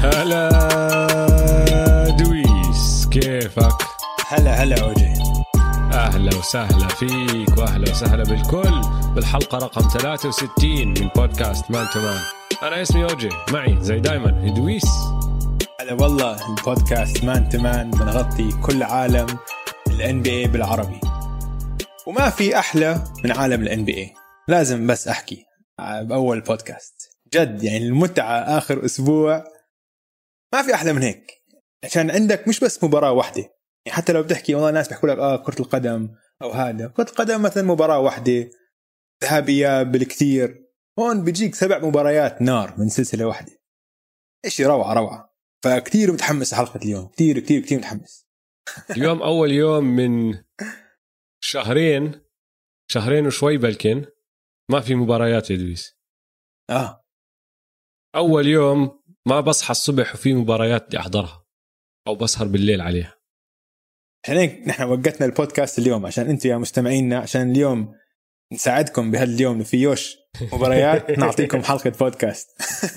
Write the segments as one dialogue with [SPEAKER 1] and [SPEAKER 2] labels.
[SPEAKER 1] هلا دويس، كيفك؟
[SPEAKER 2] هلا أوجي.
[SPEAKER 1] أهلا وسهلا فيك وأهلا وسهلا بالكل بالحلقة رقم 63 من بودكاست مان تو مان. أنا اسمي أوجي، معي زي دايما دويس.
[SPEAKER 2] هلا والله، البودكاست مان تو مان بنغطي كل عالم ال NBA بالعربي، وما في أحلى من عالم ال NBA. لازم بس أحكي بأول بودكاست جد، يعني المتعة آخر أسبوع ما في أحلى من هيك، عشان عندك مش بس مباراة واحدة. يعني حتى لو بتحكي والله الناس بيحكوا لك كرة القدم أو هذا كرة القدم مثلا مباراة واحدة ذهاب إياب بالكثير، هون بيجيك 7 مباريات نار من سلسلة واحدة. إشي روعة. فكتير متحمس حلقة اليوم، كتير متحمس.
[SPEAKER 1] اليوم أول يوم من شهرين وشوي بلكن ما في مباريات يا دويس. أول يوم ما بصحى الصبح وفي مباريات بدي أحضرها أو بسهر بالليل عليها.
[SPEAKER 2] عشان هيك نحن وقتنا البودكاست اليوم، عشان أنتوا يا مستمعينا، عشان اليوم نساعدكم بهذا اليوم فيوش مباريات نعطيكم حلقة بودكاست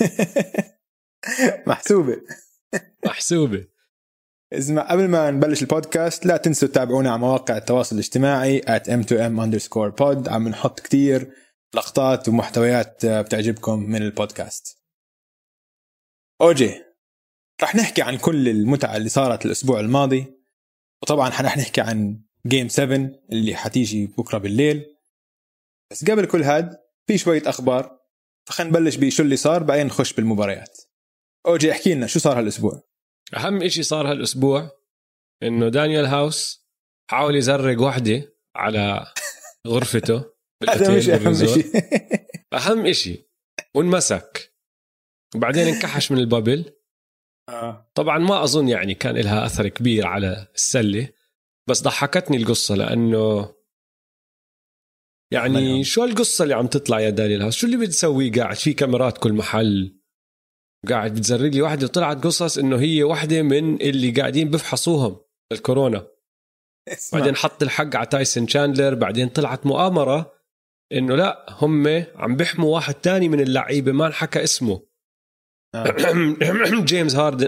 [SPEAKER 2] محسوبة. اسمع، قبل ما نبلش البودكاست لا تنسوا تتابعونا على مواقع التواصل الاجتماعي @m2m_pod. عم نحط كتير لقطات ومحتويات بتعجبكم من البودكاست. أوجي، رح نحكي عن كل المتعة اللي صارت الأسبوع الماضي، وطبعا رح نحكي عن Game 7 اللي حتيجي بكرة بالليل. بس قبل كل هاد في شوية أخبار، فخلينا نبلش بشو اللي صار بعدين نخش بالمباريات. أوجي، احكي لنا شو صار هالأسبوع.
[SPEAKER 1] أهم إشي صار هالأسبوع إنه دانيال هاوس حاول يزرق واحدة على غرفته بالأوتيل. أهم إشي وانمسك، وبعدين انكحش من البابل. طبعا ما أظن يعني كان لها أثر كبير على السلة، بس ضحكتني القصة لأنه يعني شو القصة اللي عم تطلع يا دانيال هاوس؟ شو اللي بتسوي؟ قاعد في كاميرات كل محل، قاعد بتزرق لي واحدة، وطلعت قصص إنه هي واحدة من اللي قاعدين بفحصوهم الكورونا. بعدين حط الحق على تايسون شاندلر. بعدين طلعت مؤامرة إنه لا، هم عم بيحموا واحد تاني من اللعيبة ما نحكى اسمه. جيمس هاردن.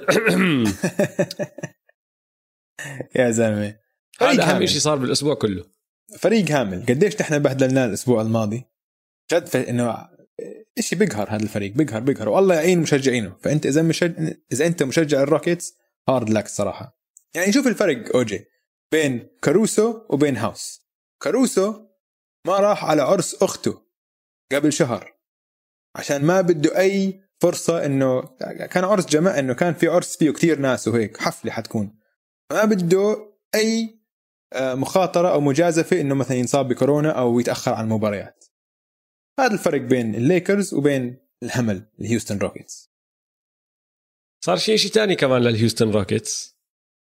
[SPEAKER 2] يا زلمة،
[SPEAKER 1] هذا أهم إشي صار بالأسبوع كله. فريق
[SPEAKER 2] هامل. قديش نحن بهدلنا الأسبوع الماضي جد، إنه إشي بيقهر هذا الفريق، بيقهر والله يعين مشجعينه. فأنت إذا أنت مشجع الروكيتس هارد لك صراحة. يعني شوف الفرق أوجي بين كاروسو وبين هاوس. كاروسو ما راح على عرس أخته قبل شهر عشان ما بده أي فرصة، إنه كان عرس جماعة، إنه كان في عرس فيه كتير ناس وهيك حفلة حتكون، ما بده أي مخاطرة أو مجازفة إنه مثلا ينصاب بكورونا أو يتأخر عن المباريات. هذا الفرق بين الليكرز وبين الهمل الهيوستن روكيتس.
[SPEAKER 1] صار شيء تاني كمان للهيوستن روكيتس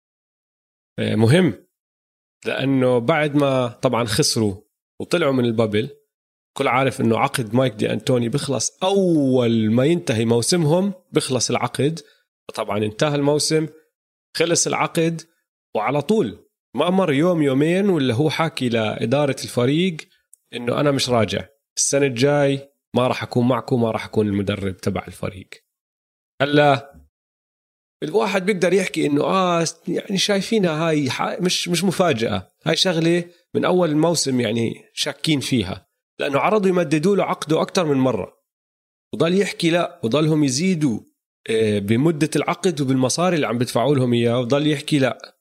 [SPEAKER 1] مهم، لأنه بعد ما طبعا خسروا وطلعوا من البابل، كل عارف إنه عقد مايك دي أنتوني بخلص أول ما ينتهي موسمهم، بخلص العقد. طبعا انتهى الموسم، خلص العقد، وعلى طول ما مر يوم يومين ولا هو حاكي لإدارة الفريق إنه أنا مش راجع السنة الجاي، ما راح أكون معكم، ما راح أكون المدرب تبع الفريق. هلا الواحد بيقدر يحكي إنه يعني شايفينها هاي مش مفاجأة، هاي شغلة من أول الموسم يعني شاكين فيها، لأنه عرضوا يمددوا له عقده أكتر من مرة، وضل يحكي لا، وضلهم يزيدوا بمدة العقد وبالمصاري اللي عم بدفعوا لهم إياه، وضل يحكي لا.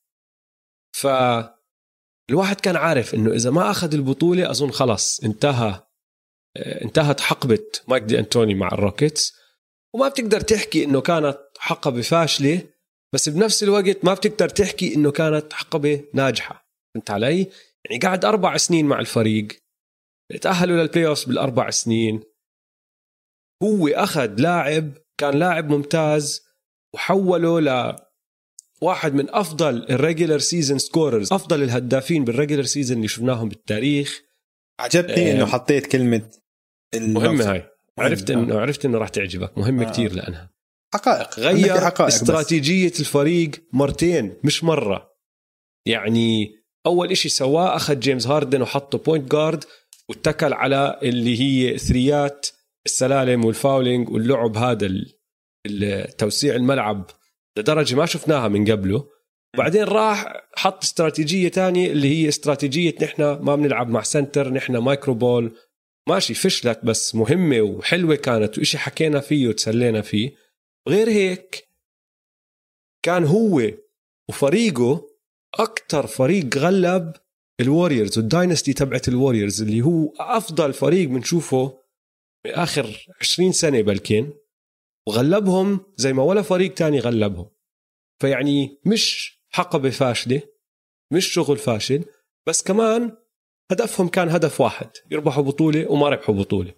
[SPEAKER 1] فالواحد كان عارف إنه إذا ما أخذ البطولة أظن خلاص انتهت حقبة مايك دي أنتوني مع الروكيتس. وما بتقدر تحكي إنه كانت حقبة فاشلة، بس بنفس الوقت ما بتقدر تحكي إنه كانت حقبة ناجحة. فهمت علي؟ يعني قاعد 4 سنين مع الفريق، تأهلوا للبلاي أوفس بال4 سنين. هو أخذ لاعب كان لاعب ممتاز وحوله لواحد من أفضل الريجولر سيزن سكوررز، أفضل الهدافين بالريجولر سيزن اللي شفناهم بالتاريخ.
[SPEAKER 2] عجبتني إنه حطيت كلمة
[SPEAKER 1] مهمة هاي، عرفت إنه راح تعجبك، مهمة كتير لأنها
[SPEAKER 2] حقائق.
[SPEAKER 1] غير استراتيجية الفريق مرتين مش مرة. يعني أول إشي سواه أخذ جيمس هاردن وحطه بوينت جارد، واتكل على اللي هي ثريات السلالم والفاولينج واللعب هذا توسيع الملعب لدرجة ما شفناها من قبله. بعدين راح حط استراتيجية تانية اللي هي استراتيجية نحن ما بنلعب مع سنتر، نحن مايكرو بول. ماشي، فشلت بس مهمة وحلوة كانت وإشي حكينا فيه وتسلينا فيه. غير هيك كان هو وفريقه أكتر فريق غلب الواريورز والداينستي تبعت الواريورز اللي هو أفضل فريق بنشوفه بآخر 20 سنة بلكن، وغلبهم زي ما ولا فريق تاني غلبهم. فيعني مش حقبة فاشلة، مش شغل فاشل، بس كمان هدفهم كان هدف واحد، يربحوا بطولة وما ربحوا بطولة.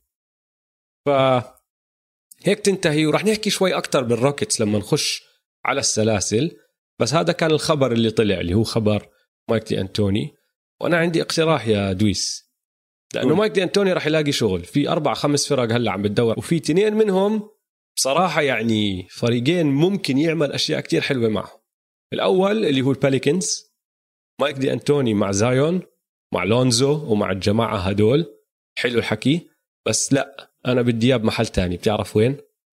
[SPEAKER 1] فهيك تنتهي. ورح نحكي شوي أكتر بالروكيتس لما نخش على السلاسل، بس هذا كان الخبر اللي طلع اللي هو خبر مايك دي أنتوني. وأنا عندي اقتراح يا دويس، لأنه مايك دي أنتوني رح يلاقي شغل في 4-5 فرق هلأ عم بتدور، وفي 2 منهم بصراحة يعني فريقين ممكن يعمل أشياء كتير حلوة معه. الأول اللي هو الباليكنز، مايك دي أنتوني مع زايون مع لونزو ومع الجماعة هدول، حلو الحكي. بس لا، أنا بدي إياه بمحل تاني. بتعرف وين؟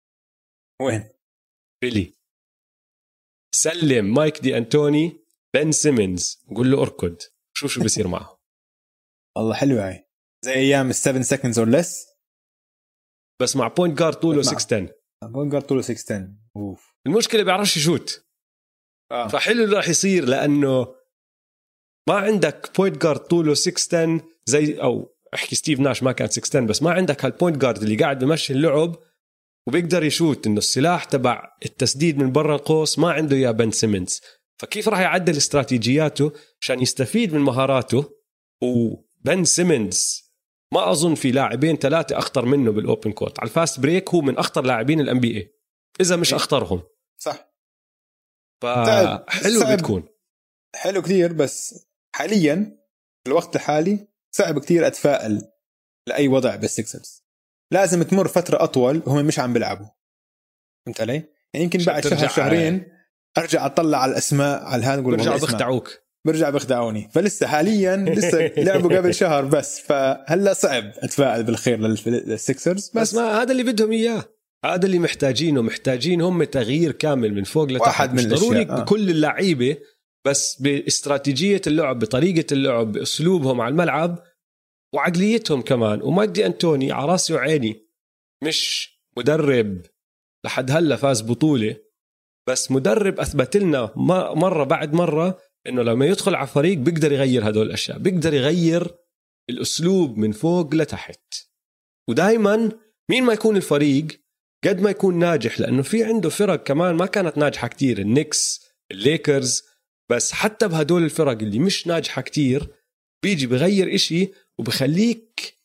[SPEAKER 1] بيلي. سلم مايك دي أنتوني بن سيمنز، قول له أركض، شو بيصير معه.
[SPEAKER 2] والله حلوة هاي، زي أيام 7 seconds or less،
[SPEAKER 1] بس مع بوينت جارد طوله 6'10.
[SPEAKER 2] بوينت جارد طوله 6'10.
[SPEAKER 1] المشكلة بيعرفش يشوت. فحلو اللي راح يصير، لأنه ما عندك بوينت جارد طوله 6'10 زي، أو احكي ستيف ناش ما كان 6'10، بس ما عندك هالبوينت جارد اللي قاعد بمشي اللعب وبيقدر يشوت. إنه السلاح تبع التسديد من برا القوس ما عنده يا بن سيمنز. فكيف راح يعدل استراتيجياته عشان يستفيد من مهاراته؟ وبن سيمنز ما أظن في لاعبين 3 أخطر منه بالأوبن كورت. على الفاست بريك هو من أخطر لاعبين الNBA إذا مش أخطرهم.
[SPEAKER 2] صح.
[SPEAKER 1] فحلو بتكون
[SPEAKER 2] حلو كتير، بس حاليا في الوقت الحالي صعب كتير أتفائل لأي وضع بالسيكسرز. لازم تمر فترة أطول وهم مش عم بيلعبوا. فهمت علي؟ يعني يمكن بعد شهر-2 أرجع أطلع على الأسماء على هذا، نقول
[SPEAKER 1] برجع بخدعوني.
[SPEAKER 2] فلسه حاليا لسه لعبوا قبل شهر بس، فهلا صعب أتفائل بالخير للسيكسرز.
[SPEAKER 1] بس ما هذا اللي بدهم إياه، هذا اللي محتاجين هم تغيير كامل من فوق لتحت. مش ضروري بكل اللعيبة، بس باستراتيجية اللعب، بطريقة اللعب، بأسلوبهم على الملعب وعقليتهم كمان. ومايك دي أنتوني على راسي وعيني، مش مدرب لحد هلا فاز بطولة، بس مدرب أثبت لنا مرة بعد مرة إنه لما يدخل على فريق بيقدر يغير هدول الأشياء، بيقدر يغير الأسلوب من فوق لتحت. ودايما مين ما يكون الفريق قد ما يكون ناجح، لأنه في عنده فرق كمان ما كانت ناجحة كتير، النيكس، الليكرز، بس حتى بهدول الفرق اللي مش ناجحة كتير بيجي بغير إشي وبخليك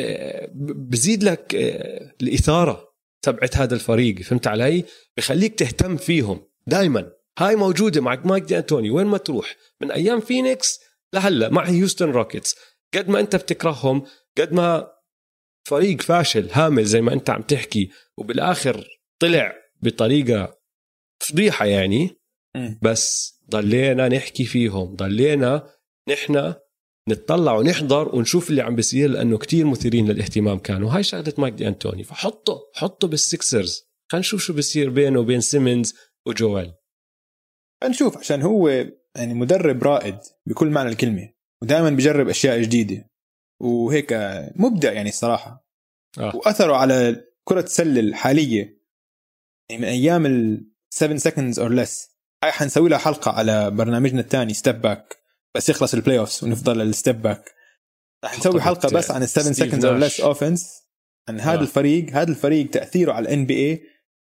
[SPEAKER 1] بزيد لك الإثارة تبعت هذا الفريق. فهمت علي؟ بخليك تهتم فيهم دايما. هاي موجودة مع مايك دي أنتوني وين ما تروح، من أيام فينيكس لهلا مع هيوستن روكيتس. قد ما أنت بتكرههم، قد ما فريق فاشل هامل زي ما أنت عم تحكي، وبالآخر طلع بطريقة فضيحة يعني، بس ضلينا نحكي فيهم، ضلينا نحن نتطلع ونحضر ونشوف اللي عم بيصير، لأنه كتير مثيرين للاهتمام كانوا. هاي شغلة مايك دي أنتوني. فحطه بالسيكسرز، خلينا نشوف شو بيصير بينه وبين سيمنز وجوال.
[SPEAKER 2] نشوف، عشان هو يعني مدرب رائد بكل معنى الكلمة، ودائما بيجرب أشياء جديدة وهيك مبدع يعني الصراحة. وأثره على كرة السلة الحالية يعني من أيام 7 seconds or less. هاي حنسوي لها حلقة على برنامجنا الثاني ستيب باك، بس يخلص البلاي اوفز ونفضل الستيب باك. رح نسوي حلقة بس عن 7 seconds or less offense، عن هذا الفريق تأثيره على NBA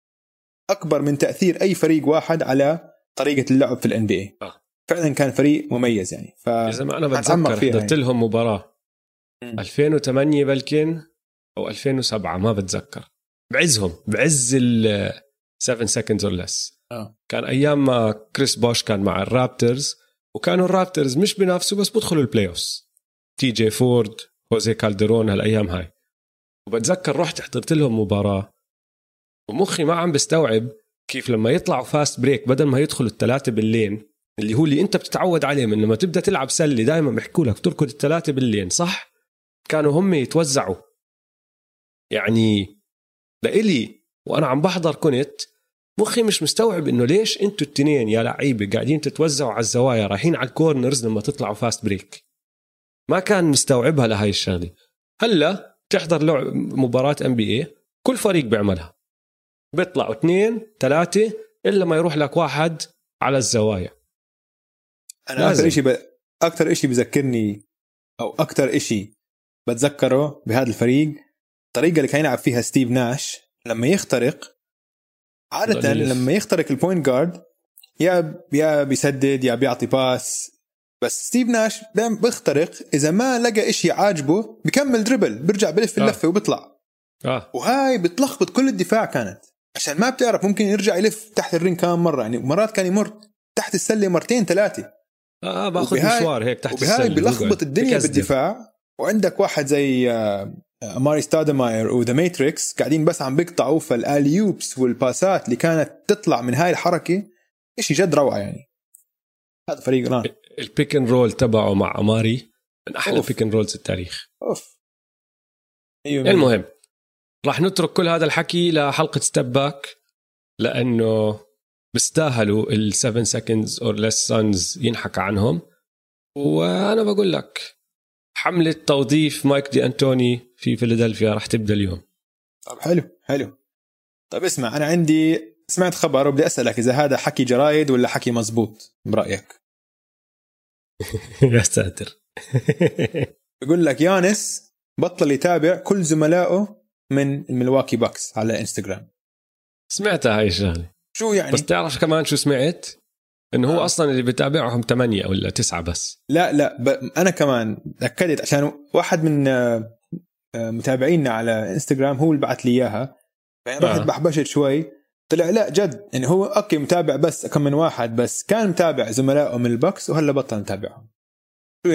[SPEAKER 2] أكبر من تأثير أي فريق واحد على طريقة اللعب في الNBA. فعلا كان فريق مميز يعني.
[SPEAKER 1] إذا ما أنا بتذكر حضرت لهم مباراة 2008 بلكن أو 2007 ما بتذكر، بعز 7 seconds or less. كان أيام ما كريس بوش كان مع الرابترز، وكانوا الرابترز مش بنفسه بس بدخلوا البلاي أوفز، تي جي فورد، هوزي كالدرون، هالأيام هاي. وبتذكر رحت حضرت لهم مباراة ومخي ما عم بستوعب كيف لما يطلعوا فاست بريك بدل ما يدخلوا 3 باللين اللي هو اللي انت بتتعود عليه من لما تبدأ تلعب سلة، دايما بيحكوا لك تركض 3 باللين صح، كانوا هم يتوزعوا. يعني لإلي وأنا عم بحضر كنت مخي مش مستوعب انه ليش انتوا التنين يا لعيبه قاعدين تتوزعوا على الزوايا رايحين على الكورنرز لما تطلعوا فاست بريك. ما كان مستوعبها لهاي الشغله. هلا تحضر مباراه NBA كل فريق بيعملها، بيطلعوا 2-3 الا ما يروح لك واحد على الزوايا.
[SPEAKER 2] انا اكثر إشي بذكرني او اكثر إشي بتذكره بهذا الفريق الطريقه اللي كان يلعب فيها ستيف ناش لما يخترق. عاده لما يخترق البوينت جارد يا بيسدد يا بيعطي باس، بس ستيف ناش بيخترق اذا ما لقى إشي عاجبه بكمل دربل بيرجع بلف اللفه وبيطلع. وهاي بتلخبط كل الدفاع كانت، عشان ما بتعرف ممكن يرجع يلف تحت الرين كم مرة، يعني مرات كان يمر تحت السلة 2-3
[SPEAKER 1] باخذ مشوار هيك تحت السلة.
[SPEAKER 2] وبهاي بلخبط الدنيا بالدفاع. وعندك واحد زي أماري ستادماير وذا ماتريكس قاعدين بس عم بيقطعوا، فالاليوبس والباسات اللي كانت تطلع من هاي الحركة إشي جد روعة. يعني هذا فريق ران
[SPEAKER 1] البيك اند رول تبعه مع أماري من أحلى بيك اند رولز التاريخ. المهم راح نترك كل هذا الحكي لحلقة ستيب باك لأنه بيستاهلوا ال7 seconds or less suns ينحكى عنهم. وأنا بقول لك حملة توظيف مايك دي أنتوني في فيلادلفيا راح تبدأ اليوم.
[SPEAKER 2] طب حلو. طب اسمع، أنا عندي سمعت خبر وبدي أسألك إذا هذا حكي جرايد ولا حكي مزبوط برأيك.
[SPEAKER 1] يا ساتر.
[SPEAKER 2] بقول لك يانس بطل يتابع كل زملائه من الملواكي باكس على انستغرام.
[SPEAKER 1] سمعتها هاي الشغلة.
[SPEAKER 2] شو يعني؟
[SPEAKER 1] بس تعرف كمان شو سمعت؟ انه هو اصلا اللي بتابعهم 8 ولا 9 بس.
[SPEAKER 2] لا انا كمان اكدت عشان واحد من متابعينا على انستغرام هو اللي بعت لي اياها، يعني رحت بحبشت شوي طلع لا جد انه هو اوكي متابع بس كم من واحد، بس كان متابع زملائه من الباكس وهلا بطل متابعهم. شو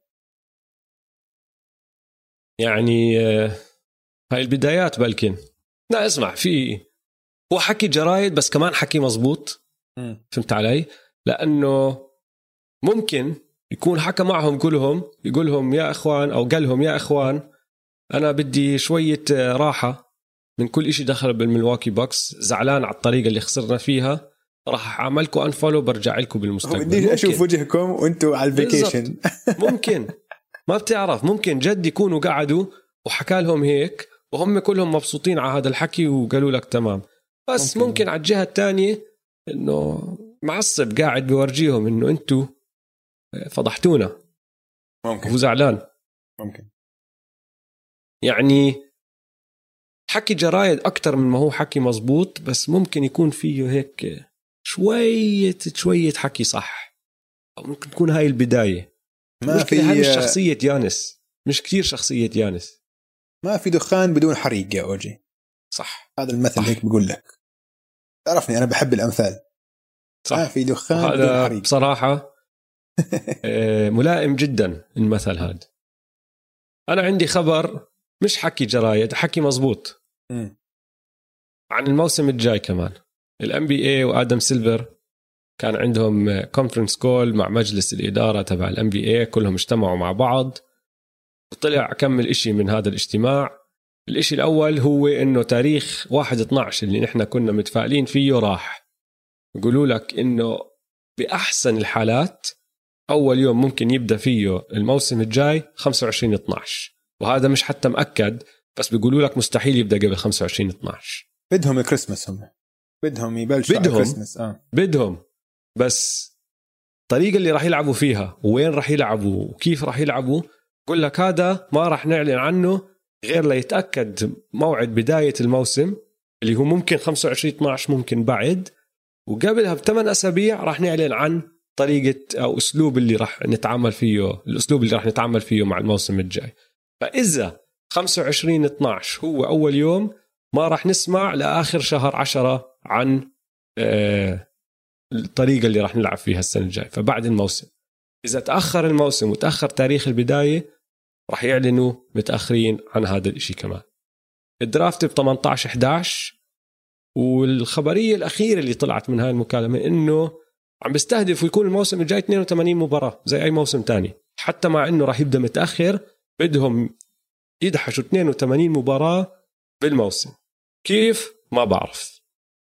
[SPEAKER 2] يعني
[SPEAKER 1] هاي البدايات بلكن. لا اسمع، في هو حكي جرايد بس كمان حكي مزبوط. فهمت علي؟ لأنه ممكن يكون حكى معهم كلهم يقولهم يا إخوان، أو قالهم يا إخوان أنا بدي شوية راحة من كل إشي دخل بالملواكي باكس، زعلان على الطريقة اللي خسرنا فيها، راح أعملكم أنفولو برجع لكم بالمستقبل.
[SPEAKER 2] بدي أشوف وجهكم وأنتوا على الفيكيشن.
[SPEAKER 1] ممكن ما بتعرف، ممكن جد يكونوا قعدوا وحكى لهم هيك وهم كلهم مبسوطين على هذا الحكي وقالوا لك تمام. بس ممكن على الجهة الثانية إنه معصب قاعد بيورجيهم إنه أنتوا فضحتونا.
[SPEAKER 2] ممكن
[SPEAKER 1] هو زعلان.
[SPEAKER 2] ممكن
[SPEAKER 1] يعني حكي جرايد أكتر من ما هو حكي مزبوط، بس ممكن يكون فيه هيك شوية حكي صح، أو ممكن تكون هاي البداية.
[SPEAKER 2] ما في
[SPEAKER 1] هاي مش شخصية يانس، مش كتير شخصية يانس.
[SPEAKER 2] ما في دخان بدون حريق يا أوجي.
[SPEAKER 1] صح،
[SPEAKER 2] هذا المثل هيك بقول لك. تعرفني أنا بحب الأمثال.
[SPEAKER 1] صح.
[SPEAKER 2] ما في دخان بدون حريق
[SPEAKER 1] بصراحة. ملائم جدا المثل هذا. أنا عندي خبر مش حكي جرايد، حكي مزبوط عن الموسم الجاي كمان. NBA وآدم سيلفر كان عندهم كونفرنس كول مع مجلس الإدارة تبع NBA، كلهم اجتمعوا مع بعض وطلع كمل إشي من هذا الاجتماع. الإشي الأول هو إنه تاريخ 1/12 اللي نحن كنا متفائلين فيه راح. يقولوا لك إنه بأحسن الحالات أول يوم ممكن يبدأ فيه الموسم الجاي 25/12، وهذا مش حتى مأكد، بس بيقولوا لك مستحيل يبدأ قبل 25/12.
[SPEAKER 2] بدهم الكريسماس، هم بدهم يبلشوا على الكريسماس.
[SPEAKER 1] بدهم، بس الطريقة اللي راح يلعبوا فيها وين راح يلعبوا وكيف راح يلعبوا يقول لك هذا ما راح نعلن عنه غير ليتأكد موعد بداية الموسم اللي هو ممكن 25/12، ممكن بعد، وقبلها ب8 أسابيع راح نعلن عن طريقة أو أسلوب اللي راح نتعامل فيه، الأسلوب اللي راح نتعامل فيه مع الموسم الجاي. فإذا 25/12 هو أول يوم، ما راح نسمع لآخر شهر 10 عن الطريقة اللي راح نلعب فيها السنة الجاي. فبعد الموسم إذا تأخر الموسم وتأخر تاريخ البداية راح يعلنوا متأخرين عن هذا الإشي كمان. الدرافت ب18/11، والخبرية الأخيرة اللي طلعت من هاي المكالمة إنه عم بيستهدفوا يكون الموسم الجاي 82 مباراة زي أي موسم تاني، حتى مع إنه راح يبدأ متأخر بدهم يدحشوا 82 مباراة بالموسم. كيف؟ ما بعرف،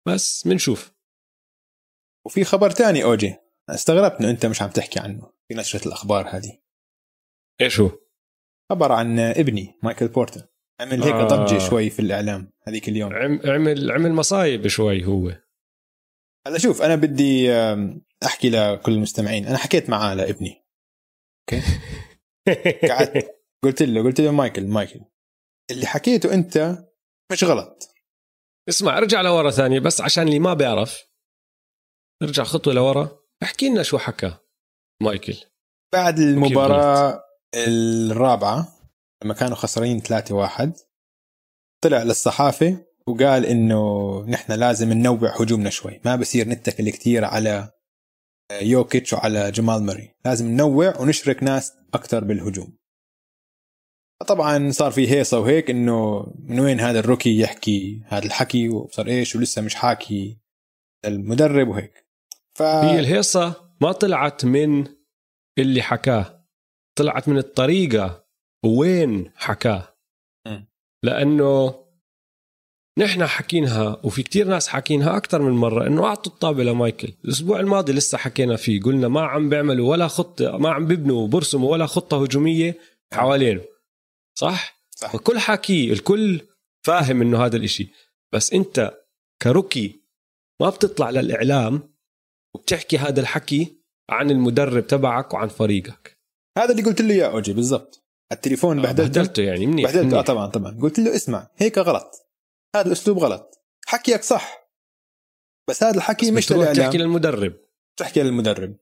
[SPEAKER 1] بس منشوف.
[SPEAKER 2] وفي خبر تاني أوجي استغربت إنه أنت مش عم تحكي عنه في نشرة الأخبار هذه.
[SPEAKER 1] إيش هو؟
[SPEAKER 2] خبر عن ابني مايكل بورتر، عمل هيك ضجة شوي في الإعلام هذيك اليوم.
[SPEAKER 1] عمل مصايب شوي هو.
[SPEAKER 2] هلا شوف، أنا بدي أحكي لكل المستمعين. أنا حكيت معاه لابني، أوكي؟ قعدت قلت له مايكل اللي حكيته أنت مش غلط.
[SPEAKER 1] اسمع، ارجع لورا ثانية بس عشان اللي ما بيعرف، ارجع خطوة لورا، احكي لنا شو حكى مايكل
[SPEAKER 2] بعد المباراة الرابعة لما كانوا خسرين 3-1. طلع للصحافة وقال إنه نحن لازم ننوع هجومنا شوي، ما بصير نتكل كتير على يوكيتش وعلى جمال ماري، لازم ننوع ونشرك ناس أكتر بالهجوم. طبعا صار في هيصة وهيك إنه من وين هذا الروكي يحكي هذا الحكي، وصار إيش ولسه مش حاكي المدرب وهيك.
[SPEAKER 1] هي الهيصة ما طلعت من اللي حكاه، طلعت من الطريقة وين حكاه. لأنه نحن حكينها وفي كتير ناس حكينها أكتر من مرة إنه أعطوا الطابة لمايكل. الأسبوع الماضي لسه حكينا فيه، قلنا ما عم بيعملوا ولا خطة، ما عم بيبنوا برسموا ولا خطة هجومية حوالينه، صح؟ وكل حكي الكل فاهم إنه هذا الاشي، بس أنت كروكي ما بتطلع للإعلام وبتحكي هذا الحكي عن المدرب تبعك وعن فريقك.
[SPEAKER 2] هذا اللي قلت له يا أوجي بالضبط التليفون. بهدلته
[SPEAKER 1] يعني منيح.
[SPEAKER 2] بهدلته طبعا قلت له اسمع هيك غلط، هذا الأسلوب غلط، حكيك صح بس هذا الحكي مش للإعلام،
[SPEAKER 1] تحكي للمدرب،
[SPEAKER 2] تحكي للمدرب.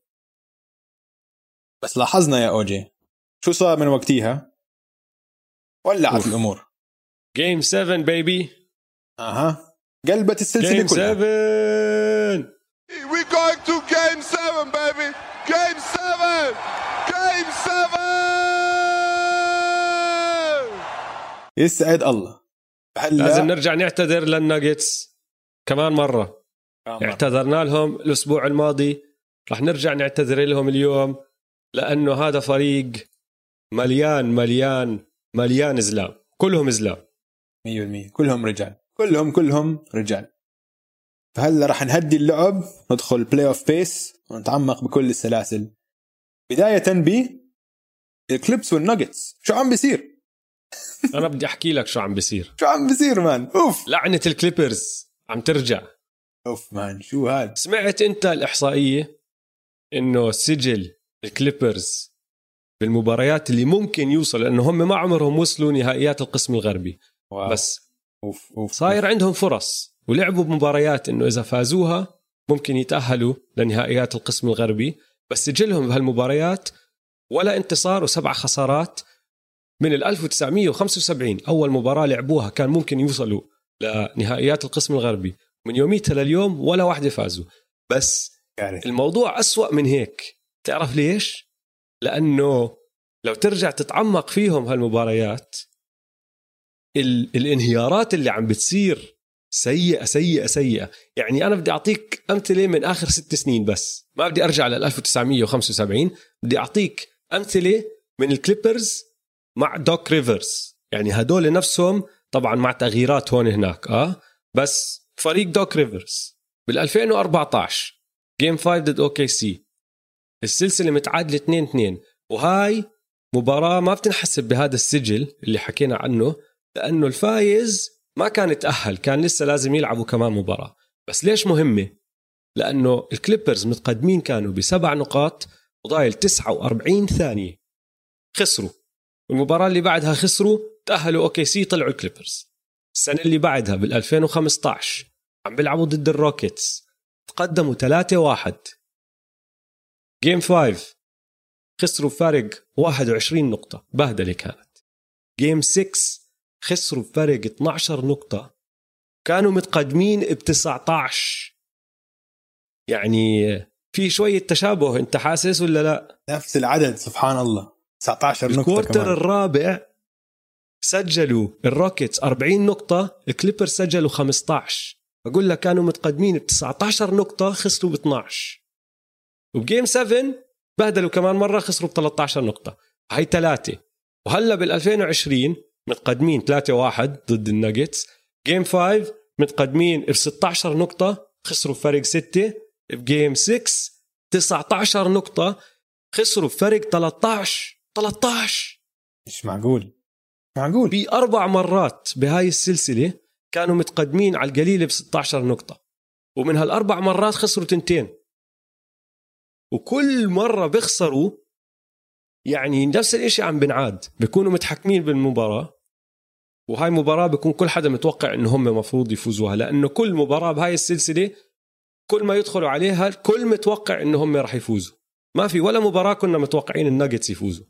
[SPEAKER 2] بس لاحظنا يا أوجي شو صار من وقتها، ولعت الأمور.
[SPEAKER 1] Game 7 بيبي.
[SPEAKER 2] قلبت السلسلة كلها.
[SPEAKER 1] Game 7
[SPEAKER 3] We going to Game 7 baby. Game 7. Game 7.
[SPEAKER 2] يسعد الله.
[SPEAKER 1] لازم نرجع نعتذر للناجتس كمان مرة. اعتذرنا لهم الأسبوع الماضي، رح نرجع نعتذر لهم اليوم، لأنه هذا فريق مليان مليان مليان زلام، كلهم زلام
[SPEAKER 2] 100%، كلهم رجال، كلهم رجال. فهلا رح نهدي اللعب، ندخل بلاي اوف بيس ونتعمق بكل السلاسل، بداية بالكليبس والناجتس. شو عم بيصير؟
[SPEAKER 1] أنا بدي أحكي لك شو عم بيصير.
[SPEAKER 2] شو عم بيصير مان؟ أوف،
[SPEAKER 1] لعنة الكليبرز عم ترجع.
[SPEAKER 2] أوف مان، شو هاد؟
[SPEAKER 1] سمعت أنت الإحصائية إنه سجل الكليبرز بالمباريات اللي ممكن يوصل، لأنه هم ما عمرهم وصلوا نهائيات القسم الغربي.
[SPEAKER 2] واو.
[SPEAKER 1] بس
[SPEAKER 2] أوف.
[SPEAKER 1] صاير عندهم فرص ولعبوا بمباريات إنه إذا فازوها ممكن يتأهلوا لنهائيات القسم الغربي، بس سجلهم بهالمباريات ولا انتصار و7 خسارات من 1975. أول مباراة لعبوها كان ممكن يوصلوا لنهائيات القسم الغربي، من يوميتها لليوم ولا واحدة فازوا. بس الموضوع أسوأ من هيك. تعرف ليش؟ لأنه لو ترجع تتعمق فيهم هالمباريات، الانهيارات اللي عم بتصير سيئة سيئة سيئة. يعني أنا بدي أعطيك أمثلة من آخر 6 سنين، بس ما بدي أرجع ل 1975. بدي أعطيك أمثلة من الكليبرز مع دوك ريفرز، يعني هدول نفسهم طبعا مع تغييرات هون هناك بس فريق دوك ريفرز بال2014 جيم 5 ضد OKC، السلسلة متعادلة 2-2، وهاي مباراة ما بتنحسب بهذا السجل اللي حكينا عنه، لأنه الفايز ما كان يتأهل، كان لسه لازم يلعبوا كمان مباراة. بس ليش مهمة؟ لأنه الكليبرز متقدمين كانوا ب7 نقاط وضايل 49 ثانية، خسروا المباراة اللي بعدها، خسروا، تأهلوا OKC، طلعوا الكليبرز. السنة اللي بعدها بال2015 عم بيلعبوا ضد الروكيتس، تقدموا 3-1، جيم 5 خسروا بفارق 21 نقطة، بهدلة كانت. جيم 6 خسروا بفارق 12 نقطة، كانوا متقدمين ب19. يعني في شوية تشابه، انت حاسس ولا لا؟
[SPEAKER 2] نفس العدد، سبحان الله، 19 نقطة.
[SPEAKER 1] الكوارتر الرابع سجلوا الروكيتس 40 نقطة، الكليبرز سجلوا 15. أقول لك كانوا متقدمين ب19 نقطة، خسروا ب12. وبجيم 7 بهدلوا كمان مرة، خسروا ب13 نقطة. هاي 3. وهلأ بال2020 متقدمين 3-1 ضد الناجتس، جيم 5 متقدمين ب16 نقطة خسروا فرق 6. بجيم 6 19 نقطة خسروا فرق 13.
[SPEAKER 2] مش معقول
[SPEAKER 1] في 4 مرات بهاي السلسلة كانوا متقدمين على القليل ب16 نقطة، ومن هال4 مرات خسروا 2. وكل مرة بيخسروا يعني نفس الاشي عم بنعاد، بيكونوا متحكمين بالمباراة، وهاي مباراة بيكون كل حدا متوقع انه هم مفروض يفوزوها، لانه كل مباراة بهاي السلسلة كل ما يدخلوا عليها كل متوقع انه هم راح يفوزوا. ما في ولا مباراة كنا متوقعين الناجتس يفوزوا.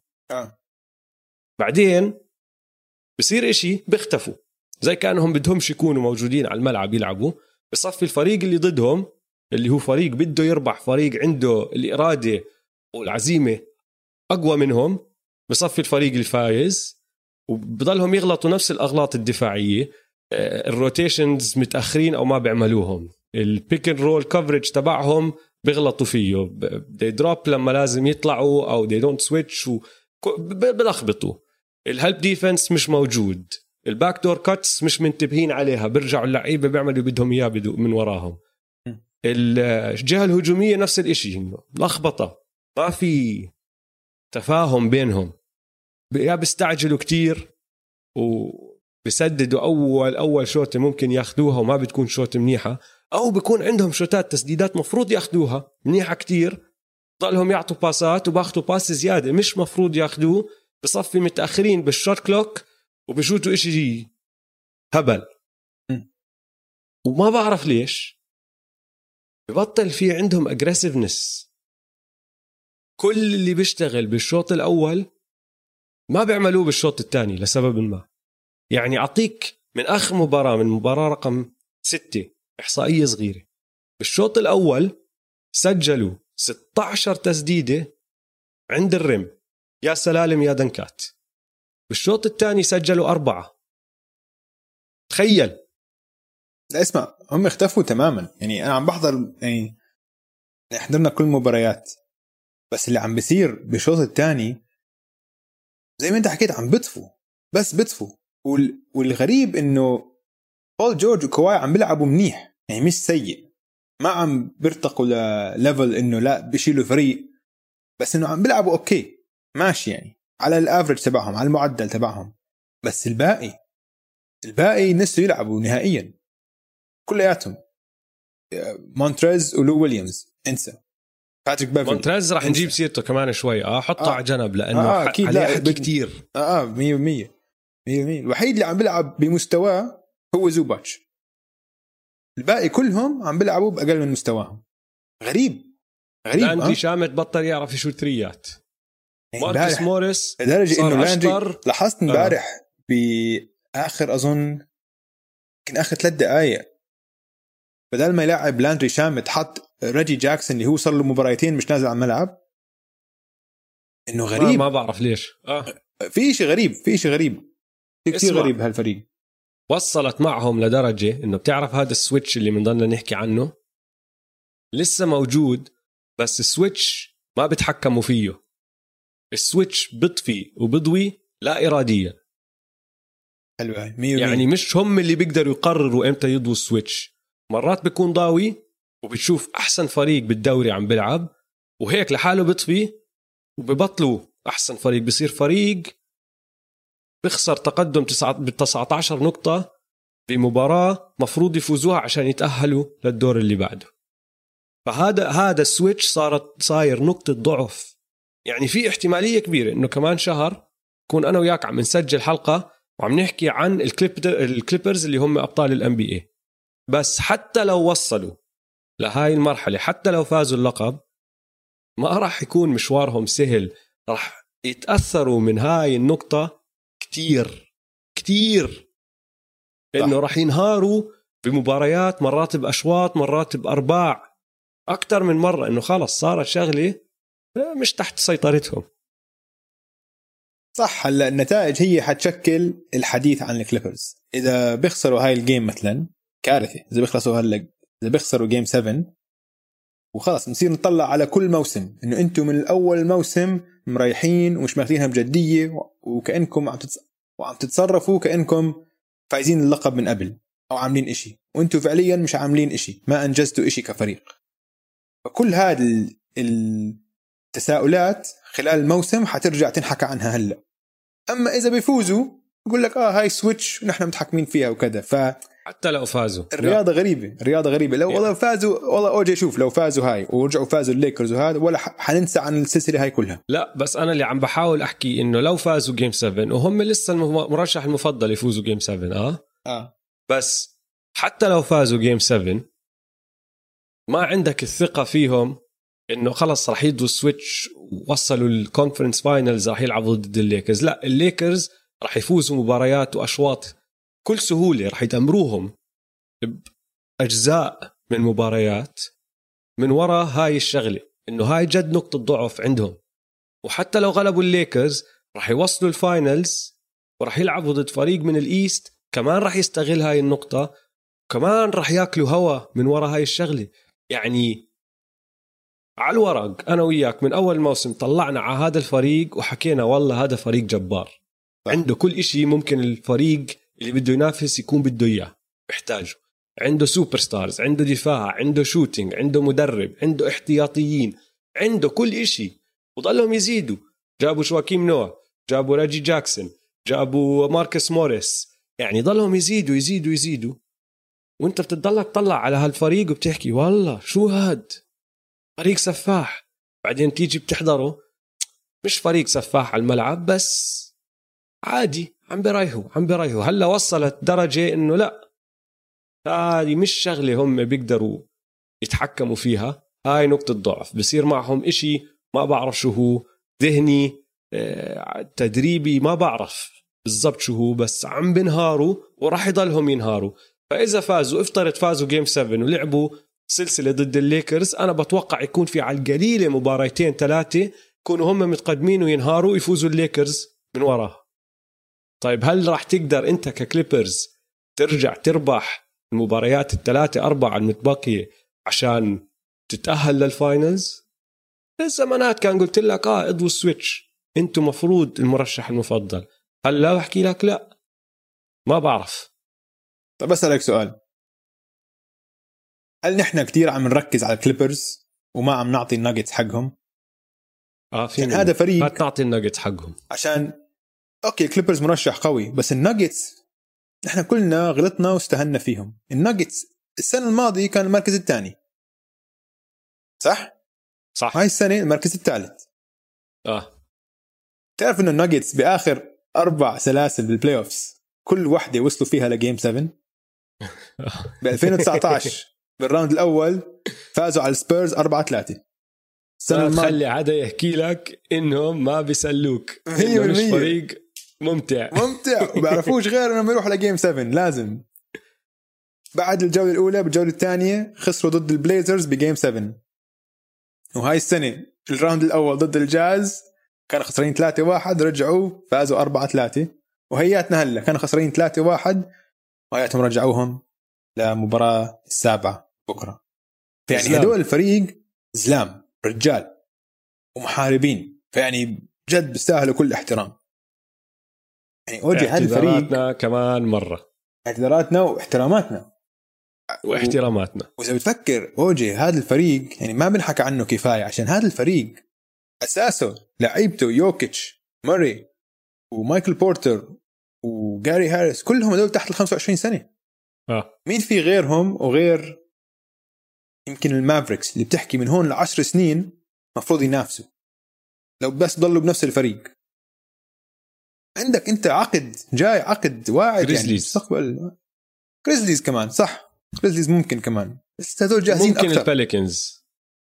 [SPEAKER 1] بعدين بصير اشي بيختفوا، زي كانهم بدهمش يكونوا موجودين على الملعب يلعبوا. بصفي الفريق اللي ضدهم اللي هو فريق بده يربح، فريق عنده الإرادة والعزيمة أقوى منهم، بصفي الفريق الفايز، وبضلهم يغلطوا نفس الأغلاط الدفاعية. الروتيشنز متأخرين أو ما بيعملوهم، البيك اند رول كفرج تبعهم بيغلطوا فيه، they drop لما لازم يطلعوا أو they don't switch بلخبطوا. الهلب ديفنس مش موجود، الباك دور كاتس مش منتبهين عليها، بيرجعوا اللعيبة بيعملوا بدهم إياه من وراهم. الجهة الهجومية نفس الاشي، لخبطة، ما في تفاهم بينهم، يا بيستعجلوا كتير وبسددوا أول شوطة ممكن ياخدوها وما بتكون شوطة منيحة، أو بيكون عندهم شوطات تسديدات مفروض ياخدوها منيحة كتير، ضلهم يعطوا باسات وباخدوا باس زيادة مش مفروض ياخدوه، بصفي متأخرين بالشوت كلوك وبشوتوا إشي هبل. وما بعرف ليش ببطل في عندهم aggressiveness. كل اللي بيشتغل بالشوط الأول ما بيعملوه بالشوط الثاني لسبب ما. يعني أعطيك من آخر مباراة، من مباراة رقم 6، إحصائية صغيرة. بالشوط الأول سجلوا 16 تسديدة عند الرم، يا سلالم يا دنكات. بالشوط الثاني سجلوا 4. تخيل.
[SPEAKER 2] لا اسمع، هم اختفوا تماما. يعني أنا عم بحضر، يعني حضرنا كل المباريات، بس اللي عم بيصير بالشوط الثاني زي ما انت حكيت عم بيطفوا، بس بيطفوا. والغريب انه بول جورج وكواي عم بيلعبوا منيح، يعني مش سيء، ما عم بيرتقوا لليفل انه لا بيشيلوا فريق، بس انه عم بيلعبوا اوكي ماشي، يعني على الافرج تبعهم، على المعدل تبعهم. بس الباقي نسوا يلعبوا نهائيا كلياتهم. مونتريز ولو ويليامز انسى. باتريك بيفرلي
[SPEAKER 1] مونتريز راح نجيب سيرته كمان شوي، حطه على جنب لانه عليه حكي كتير.
[SPEAKER 2] 100%. الوحيد اللي عم بيلعب بمستواه هو زوباتش، الباقي كلهم عم بيلعبوا باقل من مستواهم. غريب.
[SPEAKER 1] لاندري شامت بطل يعرف يشوت ثريات. ماركوس موريس
[SPEAKER 2] لدرجه انه لاندري لاحظت امبارح باخر اظن كان اخر 3 دقائق بدل ما يلعب لاندري شامت حط ريجي جاكسون اللي هو صار له مباراتين مش نازل على الملعب. انه غريب،
[SPEAKER 1] ما بعرف ليش.
[SPEAKER 2] في شيء غريب كثير غريب هالفريق.
[SPEAKER 1] وصلت معهم لدرجة انه بتعرف هذا السويتش اللي بنضلنا نحكي عنه لسه موجود، بس السويتش ما بتحكموا فيه. السويتش بطفي وبضوي لا إراديا.
[SPEAKER 2] حلو هاي 100%.
[SPEAKER 1] يعني مش هم اللي بيقدروا يقرروا امتى يضوي السويتش، مرات بيكون ضاوي وبتشوف أحسن فريق بالدوري عم بيلعب وهيك لحاله بطفي وببطلوا أحسن فريق، بصير فريق بيخسر تقدم 19 نقطة بمباراة مفروض يفوزوها عشان يتأهلوا للدور اللي بعده. فهذا السويتش صاير نقطة ضعف. يعني في احتمالية كبيرة إنه كمان شهر كون أنا وياك عم نسجل حلقة وعم نحكي عن الكليبرز اللي هم أبطال الNBA. بس حتى لو وصلوا لهاي المرحلة، حتى لو فازوا اللقب، ما راح يكون مشوارهم سهل، راح يتأثروا من هاي النقطة كتير إنه راح ينهاروا بمباريات، مرات بأشواط، مرات بأرباع، أكتر من مرة، إنه خلص صارت شغلة مش تحت سيطرتهم.
[SPEAKER 2] صح. هلا النتائج هي حتشكل الحديث عن الكليبرز. إذا بيخسروا هاي الجيم مثلا كارثة، إذا بيخسروا جيم 7 وخلاص نصير نطلع على كل موسم إنه أنتم من الأول موسم مريحين ومش ماخذينها بجدية وكأنكم عم تتصرفوا كأنكم فايزين اللقب من قبل. أو عاملين إشي، وأنتوا فعليا مش عاملين إشي، ما أنجزتوا إشي كفريق. فكل هذه التساؤلات خلال الموسم حترجع تنحكى عنها هلأ. أما إذا بيفوزوا يقول لك هاي سويتش ونحن متحكمين فيها وكذا.
[SPEAKER 1] حتى لو فازوا
[SPEAKER 2] الرياضة غريبة لو والله فازوا، والله أوجي شوف لو فازوا هاي ورجعوا فازوا الليكرز وهذا ولا حننسى عن السلسلة هاي كلها.
[SPEAKER 1] لا بس أنا اللي عم بحاول أحكي إنه لو فازوا جيم 7 وهم لسه المرشح المفضل يفوزوا جيم 7 بس حتى لو فازوا جيم 7 ما عندك الثقة فيهم إنه خلص رح يدوا السويتش وصلوا الكونفرنس فاينلز رح يلعبوا ضد الليكرز. لا الليكرز رح يفوزوا مباريات وأشواط كل سهولة، رح يدمروهم بأجزاء من مباريات من وراء هاي الشغلة، إنه هاي جد نقطة ضعف عندهم. وحتى لو غلبوا الليكرز رح يوصلوا الفاينلز ورح يلعبوا ضد فريق من الإيست كمان رح يستغل هاي النقطة، كمان رح ياكلوا هوا من وراء هاي الشغلة. يعني على الورق أنا وياك من أول موسم طلعنا على هذا الفريق وحكينا والله هذا فريق جبار عنده كل إشي ممكن الفريق اللي بده ينافس يكون بده إياه محتاجه. عنده سوبر ستارز، عنده دفاع، عنده شوتينج، عنده مدرب، عنده احتياطيين، عنده كل إشي. وضلهم يزيدوا، جابوا شواكيم نوع، جابوا راجي جاكسون، جابوا ماركس موريس، يعني ضلهم يزيدوا وانت بتضلك تطلع على هالفريق وبتحكي والله شو هاد فريق سفاح. بعدين تيجي بتحضره مش فريق سفاح على الملعب بس عادي عم بيريحوا. هلا وصلت درجة انه لا هذه مش شغلة هم بيقدروا يتحكموا فيها، هاي نقطة ضعف. بصير معهم إشي ما بعرف شو هو، ذهني تدريبي ما بعرف بالضبط شو هو، بس عم بنهاروا وراح يضلهم ينهاروا. فإذا فازوا افترض فازوا جيم 7 ولعبوا سلسلة ضد الليكرز، أنا بتوقع يكون في على القليلة مباراتين 3 يكونوا هم متقدمين وينهاروا يفوزوا الليكرز من وراها. طيب هل راح تقدر أنت ككليبرز ترجع تربح المباريات 3-4 المتبقية عشان تتأهل للفاينلز؟ الزمانات كان قلت لك اضوا السويتش انتم مفروض المرشح المفضل. هلا بحكي لك لا ما بعرف.
[SPEAKER 2] طب أسألك سؤال، هل نحن كتير عم نركز على الكليبرز وما عم نعطي الناجتس حقهم؟
[SPEAKER 1] عشان
[SPEAKER 2] هذا فريق
[SPEAKER 1] ما تعطي الناجتس حقهم.
[SPEAKER 2] عشان اوكي الكليبرز مرشح قوي، بس الناجتس نحن كلنا غلطنا واستهنا فيهم. الناجتس السنة الماضية كان المركز الثاني صح؟ هاي السنة المركز الثالث. تعرف انه الناجتس بآخر 4 سلاسل بالبلاي اوفز كل واحدة وصلوا فيها لجيم 7. ب 2019 بالراوند الأول فازوا على السبيرز 4-3.
[SPEAKER 1] خلي عدا يحكي لك إنهم ما بيسلوك، إنه مش فريق ممتع
[SPEAKER 2] وبيعرفوش غير إنهم يروحوا لجيم 7. لازم بعد الجولة الأولى بالجولة الثانية خسروا ضد البليزرز بجيم 7. وهاي السنة الراوند الأول ضد الجاز كانوا خسرين 3-1 رجعوا فازوا 4-3. وهياتنا هلا كانوا خسرين 3-1 وهياتهم رجعوهم لمباراة السابعة بكرة. يعني هدول الفريق زلام رجال ومحاربين، فيعني جد بيستاهلوا كل احترام. يعني اوجي هذا الفريق
[SPEAKER 1] كمان مرة
[SPEAKER 2] اعتذاراتنا واحتراماتنا. وإذا بتفكر اوجي هذا الفريق يعني ما بنحكى عنه كفاية، عشان هذا الفريق أساسه لعيبته يوكيتش ماري ومايكل بورتر وغاري هاريس كلهم هدول تحت 25 سنة. مين في غيرهم وغير يمكن المافريكس اللي بتحكي من هون ل10 سنين مفروض ينافسوا لو بس ضلوا بنفس الفريق. عندك انت عقد جاي، عقد واعد يعني مستقبل. جريزليز كمان صح، جريزليز ممكن كمان، بس هذول جاهزين
[SPEAKER 1] ممكن
[SPEAKER 2] أكثر.
[SPEAKER 1] الباليكنز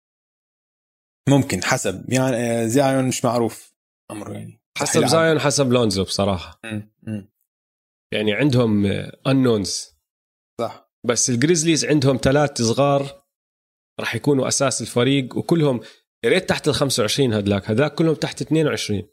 [SPEAKER 2] ممكن حسب يعني زايون مش معروف أمره يعني
[SPEAKER 1] حسب زايون حسب لونزو بصراحة. يعني عندهم unknowns
[SPEAKER 2] صح.
[SPEAKER 1] بس الجريزليز عندهم 3 صغار راح يكونوا أساس الفريق وكلهم ياريت تحت 25. هذاك كلهم تحت 22.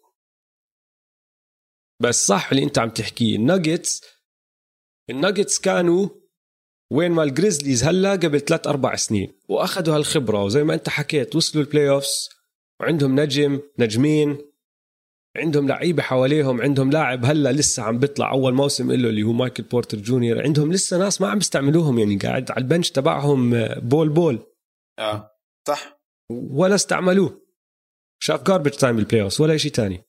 [SPEAKER 1] بس صح اللي انت عم تحكيه. الناجتس كانوا وين ما الجريزليز هلا قبل 3-4 سنين واخذوا هالخبرة، وزي ما انت حكيت وصلوا البلاي اوفز وعندهم نجمين عندهم لعيبة حواليهم، عندهم لاعب هلا لسه عم بيطلع أول موسم له اللي هو مايكل بورتر جونيور، عندهم لسه ناس ما عم بيستعملوهم، يعني قاعد على البنش تبعهم بول
[SPEAKER 2] صح،
[SPEAKER 1] ولا استعملوه، شاف garbage time بالبلاي اوف ولا شيء تاني.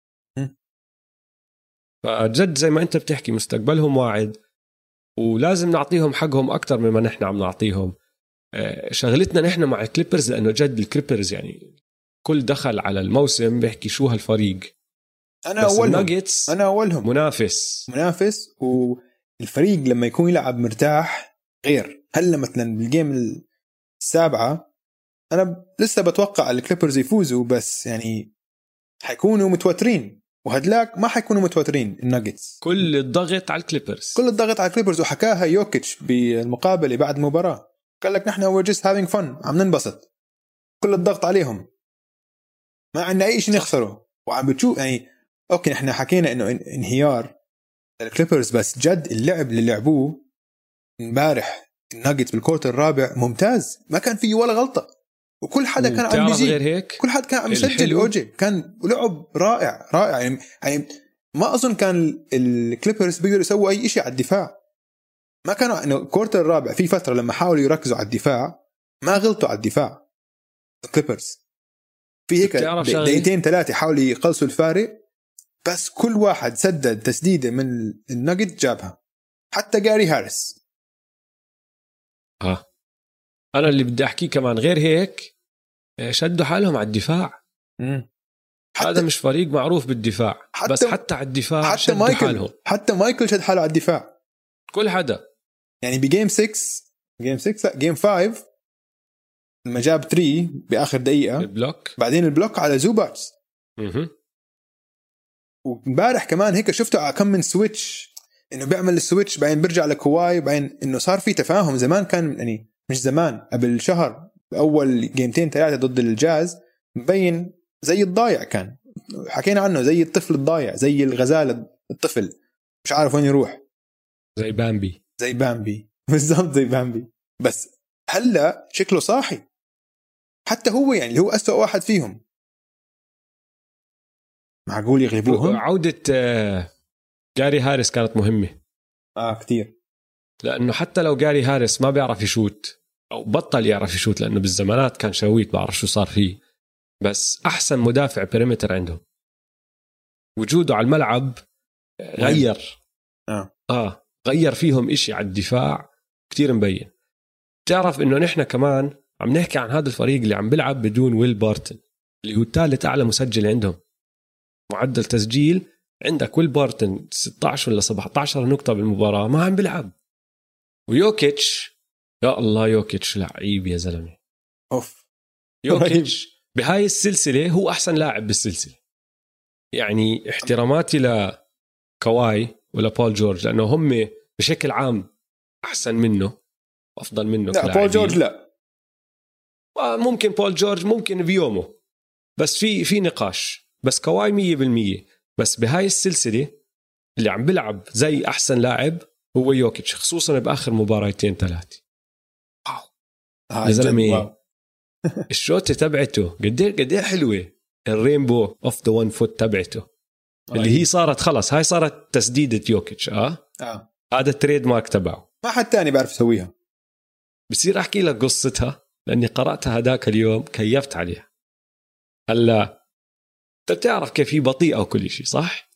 [SPEAKER 1] فجد زي ما أنت بتحكي مستقبلهم واعد، ولازم نعطيهم حقهم أكتر مما نحن عم نعطيهم. شغلتنا نحن مع الكليبرز، لأنه جد الكليبرز يعني كل دخل على الموسم بيحكي شو هالفريق.
[SPEAKER 2] أنا أولهم
[SPEAKER 1] منافس،
[SPEAKER 2] والفريق لما يكون يلعب مرتاح غير. هلا مثلا بالجيم السابعة أنا لسه بتوقع الكليبرز يفوزوا، بس يعني حيكونوا متوترين، وهدلاك ما حيكونوا متوترين الناجتس.
[SPEAKER 1] كل الضغط على الكليبرز،
[SPEAKER 2] وحكاها يوكيتش بالمقابلة بعد مباراة، قال لك نحن we're just having fun، عم ننبسط، كل الضغط عليهم، ما عندنا أي شيء نخسره. وعم بتشوف يعني أوكي نحن حكينا إنه انهيار الكليبرز، بس جد اللعب اللي لعبوه امبارح الناجتس بالكورت الرابع ممتاز، ما كان فيه ولا غلطة، وكل حدا كان عم بيزيد، كل حدا كان عم يسجل. أوجي كان لعب رائع يعني ما أظن كان الكليبرز بيقدروا يسووا أي شيء على الدفاع. ما كانوا إنه الكورت الرابع في فترة لما حاولوا يركزوا على الدفاع ما غلطوا على الدفاع الكليبرز، في هيك دقيقتين 3 حاولوا يقلصوا الفارق، بس كل واحد سدد تسديدة من الناجت جابها، حتى جاري هاريس.
[SPEAKER 1] أنا اللي بدي أحكيه كمان غير هيك، شدوا حالهم على الدفاع. هذا مش فريق معروف بالدفاع، بس حتى على الدفاع شدوا حالهم.
[SPEAKER 2] حتى مايكل شد حاله على الدفاع،
[SPEAKER 1] كل حدا
[SPEAKER 2] يعني بجيم 6 جيم 5 لما جاب 3 بآخر دقيقة
[SPEAKER 1] البلوك،
[SPEAKER 2] بعدين البلوك على زوباتس. ومبارح كمان هيك شفته كم من سويتش، إنه بيعمل السويتش بعدين بيرجع لكواي، بعدين إنه صار في تفاهم. زمان كان يعني مش زمان، قبل شهر أول جيمتين 3 ضد الجاز مبين زي الضايع، كان حكينا عنه زي الطفل الضايع، زي الغزال الطفل مش عارف وين يروح،
[SPEAKER 1] زي بامبي
[SPEAKER 2] بالضبط زي بامبي. بس هلا شكله صاحي، حتى هو يعني اللي هو أسوأ واحد فيهم، معقول يغلبوهم؟
[SPEAKER 1] عودة جاري هاريس كانت مهمة
[SPEAKER 2] كتير،
[SPEAKER 1] لأنه حتى لو جاري هاريس ما بيعرف يشوت أو بطل يعرف يشوت، لأنه بالزمانات كان شويت بعرف شو صار فيه، بس أحسن مدافع بريمتر عندهم، وجوده على الملعب غير غير فيهم إشي على الدفاع كتير مبين. تعرف إنه نحن كمان عم نحكي عن هذا الفريق اللي عم بيلعب بدون ويل بارتن اللي هو الثالث أعلى مسجل عندهم، معدل تسجيل عندك ويل بارتن 16 ولا 17 نقطة بالمباراة، ما عم بيلعب. ويوكيتش يا الله، يوكيتش لعيب يا زلمة. يوكيتش بهاي السلسلة هو أحسن لاعب بالسلسلة، يعني احتراماتي لكواي ولا بول جورج، لأنه هم بشكل عام أحسن منه وأفضل منه.
[SPEAKER 2] لا بول جورج لا،
[SPEAKER 1] ممكن بول جورج ممكن بيومه، بس في نقاش، بس كواي 100%. بس بهاي السلسلة اللي عم بلعب زي أحسن لاعب هو يوكيتش، خصوصا بآخر مباراتين 3. يا زلمة الشوطة تبعته قديه حلوة، الرينبو اوف ذا 1 فوت تبعته اللي هي صارت خلص، هاي صارت تسديدة يوكيتش. هذا التريد مارك تبعه،
[SPEAKER 2] ما حد تاني بيعرف يسويها.
[SPEAKER 1] بصير أحكي لك قصتها لأني قرأتها هداك اليوم، كيفت عليها. هلا أنت بتعرف كيف هي بطيئة وكل شيء صح؟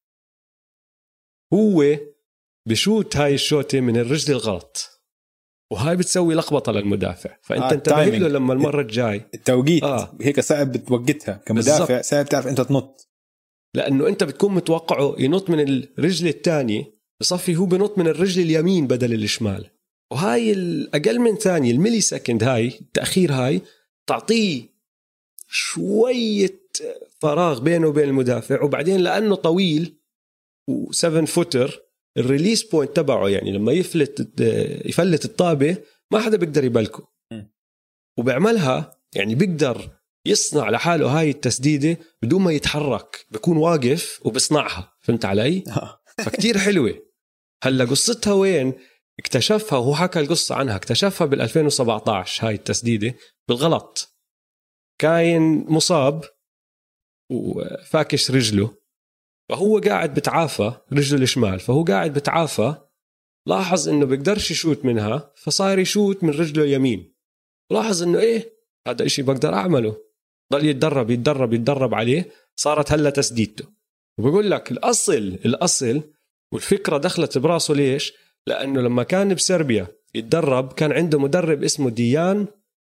[SPEAKER 1] هو بشوت هاي الشوطة من الرجل الغلط، وهاي بتسوي لخبطة للمدافع، فأنت انتبه له لما المرة الجاي
[SPEAKER 2] التوقيت هيك صعب بتوقتها كمدافع بالزبط. صعب تعرف أنت تنط،
[SPEAKER 1] لأنه أنت بتكون متوقعه ينط من الرجل الثانية، بصفي هو بنط من الرجل اليمين بدل الشمال، وهاي الأقل من ثانية الميلي سكند، هاي التأخير هاي تعطيه شوية فراغ بينه وبين المدافع. وبعدين لأنه طويل و7 فوتر الريليس بوينت تبعه، يعني لما يفلت الطابة ما حدا بيقدر يبلكه، وبيعملها يعني بيقدر يصنع لحاله هاي التسديدة بدون ما يتحرك، بيكون واقف وبصنعها. فهمت علي؟ فكتير حلوة. هلا قصتها وين اكتشفها؟ وهو حكى القصة عنها، اكتشفها بال2017 هاي التسديدة بالغلط. كاين مصاب وفاكش رجله، فهو قاعد بتعافى رجله الشمال، فهو قاعد بتعافى، لاحظ انه بيقدرش يشوت منها، فصار يشوت من رجله اليمين، لاحظ انه ايه هذا اشي بقدر اعمله، ضل يتدرب عليه، صارت هلا تسديدته. وبقول لك الاصل والفكره دخلت براسه ليش؟ لانه لما كان بسربيا يتدرب كان عنده مدرب اسمه ديان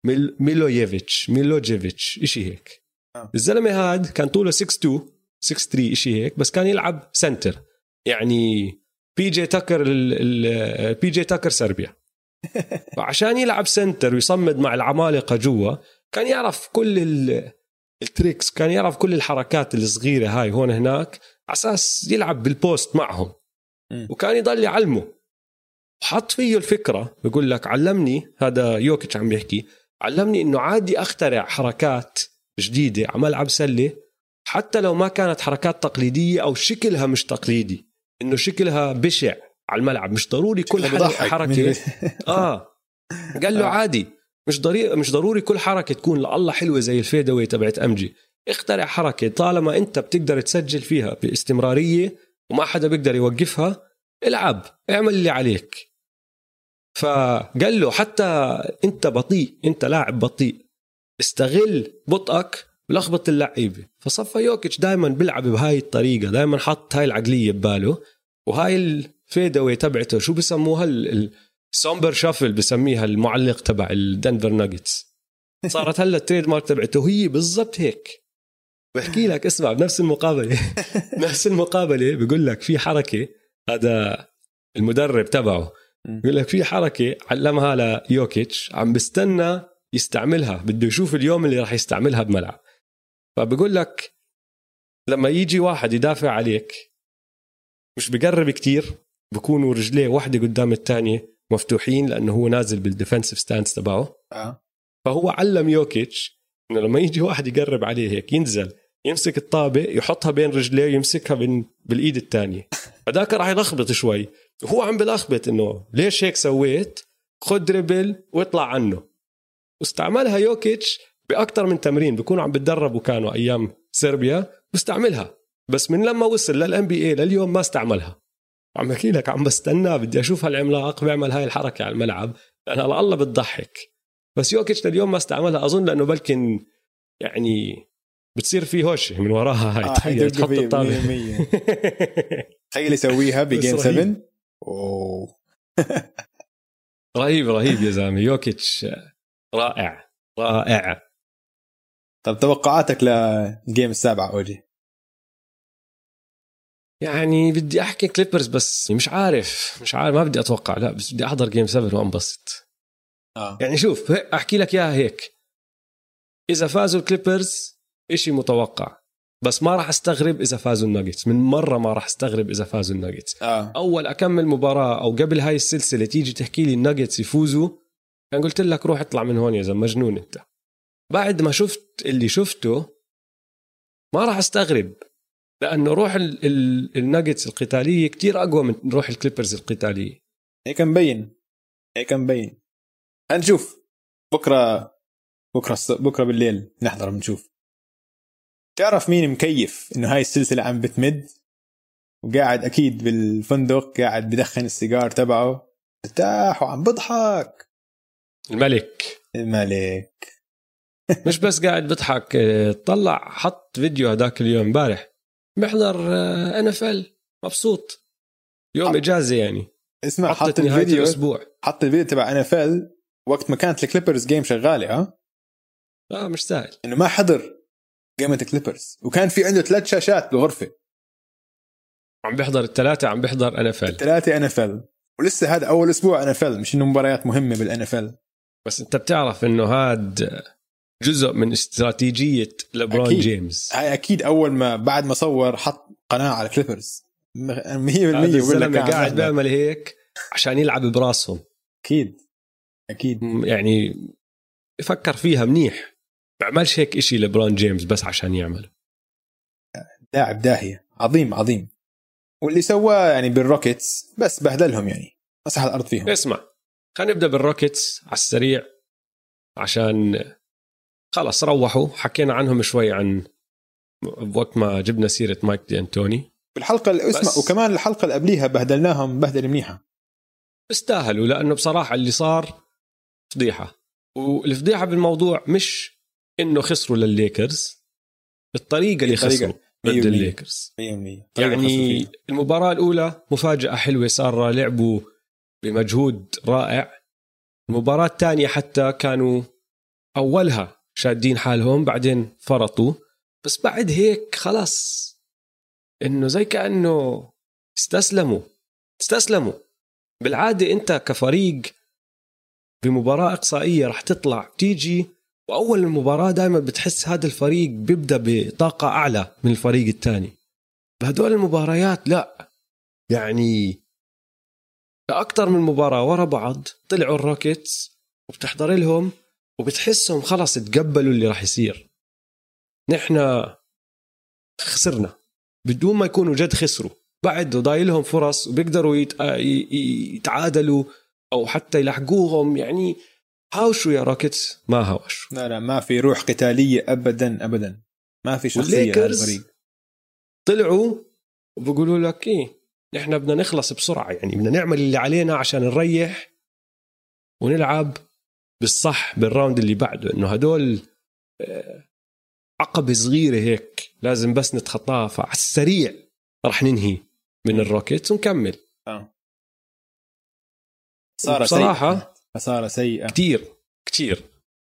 [SPEAKER 1] ميلوجيفيتش اشي هيك. الزلمه هاد كان طوله 6'2 6'3 اشي هيك، بس كان يلعب سنتر، يعني بي جي تاكر سربيا. فعشان يلعب سنتر ويصمد مع العمالقه جوا كان يعرف كل التريكس، كان يعرف كل الحركات الصغيره هاي هون هناك، على اساس يلعب بالبوست معهم، وكان يضل يعلمه. وحط فيه الفكره، بيقول لك علمني، هذا يوكيتش عم بيحكي، علمني انه عادي اخترع حركات جديده على ملعب سله، حتى لو ما كانت حركات تقليديه او شكلها مش تقليدي، انه شكلها بشع على الملعب، مش ضروري كل حركه قال له عادي، مش ضروري كل حركه تكون لله حلوه زي الفيدوي تبعت امجي. اخترع حركه طالما انت بتقدر تسجل فيها باستمراريه وما حدا بيقدر يوقفها، العب، اعمل اللي عليك. فقال له حتى انت بطيء، انت لاعب بطيء، استغل بطئك ولخبط اللعيبه. فصفى يوكيتش دائما بيلعب بهاي الطريقه، دائما حط هاي العقليه بباله، وهاي الفيدوي تبعته شو بسموها، السومبر شافل بسميها المعلق تبع الدنفر ناجتس. صارت هلا التريد مارك تبعته هي بالضبط هيك. بحكي لك اسمع، بنفس المقابله بيقول لك في حركه، هذا المدرب تبعه بيقول لك في حركه علمها ليوكيتش، عم بستنى يستعملها، بده يشوف اليوم اللي راح يستعملها بملعب. فبقول لك لما يجي واحد يدافع عليك مش بقرب كتير، بكونوا رجليه واحدة قدام الثانية مفتوحين، لأنه هو نازل بالديفنسيف ستانس تبعه. فهو علم يوكيتش إنه لما يجي واحد يقرب عليه هيك ينزل يمسك الطابة، يحطها بين رجليه ويمسكها بالإيد الثانية. فذاك راح يلخبط شوي، وهو عم بلخبط إنه ليش هيك سويت، خد دربل واطلع عنه. واستعملها يوكيتش بأكتر من تمرين، بيكونوا عم بتدربوا كانوا أيام سربيا بستعملها، بس من لما وصل للNBA لليوم ما استعملها. عم بحكي لك عم بستناه، بدي أشوف هالعملاق بيعمل هاي الحركة على الملعب، لأنها الله بتضحك. بس يوكيتش لليوم ما استعملها، أظن لأنه بلكن يعني بتصير فيه هوشة من وراها هاي. تخيل تحط الطابة
[SPEAKER 2] تخيل يسويها بجيم 7. أوه.
[SPEAKER 1] رهيب يا زلمة، يوكيتش رائع.
[SPEAKER 2] طب توقعاتك للجيم السابعة أوجي؟
[SPEAKER 1] يعني بدي أحكي كليبرز، بس مش عارف ما بدي أتوقع، لا بس بدي أحضر جيم 7 وأنبسط. يعني شوف أحكي لك إياها هيك، إذا فازوا الكليبرز إشي متوقع، بس ما راح استغرب إذا فازوا الناجتس، من مرة ما راح استغرب إذا فازوا الناجتس. أول أكمل مباراة أو قبل هاي السلسلة تيجي تحكي لي الناجتس يفوزوا، كان قلت لك روح اطلع من هون يا زلمة، مجنون أنت. بعد ما شفت اللي شفته ما راح استغرب، لأنه روح الناجتس القتالية كتير أقوى من روح الكليبرز القتالية.
[SPEAKER 2] هيك مبين. هنشوف بكرة بالليل نحضر بنشوف. تعرف مين مكيف إنه هاي السلسلة عم بتمد، وقاعد أكيد بالفندق قاعد بدخن السيجار تبعه ارتاح وعم بضحك؟ الملك
[SPEAKER 1] مش بس قاعد بضحك، طلع حط فيديو هداك اليوم امبارح بيحضر NFL مبسوط، يوم إجازة يعني.
[SPEAKER 2] اسمع، حط الفيديو تبع NFL وقت ما كانت الكليبرز جيم شغالة.
[SPEAKER 1] مش سهل
[SPEAKER 2] إنه ما حضر جيمة الكليبرز، وكان في عنده 3 شاشات بالغرفة،
[SPEAKER 1] عم بيحضر الثلاثة، عم بيحضر NFL
[SPEAKER 2] 3 NFL، ولسه هذا أول أسبوع NFL، مش إنه مباريات مهمة بالNFL.
[SPEAKER 1] بس أنت بتعرف إنه هاد جزء من استراتيجية لبرون
[SPEAKER 2] أكيد.
[SPEAKER 1] جيمس
[SPEAKER 2] هاي أكيد أول ما بعد ما صور حط قناة على كليبرز 100%.
[SPEAKER 1] الزلمة قاعد بيعمل هيك عشان يلعب براسهم.
[SPEAKER 2] أكيد
[SPEAKER 1] يعني يفكر فيها منيح، بعملش هيك إشي لبرون جيمس بس عشان يعمل.
[SPEAKER 2] لاعب داهية عظيم، واللي سواه يعني بالروكيتس بس بهدلهم، يعني مسح الأرض فيهم.
[SPEAKER 1] اسمع، خلينا نبدأ بالروكيتس على السريع عشان خلص روحوا، حكينا عنهم شوي عن وقت ما جبنا سيرة مايك دي أنتوني
[SPEAKER 2] بالحلقة اسمع، وكمان الحلقة اللي قبليها بهدلناهم بهدل منيحة.
[SPEAKER 1] استاهلوا، لأنه بصراحة اللي صار فضيحة. والفضيحة بالموضوع مش إنه خسروا للليكرز، الطريقة اللي خسروا ضد الليكرز
[SPEAKER 2] 100%.
[SPEAKER 1] يعني المباراة الأولى مفاجأة حلوة صار، لعبوا بمجهود رائع. المباراة الثانية حتى كانوا أولها شادين حالهم، بعدين فرطوا، بس بعد هيك خلاص إنه زي كأنه استسلموا. بالعادة أنت كفريق بمباراة إقصائية رح تطلع تيجي، وأول المباراة دائما بتحس هذا الفريق بيبدأ بطاقة أعلى من الفريق الثاني. بهدول المباريات لا، يعني أكتر من مباراة ورا بعض طلعوا الروكيتس وبتحضر لهم وبتحسهم خلاص تقبلوا اللي راح يصير. نحن خسرنا بدون ما يكونوا جد خسروا، بعد ضايلهم فرص وبيقدروا يتعادلوا أو حتى يلحقوهم. يعني هاوشوا يا روكيتس، ما هاوشوا.
[SPEAKER 2] لا ما في روح قتالية أبدا، ما في شخصية الفريق.
[SPEAKER 1] طلعوا وبيقولوا لك إيه، نحن بدنا نخلص بسرعة، يعني بدنا نعمل اللي علينا عشان نريح ونلعب بالصح بالراوند اللي بعده. إنه هدول عقبة صغيرة هيك لازم بس نتخطاها، فعلى السريع رح ننهي من الروكيتس ونكمل.
[SPEAKER 2] صراحة خسارة سيئة
[SPEAKER 1] كتير.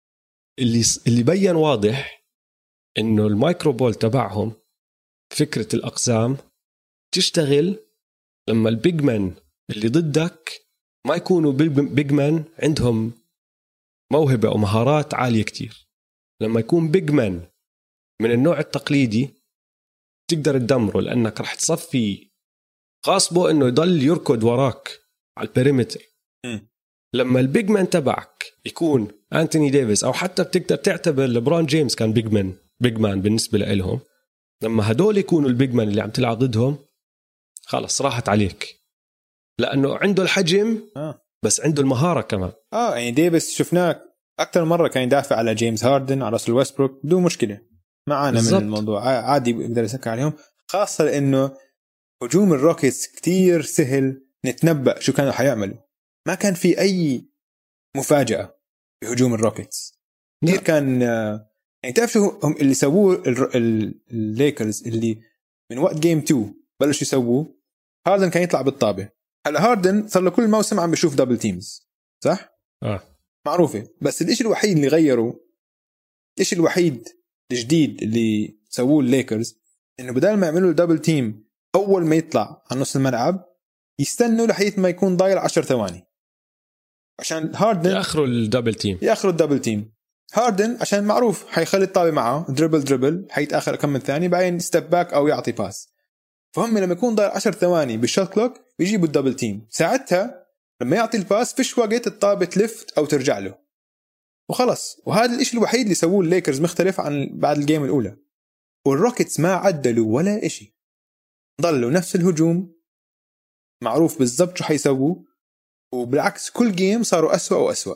[SPEAKER 1] اللي بين واضح إنه المايكرو بول تبعهم، فكرة الأقسام تشتغل لما البيج مان اللي ضدك ما يكونوا بيج مان عندهم موهبة أو مهارات عالية كتير. لما يكون بيج مان من النوع التقليدي تقدر تدمره، لأنك رح تصفي غاصبه إنه يضل يركض وراك على البريمتر. لما البيج مان تبعك يكون أنتوني ديفيس، أو حتى بتقدر تعتبر لبرون جيمس كان بيج مان بالنسبة لهم، لما هدول يكونوا البيج مان اللي عم تلعب ضدهم خلاص راحت عليك، لأنه عنده الحجم بس عنده المهارة كمان.
[SPEAKER 2] يعني ديفيس شفناه أكثر مرة كان يدافع على جيمس هاردن، على راسل ويستبروك بدون مشكلة، معانا من الموضوع عادي بيقدر يسكر عليهم. خاصة لأنه هجوم الروكيتس كتير سهل نتنبأ شو كانوا حيعملوا، ما كان في أي مفاجأة بهجوم الروكيتس. كتير كان يعني تعرف شو هم اللي سووه الليكرز اللي من وقت جيم 2 بلشوا يسووه؟ هاردن كان يطلع بالطابة. هلا هاردن صار له كل موسم عم بيشوف دبل تيمز، صح؟ معروفة. بس الاشي الوحيد اللي غيره، الاشي الوحيد الجديد اللي سووه الليكرز، انه بدل ما يعملوا دبل تيم اول ما يطلع على نص الملعب يستنوا لحيث ما يكون ضايل 10 ثواني عشان هاردن
[SPEAKER 1] ياخروا الدبل تيم. هاردن عشان معروف حيخلي الطابة معه دربل حيتاخر كم من ثانية بعدين ستيب باك او يعطي باس. فهم لما يكون ضايل 10 ثواني بالشوت كلوك بيجيبوا الدبل تيم، ساعتها لما يعطي الباس فيش وقت الطابة تلفت او ترجع له وخلص. وهذا الاشي الوحيد اللي سووه الليكرز مختلف عن بعد الجيم الاولى. والروكيتس ما عدلوا ولا اشي، ضلوا نفس الهجوم، معروف بالضبط شو حيسووا، وبالعكس كل جيم صاروا أسوأ وأسوأ.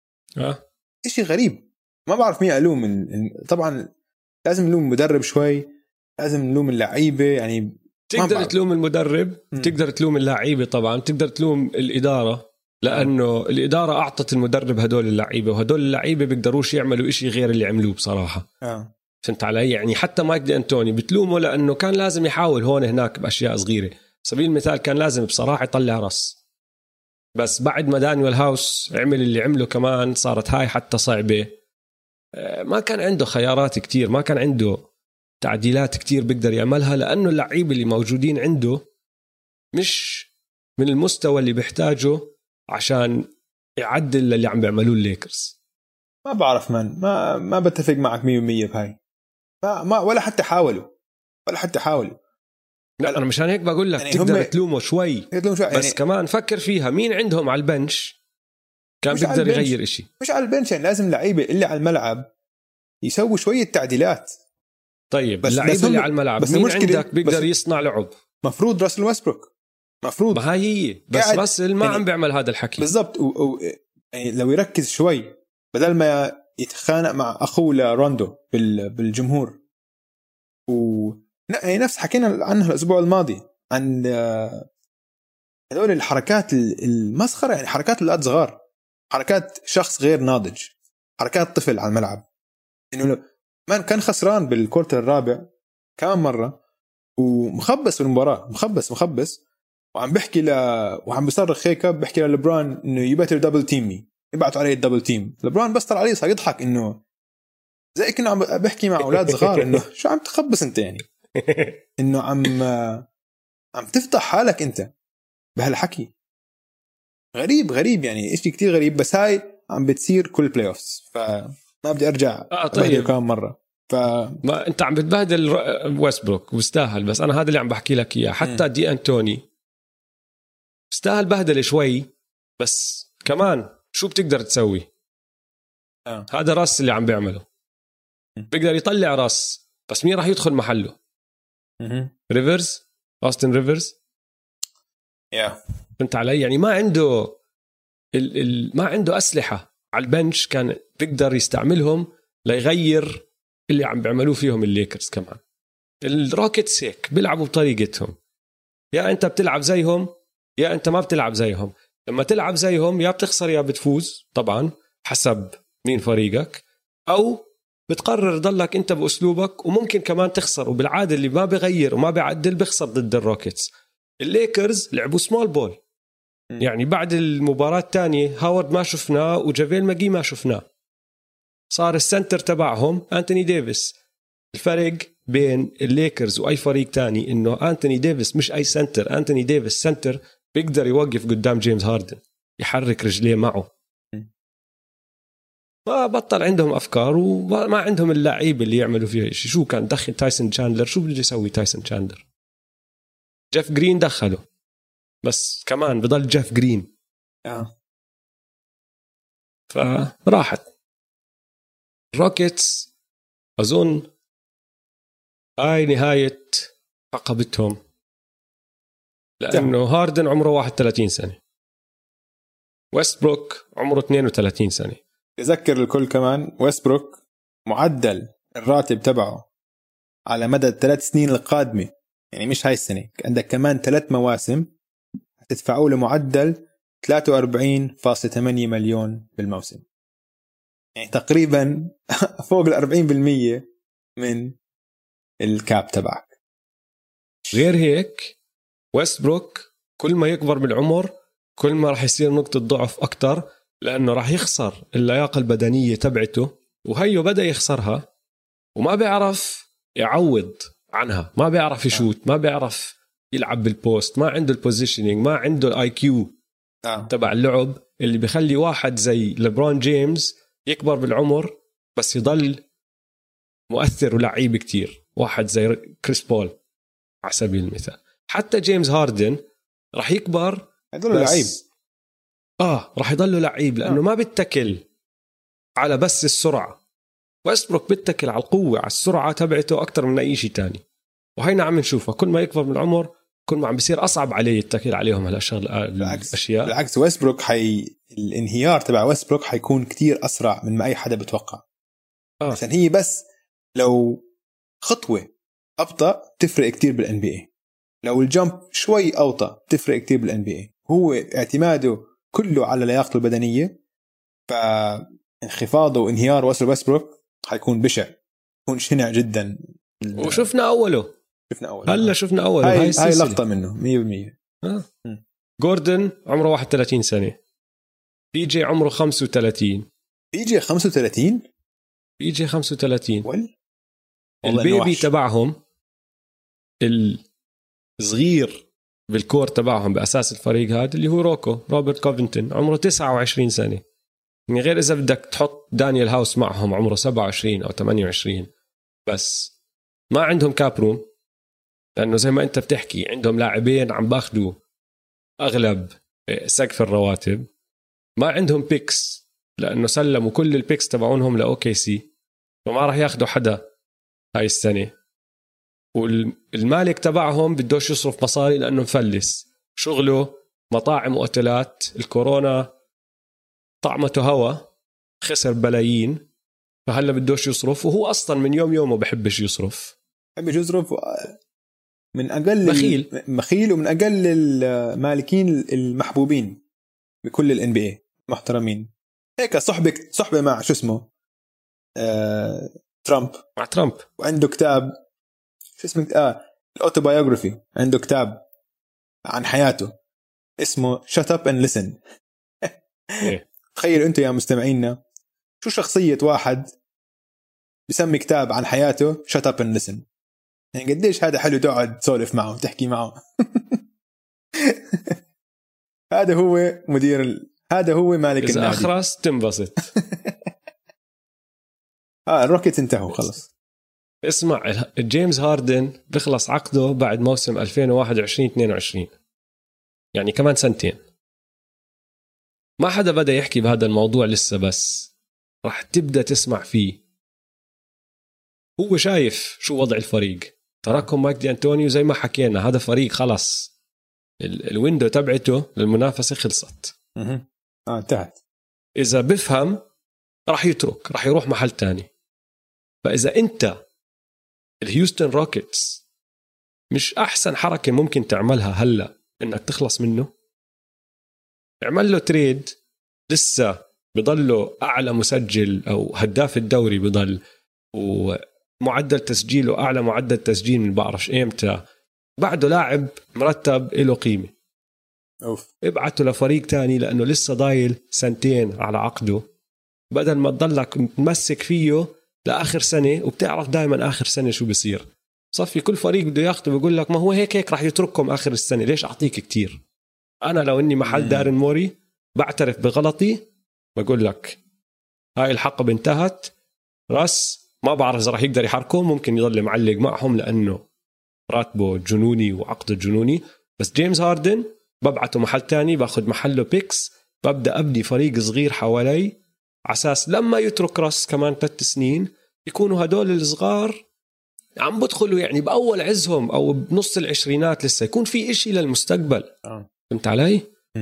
[SPEAKER 1] اشي غريب، ما بعرف مين ألوم. طبعا لازم نلوم المدرب شوي، لازم نلوم اللعيبة. يعني تقدر تلوم المدرب، تقدر تلوم اللعيبة، طبعا تقدر تلوم الإدارة، لأنه الإدارة أعطت المدرب هدول اللعيبة، وهدول اللعيبة بيقدروش يعملوا إشي غير اللي عملوه بصراحة. فهمت علي؟ يعني حتى مايك دي أنتوني بتلومه لأنه كان لازم يحاول هون هناك بأشياء صغيرة. سبيل المثال كان لازم بصراحة يطلع رأس، بس بعد ما دانيال هاوس عمل اللي عمله كمان صارت هاي حتى صعبة. ما كان عنده خيارات كتير، ما كان عنده تعديلات كتير بيقدر يعملها، لأنه اللعيبة اللي موجودين عنده مش من المستوى اللي بيحتاجه عشان يعدل اللي عم بيعملوه الليكرز.
[SPEAKER 2] ما بعرف ما بتفق معك 100% بهاي. ما ولا حتى حاولوا.
[SPEAKER 1] لا أنا مشان هيك بقول لك يعني تقدر تلومه شوي بس يعني كمان فكر فيها مين عندهم على البنش كان بيقدر يغير إشي.
[SPEAKER 2] مش على البنش، يعني لازم لعيبة اللي على الملعب يسووا شوية تعديلات.
[SPEAKER 1] طيب اللعيبة اللي على الملعب مين عندك بيقدر يصنع لعب؟
[SPEAKER 2] مفروض راسل ويستبروك، مفروض.
[SPEAKER 1] ما هي بس راسل ما يعني عم بيعمل هذا الحكي
[SPEAKER 2] بالضبط. يعني لو يركز شوي بدل ما يتخانق مع أخوه لروندو بالجمهور، يعني نفس حكينا عنها الأسبوع الماضي عن هذول الحركات المسخرة، يعني حركات الأولاد صغار، حركات شخص غير ناضج، حركات طفل على الملعب. إنه ما كان خسران بالكورتر الرابع كمان مرة ومخبص المباراة، مخبص وعم بحكي وعم بيصرخ هيك، بحكي للبران إنه يبتر دبل تيمي، يبعتوا عليه الدبل تيم. لبران بس طلع عليه صار يضحك إنه زي كنا عم بحكي مع أولاد صغار إنه شو عم تخبص أنت، يعني إنه عم تفتح حالك أنت بهالحكي. غريب يعني إشي كتير غريب، بس هاي عم بتصير كل بلاي أوفس، فما بدي أرجع
[SPEAKER 1] طيب
[SPEAKER 2] كم مرة.
[SPEAKER 1] ما أنت عم بتبهدل ويستبروك وستاهل، بس أنا هذا اللي عم بحكي لك إياه. حتى دي أنتوني استاهل بهدل شوي، بس كمان شو بتقدر تسوي؟ هذا راس اللي عم بيعمله، بيقدر يطلع راس، بس مين راح يدخل محله؟ ريفرز، أوستن ريفرز. فهمت علي؟ يعني ما عنده ما عنده أسلحة على البنش كان بيقدر يستعملهم ليغير اللي عم بيعملوه فيهم الليكرز. كمان الروكيتس هيك بيلعبوا بطريقتهم، يا أنت بتلعب زيهم يا أنت ما بتلعب زيهم. لما تلعب زيهم يا بتخسر يا بتفوز، طبعا حسب مين فريقك، أو بتقرر ضلك أنت بأسلوبك وممكن كمان تخسر. وبالعادة اللي ما بيغير وما بيعدل بيخسر ضد الروكيتس. الليكرز لعبوا سمول بول، يعني بعد المباراة الثانية هاورد ما شفناه وجافيل ماجي ما شفناه، صار السنتر تبعهم أنتوني ديفيس. الفرق بين الليكرز وأي فريق تاني إنه أنتوني ديفيس مش أي سنتر، أنتوني ديفيس سنتر بيقدر يوقف قدام جيمس هاردن، يحرك رجليه معه. ما بطل عندهم أفكار وما عندهم اللاعب اللي يعملوا فيها إشي. شو كان دخل تايسون تشاندلر؟ شو بده يسوي تايسون تشاندلر؟ جيف جرين دخله، بس كمان بضل جيف جرين. فراحت روكيتس. أظن هاي نهاية عقبتهم، لأنه هاردن عمره 31 سنة، ويستبروك عمره 32 سنة.
[SPEAKER 2] يذكر الكل كمان ويستبروك معدل الراتب تبعه على مدى 3 سنين القادمة، يعني مش هاي السنة، عندك كمان 3 مواسم هتدفعوا له معدل 43.8 مليون بالموسم، يعني تقريبا فوق 40% من الكاب تبعك.
[SPEAKER 1] غير هيك ويستبروك كل ما يكبر بالعمر كل ما راح يصير نقطة ضعف أكتر، لأنه راح يخسر اللياقة البدنية تبعته، وهيو بدأ يخسرها وما بيعرف يعوض عنها. ما بيعرف يشوت، ما بيعرف يلعب بالبوست، ما عنده البوزيشنينج، ما عنده الاي كيو تبع اللعب اللي بيخلي واحد زي ليبرون جيمس يكبر بالعمر بس يضل مؤثر ولعيب كتير. واحد زي كريس بول على سبيل المثال. حتى جيمس هاردن راح يكبر
[SPEAKER 2] هدول لعيب،
[SPEAKER 1] راح يضله لعيب، لأنه ما بيتكل على بس السرعة. ويستبروك بيتكل على القوة، على السرعة تبعته أكتر من أي شيء تاني. وهينا عم نشوفها كل ما يكبر من العمر كل ما عم بيصير أصعب عليه يتكل عليهم الأشياء.
[SPEAKER 2] بالعكس ويستبروك الانهيار تبع ويستبروك حيكون كتير أسرع من ما أي حدا بتوقع. عشان هي بس لو خطوة أبطأ تفرق كتير بالNBA، لو الجمب شوي أوطى تفرق كتير بالNBA. هو اعتماده كله على لياقته البدنية، فانخفاضه وانهيار ويستبروك حيكون بشع، يكون شنع جدا.
[SPEAKER 1] وشفنا أوله هلا شفنا أوله.
[SPEAKER 2] هاي لقطة منه 100%.
[SPEAKER 1] جوردن عمره 31 سنة، بي جي عمره 35.
[SPEAKER 2] بي جي 35
[SPEAKER 1] البيبي تبعهم الصغير بالكور تبعهم بأساس الفريق هذا اللي هو روبرت كوفنتون عمره 29 سنة. من غير إذا بدك تحط دانيال هاوس معهم عمره 27 أو 28، بس ما عندهم كابروم، لأنه زي ما أنت بتحكي عندهم لاعبين عم باخدوا أغلب سقف الرواتب. ما عندهم بيكس لأنه سلموا كل البيكس تبعونهم لأوكي فما راح ياخدوا حدا هاي السنة. والمالك تبعهم بدوش يصرف مصاري لأنه مفلس، شغله مطاعم وأوتيلات. الكورونا طعمته هوا، خسر بلايين، فهلا بدوش يصرف، وهو أصلا من يومه بحبش يصرف.
[SPEAKER 2] بحب يصرف من أقل
[SPEAKER 1] بخيل
[SPEAKER 2] ومن أقل المالكين المحبوبين بكل ال NBA محترمين. هيك صحبة مع شو اسمه ترامب.
[SPEAKER 1] مع ترامب.
[SPEAKER 2] وعنده كتاب شو اسمه الأوتوبايوغرافي، عنده كتاب عن حياته اسمه Shut Up and Listen. تخيلوا أنتوا يا مستمعينا شو شخصية واحد بيسمي كتاب عن حياته Shut Up and Listen. يعني قديش هذا حلو تقعد تسولف معه تحكي معه. هذا هو هذا هو مالك
[SPEAKER 1] إذا
[SPEAKER 2] النادي.
[SPEAKER 1] أخرس تنبسط.
[SPEAKER 2] الروكيت انتهوا خلص.
[SPEAKER 1] اسمع، جيمس هاردن بخلص عقده بعد موسم 2021-22، يعني كمان سنتين. ما حدا بدأ يحكي بهذا الموضوع لسه، بس راح تبدأ تسمع فيه. هو شايف شو وضع الفريق، تراكم مايك دي أنتونيو زي ما حكينا، هذا فريق خلص الويندو تبعته للمنافسة خلصت.
[SPEAKER 2] انتهت.
[SPEAKER 1] إذا بفهم راح يترك، راح يروح محل تاني. فإذا أنت الهيوستن روكيتس مش أحسن حركة ممكن تعملها هلأ إنك تخلص منه، اعمل له تريد. لسه بضله أعلى مسجل أو هداف الدوري بضل، ومعدل تسجيله أعلى معدل تسجيل من بعرفش إمتى، بعده لاعب مرتب له قيمة. ابعته لفريق تاني لأنه لسه ضايل سنتين على عقده، بدل ما تضلك متمسك فيه لآخر سنة. وبتعرف دائما آخر سنة شو بيصير، صفي كل فريق بده ياخده بيقول لك ما هو هيك راح يترككم آخر السنة، ليش أعطيك كتير؟ أنا لو إني محل دارين موري بعترف بغلطي، بقول لك هاي الحقبة انتهت، راس ما بعرف إذا راح يقدر يحركه، ممكن يضل معلق معهم لأنه راتبه جنوني وعقده جنوني. بس جيمس هاردن ببعته محل تاني، باخد محله بيكس، ببدأ أبني فريق صغير حوالي عساس لما يترك راس كمان 3 سنين يكونوا هدول الصغار عم بدخلوا يعني بأول عزهم أو بنص العشرينات، لسه يكون في إشي للمستقبل. فهمت علي؟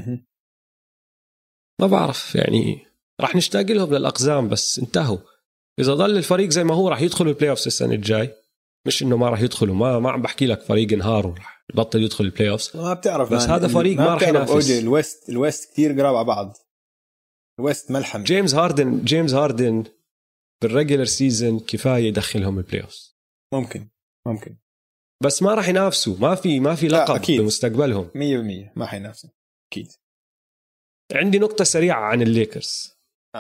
[SPEAKER 1] ما بعرف يعني راح نشتاق لهم للأقزام، بس انتهوا. إذا ضل الفريق زي ما هو راح يدخلوا البلاي أوفس السنة الجاي، مش إنه ما راح يدخلوا. ما عم بحكي لك فريق انهار وراح يبطل يدخل البلاي أوفس،
[SPEAKER 2] ما بتعرف.
[SPEAKER 1] بس هذا فريق ما راح ينافس.
[SPEAKER 2] الويست كتير قراب على بعض، الويست ملحم.
[SPEAKER 1] جيمس هاردن بالريجولر سيزن كفاية يدخلهم البلاي أوفس.
[SPEAKER 2] ممكن
[SPEAKER 1] بس ما راح ينافسوا، ما في لقب بمستقبلهم
[SPEAKER 2] 100%. ما حينافسوا أكيد.
[SPEAKER 1] عندي نقطة سريعة عن الليكرز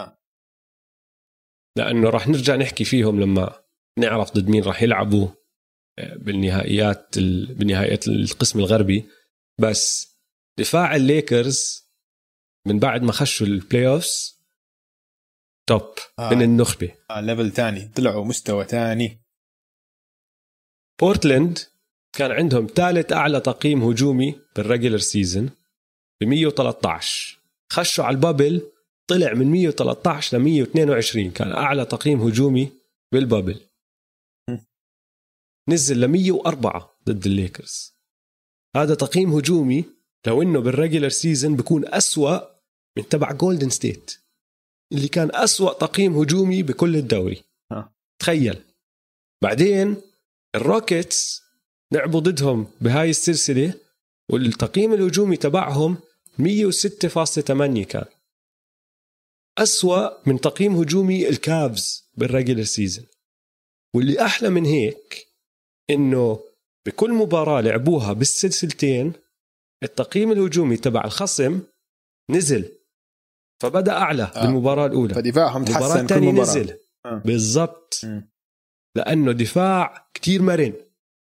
[SPEAKER 1] لأنه راح نرجع نحكي فيهم لما نعرف ضد مين راح يلعبوا بالنهائيات القسم الغربي. بس دفاع الليكرز من بعد ما خشوا البلاي أوفس توب من النخبة.
[SPEAKER 2] ليفل تاني، طلعوا مستوى تاني.
[SPEAKER 1] بورتلاند كان عندهم ثالث أعلى تقييم هجومي بالريجولر سيزن ب113، خشوا على البابل طلع من 113 ل 122، كان أعلى تقييم هجومي بالبابل. نزل ل 104 ضد الليكرز. هذا تقييم هجومي لو إنه بالريجولر سيزن بيكون أسوأ من تبع جولدن ستيت اللي كان أسوأ تقييم هجومي بكل الدوري. تخيل. بعدين الروكيتس لعبوا ضدهم بهاي السلسلة والتقييم الهجومي تبعهم 106.8، كان أسوأ من تقييم هجومي الكافز بالريجولر سيزن. واللي أحلى من هيك إنه بكل مباراة لعبوها بالسلسلتين التقييم الهجومي تبع الخصم نزل، فبدأ أعلى بالمباراة الأولى،
[SPEAKER 2] فدفاعهم تحسن كل مباراة
[SPEAKER 1] نزل. بالضبط. لأنه دفاع كتير مرن،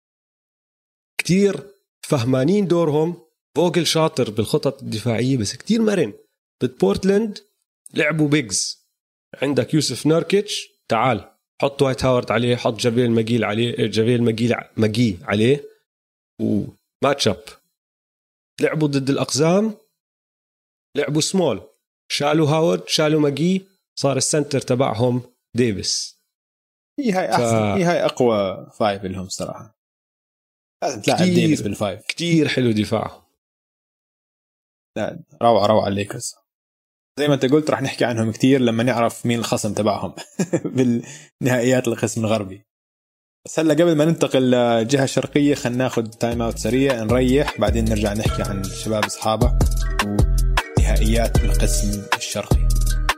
[SPEAKER 1] كتير فهمانين دورهم. فوغل شاطر بالخطط الدفاعية بس كتير مرن. ضد بورتلاند لعبوا بيجز، عندك يوسف نوركيتش، تعال حط وايت هاورد عليه، حط جافيل ماجي عليه وماتش اب. لعبوا ضد الأقزام لعبوا سمول، شالوا هاورد شالوا ماجي، صار السنتر تبعهم ديفيس.
[SPEAKER 2] هاي أحسن هاي أقوى فايف لهم صراحة. لازم تلعب ديفيس بالفايف.
[SPEAKER 1] كتير حلو دفاعهم.
[SPEAKER 2] لا روعة الليكرز. زي ما انت قلت راح نحكي عنهم كتير لما نعرف مين الخصم تبعهم بالنهائيات القسم الغربي. بس هلا قبل ما ننتقل للجهة الشرقية خلينا ناخد تايم اوت سريع نريح، بعدين نرجع نحكي عن شباب اصحابك ونهائيات القسم الشرقي.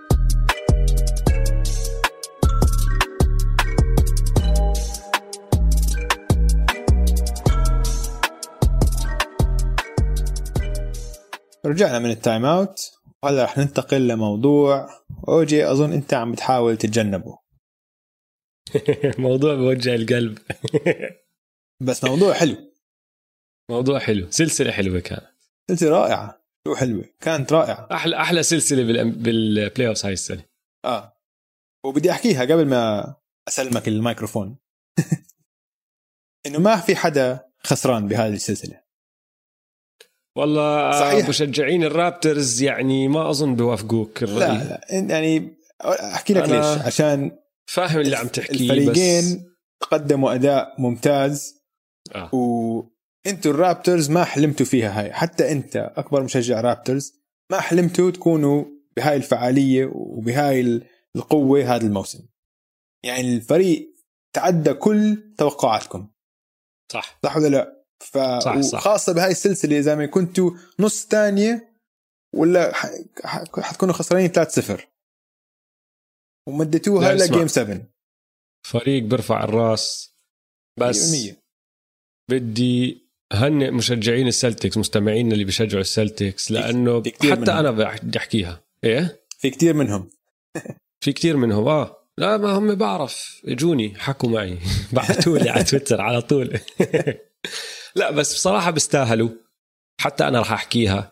[SPEAKER 2] رجعنا من التايم اوت وهلا رح ننتقل لموضوع اوجي اظن انت عم بتحاول تتجنبه.
[SPEAKER 1] موضوع بوجع القلب.
[SPEAKER 2] بس موضوع حلو.
[SPEAKER 1] موضوع حلو، سلسلة حلوة كانت،
[SPEAKER 2] سلسلة رائعة، شو حلوة كانت، رائعة،
[SPEAKER 1] أحلى سلسلة بالبلاي أوفs هاي السنة.
[SPEAKER 2] وبدي أحكيها قبل ما أسلمك الميكروفون. إنه ما في حدا خسران بهذه السلسلة.
[SPEAKER 1] والله
[SPEAKER 2] صحيح.
[SPEAKER 1] مشجعين الرابترز يعني ما أظن بيوافقوك الرأي.
[SPEAKER 2] لا يعني أحكي لك ليش، عشان
[SPEAKER 1] فاهم اللي عم تحكيه.
[SPEAKER 2] الفريقين
[SPEAKER 1] بس
[SPEAKER 2] قدموا أداء ممتاز. وانتوا الرابترز ما حلمتوا فيها هاي، حتى انت أكبر مشجع رابترز ما حلمتوا تكونوا بهاي الفعالية وبهاي القوة هذا الموسم. يعني الفريق تعدى كل توقعاتكم. صح ولا لا؟
[SPEAKER 1] صح.
[SPEAKER 2] وخاصة بهاي السلسلة زي ما كنتوا نص ثانية ولا حتكونوا خسرانين 3-0 ومدتوها لجيم 7.
[SPEAKER 1] فريق برفع الراس. بس
[SPEAKER 2] 100%.
[SPEAKER 1] بدي هنئ مشجعين السلتكس، مستمعين اللي بيشجعوا السلتكس، لأنه حتى منهم. أنا بدي أحكيها إيه
[SPEAKER 2] في كتير منهم.
[SPEAKER 1] في كتير منهم لا ما هم بعرف، اجوني حكوا معي بعتولي على تويتر على طول. لا بس بصراحة بيستاهلوا، حتى أنا رح أحكيها.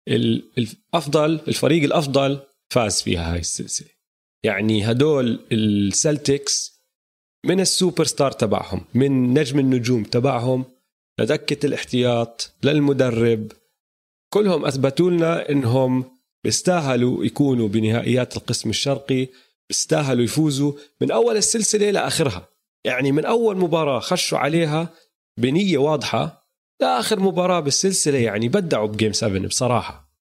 [SPEAKER 1] الفريق الأفضل فاز فيها هاي السلسلة. يعني هدول السلتكس من السوبر ستار تبعهم، من نجم النجوم تبعهم لدكة الاحتياط للمدرب، كلهم أثبتوا لنا إنهم بيستاهلوا يكونوا بنهائيات القسم الشرقي، بيستاهلوا يفوزوا من أول السلسلة لآخرها. يعني من أول مباراة خشوا عليها بنية واضحة لآخر مباراة بالسلسلة، يعني بدعوا بجيم 7 بصراحة.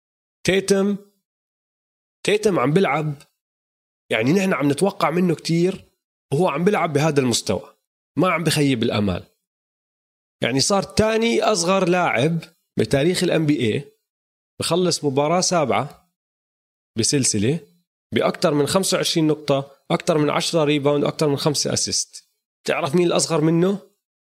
[SPEAKER 1] تيتم عم بلعب، يعني نحن عم نتوقع منه كتير وهو عم بلعب بهذا المستوى، ما عم بخيب الأمال. يعني صار تاني أصغر لاعب بتاريخ NBA بخلص مباراة 7 بسلسلة بأكتر من 25 نقطة، أكتر من 10 ريباوند، أكتر من 5 أسيست. تعرف مين الأصغر منه؟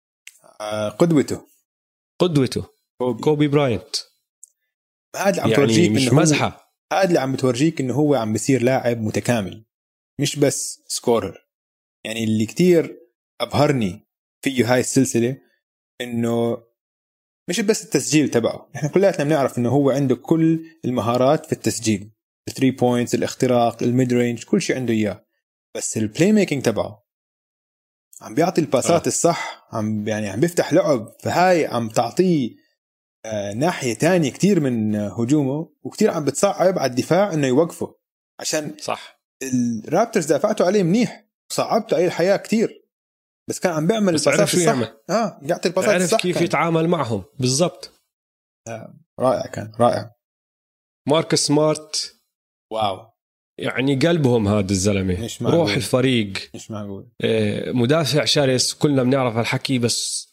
[SPEAKER 1] قدوته كوبي براينت.
[SPEAKER 2] هذا عم
[SPEAKER 1] يعني
[SPEAKER 2] تورجيك
[SPEAKER 1] مش
[SPEAKER 2] إنه
[SPEAKER 1] مزحة.
[SPEAKER 2] هذا اللي عم بتورجيك إنه هو عم بيصير لاعب متكامل، مش بس سكورر. يعني اللي كتير أبهرني فيه هاي السلسلة إنه مش بس التسجيل تبعه، إحنا كلنا بنعرف إنه هو عنده كل المهارات في التسجيل، 3 بوينتس، الاختراق، الميد رينج، كل شيء عنده إياه. بس البلاي ميكينج تبعه عم بيعطي الباسات الصح، عم بيفتح لعب، فهاي عم تعطيه ناحية تانية كتير من هجومه، وكتير عم بتصعب على الدفاع إنه يوقفه. عشان
[SPEAKER 1] صح
[SPEAKER 2] الرابترز دافعتوا عليه منيح وصعبتوا عليه الحياة كتير، بس كان عم بيعمل الباسات الصح. يعطي الباسات
[SPEAKER 1] عارف
[SPEAKER 2] الصح،
[SPEAKER 1] كيف
[SPEAKER 2] كان
[SPEAKER 1] يتعامل معهم بالضبط.
[SPEAKER 2] رائع، كان رائع.
[SPEAKER 1] ماركس سمارت،
[SPEAKER 2] واو،
[SPEAKER 1] يعني قلبهم هذا الزلمة، روح الفريق،
[SPEAKER 2] مش معقول.
[SPEAKER 1] مدافع شرس، كلنا بنعرف الحكي، بس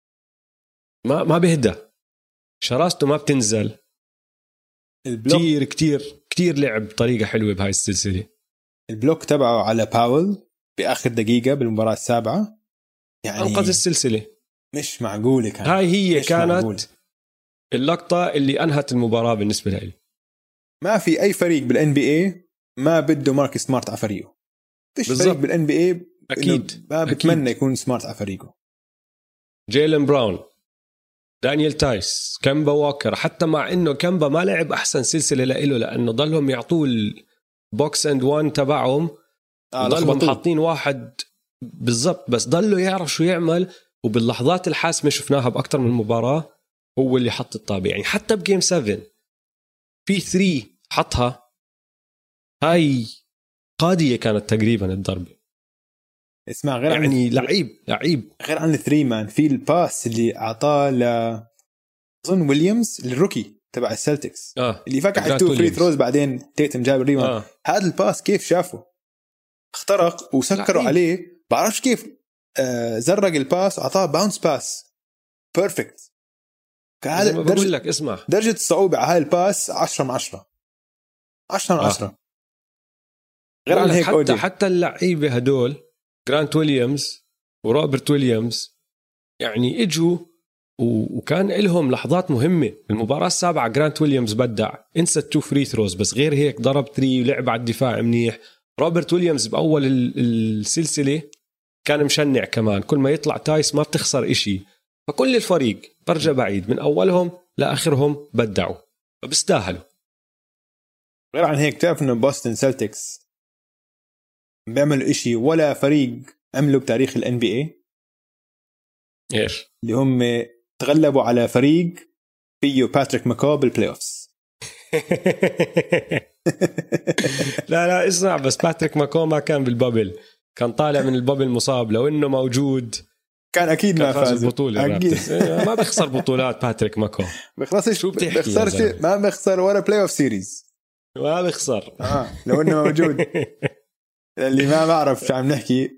[SPEAKER 1] ما بيهدى، شراسته ما بتنزل. كتير كتير كتير لعب بطريقة حلوة بهاي السلسلة.
[SPEAKER 2] البلوك تبعه على باول بآخر دقيقة بالمباراة 7 يعني
[SPEAKER 1] أنقذ السلسلة.
[SPEAKER 2] مش معقولة. كان
[SPEAKER 1] هاي هي كانت
[SPEAKER 2] معقولة.
[SPEAKER 1] اللقطة اللي أنهت المباراة بالنسبة لي.
[SPEAKER 2] ما في أي فريق بالان بي اي ما بده مارك سمارت على فريقه. فيش فريق بالان بي اي
[SPEAKER 1] أكيد
[SPEAKER 2] ما بتمنى يكون سمارت على فريقه.
[SPEAKER 1] جيلن براون، دانيال تايس، كامبا ووكر، حتى مع إنه كامبا ما لعب أحسن سلسلة لإله لأنه ضلهم يعطوه البوكس اند وان تبعهم، ضلهم حاطين واحد بالضبط، بس ضلوا يعرف شو يعمل، وباللحظات الحاسمة شفناها بأكتر من مباراة هو اللي حط الطابع. يعني حتى بجيم 7 في 3 حطها، هاي قاضية كانت تقريبا الضربة.
[SPEAKER 2] اسمع، غير
[SPEAKER 1] يعني لعيب
[SPEAKER 2] غير عن الثري مان، في الباس اللي أعطاه أظن ويليامز الروكي تبع السلتكس اللي فكح التو فري ثروز، بعدين تيتم جاب الريباوند. هذا الباس كيف شافه، اخترق وسكروا عليه، بعرفش كيف زرق الباس أعطاه باونس باس بيرفكت.
[SPEAKER 1] هذا بقول لك اسمع
[SPEAKER 2] درجة الصعوبة على هاي الباس 10/10 10/10. غير عن هيك
[SPEAKER 1] حتى اللعيبة هدول جرانت ويليامز وروبرت ويليامز يعني اجوا وكان لهم لحظات مهمة. المباراة السابعة جرانت ويليامز بدع، انسى 2 فري ثروز، بس غير هيك ضرب 3 ولعب على الدفاع منيح. روبرت ويليامز بأول السلسلة كان مشنع كمان، كل ما يطلع تايس ما بتخسر إشي. فكل الفريق برجع بعيد من أولهم لآخرهم بدعوا، فبستاهلوا.
[SPEAKER 2] غير عن هيك تعرف إنه بوستن سيلتكس بيعملوا إشي ولا فريق عملوا بتاريخ ال NBA.
[SPEAKER 1] إيش؟
[SPEAKER 2] اللي هم تغلبوا على فريق فيه باتريك ماكو بالبلاي أوفس.
[SPEAKER 1] لا اسمع، بس باتريك ماكو ما كان بالبابل، كان طالع من البابل مصاب. لو إنه موجود
[SPEAKER 2] كان أكيد ما فاز
[SPEAKER 1] البطولة. ما بيخسر بطولات باتريك ماكو،
[SPEAKER 2] بيخلصش. شو بتحكي؟ بيخسر ما بيخسر ولا بلاي أوف سيريز،
[SPEAKER 1] ما بيخسر.
[SPEAKER 2] لو إنه موجود. اللي ما بعرف شو عم نحكي،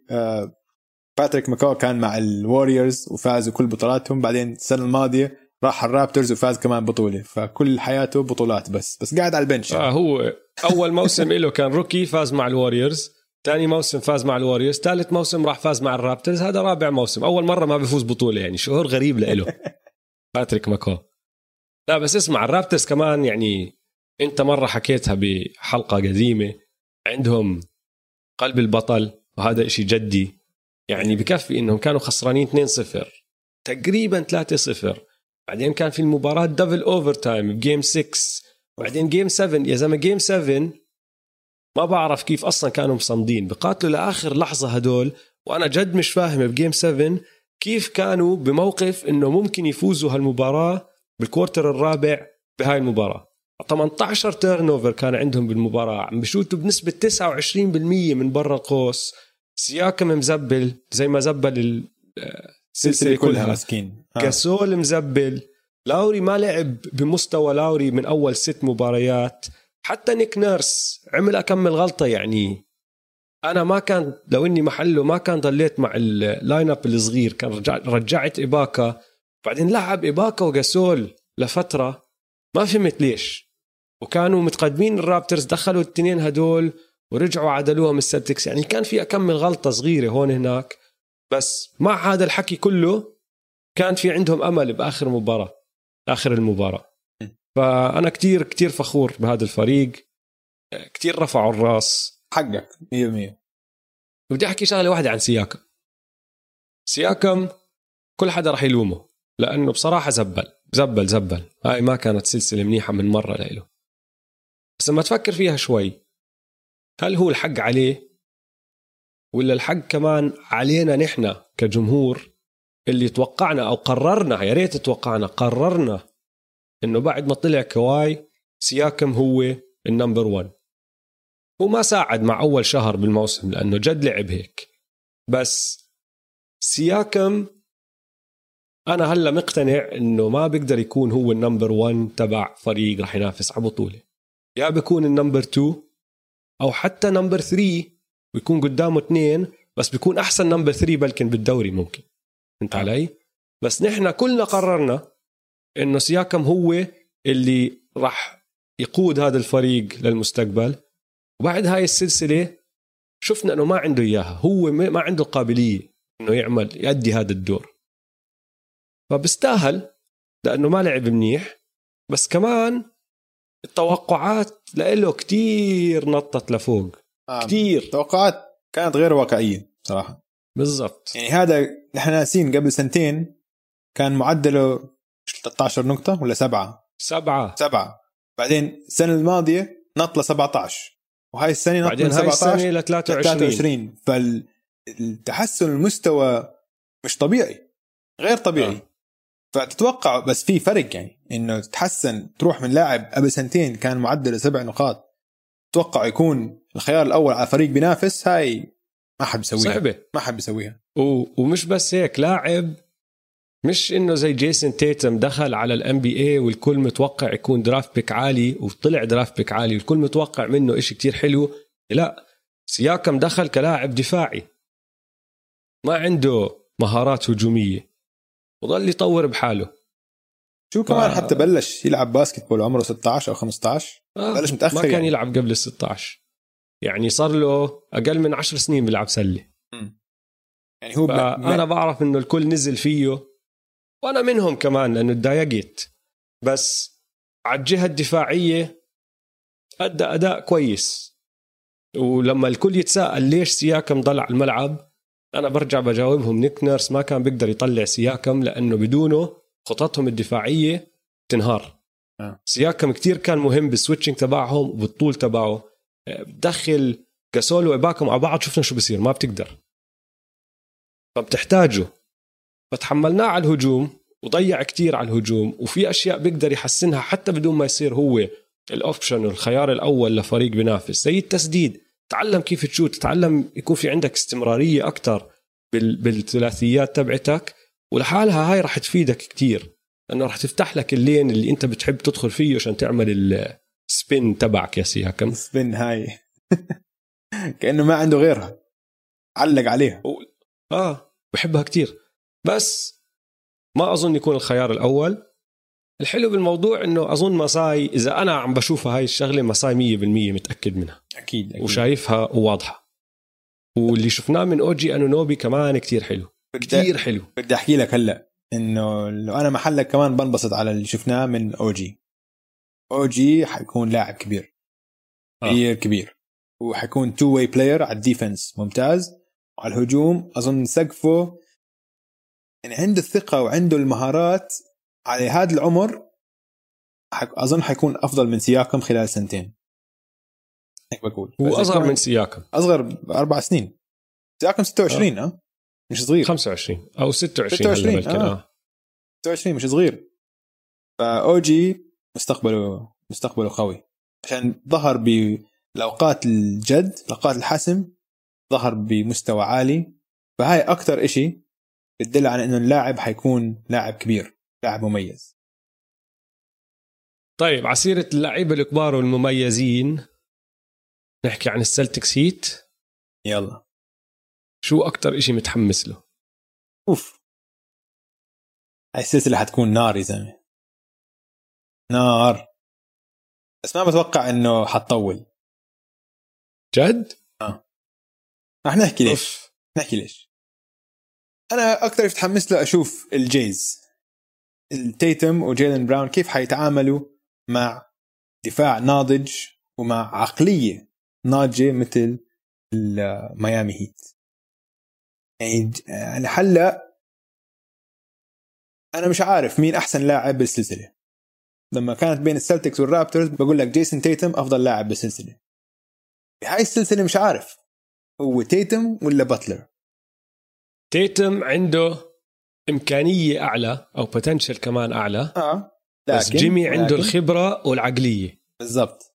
[SPEAKER 2] باتريك ماكو كان مع الواريورز وفازوا كل بطولاتهم، بعدين السنة الماضية راح الرابترز وفاز كمان بطولة، فكل حياته بطولات بس قاعد على البنش.
[SPEAKER 1] هو أول موسم له كان روكي، فاز مع الواريورز. تاني موسم فاز مع الواريورز. ثالث موسم راح فاز مع الرابترز. هذا رابع موسم، أول مرة ما بيفوز بطولة، يعني شعور غريب له. باتريك ماكو. لا بس اسمع، الرابترز كمان يعني أنت مرة حكيتها بحلقة قديمة، عندهم قلب البطل، وهذا إشي جدي. يعني بكفي إنهم كانوا خسرانين 2-0 تقريبا 3-0، بعدين كان في المباراة دبل أوفر تايم بجيم 6، بعدين جيم 7. يا زلمة جيم 7 ما بعرف كيف أصلا كانوا مصمدين بقاتلوا لآخر لحظة هدول. وأنا جد مش فاهم بجيم 7 كيف كانوا بموقف إنه ممكن يفوزوا هالمباراة بالكوارتر الرابع بهاي المباراة. 18 تيرن اوفر كان عندهم بالمباراة، عم بشوتوا بنسبة 29% من برا القوس. سياكم مزبل زي ما زبل السلسلة كلها
[SPEAKER 2] مسكين.
[SPEAKER 1] كاسول مزبل. لاوري ما لعب بمستوى لاوري من أول 6 مباريات. حتى نيك نيرس عمل أكمل غلطة. يعني أنا ما كان، لو إني محله ما كان ضليت مع اللاين اب الصغير، كان رجعت إباكا، بعدين لعب إباكا وغاسول لفترة ما فهمت ليش. وكانوا متقدمين الرابترز، دخلوا التنين هدول ورجعوا عدلوها من السلتكس. يعني كان في أكمل غلطة صغيرة هون هناك، بس مع هذا الحكي كله كان في عندهم أمل بآخر مباراة، آخر المباراة. فأنا كتير كتير فخور بهذا الفريق، كتير رفعوا الراس.
[SPEAKER 2] حقك 100%.
[SPEAKER 1] بدي أحكي شغلة واحدة عن سياكم كل حدا رح يلومه لأنه بصراحة زبل. هاي ما كانت سلسلة منيحة من مرة له. بس لما تفكر فيها شوي، هل هو الحق عليه ولا الحق كمان علينا نحن كجمهور اللي توقعنا أو قررنا، يا ريت قررنا إنه بعد ما طلع كواي سياكم هو النمبر 1. هو ما ساعد مع أول شهر بالموسم لأنه جد لعب هيك، بس سياكم أنا هلا مقتنع إنه ما بيقدر يكون هو النمبر 1 تبع فريق رح ينافس على بطولة. يا بيكون النمبر 2 أو حتى نمبر 3 ويكون قدامه 2، بس بيكون أحسن نمبر 3 بلكن بالدوري ممكن. انت علي؟ بس نحن كلنا قررنا إنه سياكم هو اللي رح يقود هذا الفريق للمستقبل. وبعد هاي السلسلة شفنا إنه ما عنده إياها، هو ما عنده قابلية إنه يؤدي هذا الدور. فبستاهل لأنه ما لعب منيح، بس كمان التوقعات له كتير نطت لفوق. كتير
[SPEAKER 2] توقعات كانت غير واقعية صراحة.
[SPEAKER 1] بالضبط.
[SPEAKER 2] يعني هذا نحن ناسين قبل سنتين كان معدله 13 نقطة ولا 7. بعدين السنة الماضية نط ل 17، وهاي السنة نط من 17
[SPEAKER 1] ل 23.
[SPEAKER 2] فالتحسن المستوى مش طبيعي، غير طبيعي. فتتوقع بس في فرق، يعني انه تتحسن، تروح من لاعب قبل سنتين كان معدله 7 نقاط توقع يكون الخيار الاول على فريق بينافس. هاي ما حد بيسويها،
[SPEAKER 1] صعبة،
[SPEAKER 2] ما حد بيسويها.
[SPEAKER 1] ومش بس هيك، لاعب مش انه زي جيسون تيتم دخل على الNBA والكل متوقع يكون درافت بيك عالي وطلع درافت بيك عالي والكل متوقع منه إشي كتير حلو. لا، سياكم دخل كلاعب دفاعي، ما عنده مهارات هجومية وظل يطور بحاله.
[SPEAKER 2] شو كمان حتى بلش يلعب باسكتبول عمره 16 أو 15. بلش متأخر،
[SPEAKER 1] ما كان
[SPEAKER 2] يعني
[SPEAKER 1] يلعب قبل 16، يعني صار له أقل من 10 سنين بيلعب سلة.
[SPEAKER 2] يعني هو
[SPEAKER 1] أنا بعرف إنه الكل نزل فيه وأنا منهم كمان لأنه اتضايقت، بس على الجهة الدفاعية أدى أداء كويس. ولما الكل يتساءل ليش سياكم ضل على الملعب، أنا برجع بجاوبهم نيك نيرس ما كان بيقدر يطلع سياكم لأنه بدونه خططهم الدفاعية تنهار. سياكم كتير كان مهم بالسويتشنج تبعهم وبالطول تبعه. بدخل جاسول وإباكم مع بعض، شفنا شو بصير، ما بتقدر، فبتحتاجه. فتحملناه على الهجوم وضيع كتير على الهجوم، وفي أشياء بيقدر يحسنها حتى بدون ما يصير هو الأوبشن والخيار الأول لفريق بينافس، زي التسديد. تعلم كيف تشوت، تعلم يكون في عندك استمرارية أكتر بالثلاثيات تبعتك، ولحالها هاي رح تفيدك كتير، لأنه رح تفتح لك اللين اللي أنت بتحب تدخل فيه عشان تعمل السبين تبعك يا سياكم.
[SPEAKER 2] سبين هاي كأنه ما عنده غيرها، علق عليها.
[SPEAKER 1] بحبها كتير، بس ما أظن يكون الخيار الأول. الحلو بالموضوع إنه أظن ماساي، إذا أنا عم بشوفها هاي الشغلة، ماساي 100% متأكد منها.
[SPEAKER 2] أكيد.
[SPEAKER 1] وشايفها وواضحة. واللي شفناه من أوجي أنونوبي كمان كتير حلو، كتير حلو.
[SPEAKER 2] بدي أحكي لك هلأ إنه لو أنا محلك كمان بنبسط على اللي شفناه من أوجي حيكون لاعب كبير كبير، وحيكون تو واي بلاير على الديفنس ممتاز، وعلى الهجوم أظن سقفه يعني عنده الثقة وعنده المهارات على هذا العمر. أظن حيكون أفضل من سياكم خلال سنتين، هيك بقول.
[SPEAKER 1] هو أصغر من سياكم،
[SPEAKER 2] أصغر ب4 سنين. سياكم 26 مش صغير.
[SPEAKER 1] 25 أو 26
[SPEAKER 2] 26 مش صغير. فأوجي مستقبله قوي، عشان ظهر بالأوقات الجد، الأوقات الحسم، ظهر بمستوى عالي. فهاي أكتر إشي بتدل على إنه اللاعب حيكون لاعب كبير، لاعب مميز.
[SPEAKER 1] طيب عسيرة اللاعب الكبار والمميزين، نحكي عن السلتكس هيت.
[SPEAKER 2] يلا،
[SPEAKER 1] شو أكتر إشي متحمس له؟
[SPEAKER 2] هاي السلسلة حتكون نار يا زلمة، نار. بس ما بتوقع إنه حتطول.
[SPEAKER 1] جد؟
[SPEAKER 2] رح نحكي ليش. أنا أكتر متحمس له أشوف الجيز، التيتم وجيلن براون، كيف حيتعاملوا مع دفاع ناضج ومع عقلية ناضجة مثل ميامي هيت. يعني هلا أنا مش عارف مين أحسن لاعب بالسلسلة. لما كانت بين السلتكس والرابترز بقول لك جيسون تيتم أفضل لاعب بالسلسلة. بهاي السلسلة مش عارف هو تيتم ولا باتلر.
[SPEAKER 1] تيتم عنده إمكانية أعلى أو بوتنشل كمان أعلى، بس جيمي عنده الخبرة والعقلية.
[SPEAKER 2] بالضبط.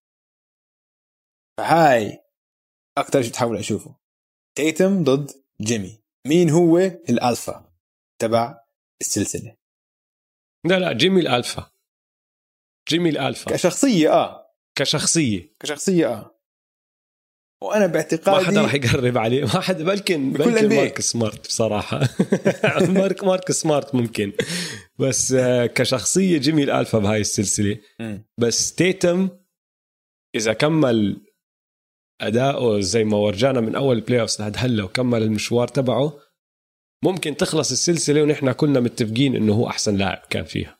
[SPEAKER 2] فهاي أكتر شيء تحاول أشوفه، تيتم ضد جيمي، مين هو الألفا تبع السلسلة؟
[SPEAKER 1] لا جيمي الألفا
[SPEAKER 2] كشخصية وأنا باعتقادي
[SPEAKER 1] ما حدا راح يقرب عليه، ما حدا، بلكن مارك سمارت بصراحة مارك سمارت ممكن، بس كشخصية جيمي الألفا بهاي السلسلة. بس تيتم إذا كمل أداؤه زي ما ورجانا من أول بلاي أوفس لحد هلا وكمل المشوار تبعه، ممكن تخلص السلسلة ونحن كلنا متفقين إنه هو أحسن لاعب كان فيها.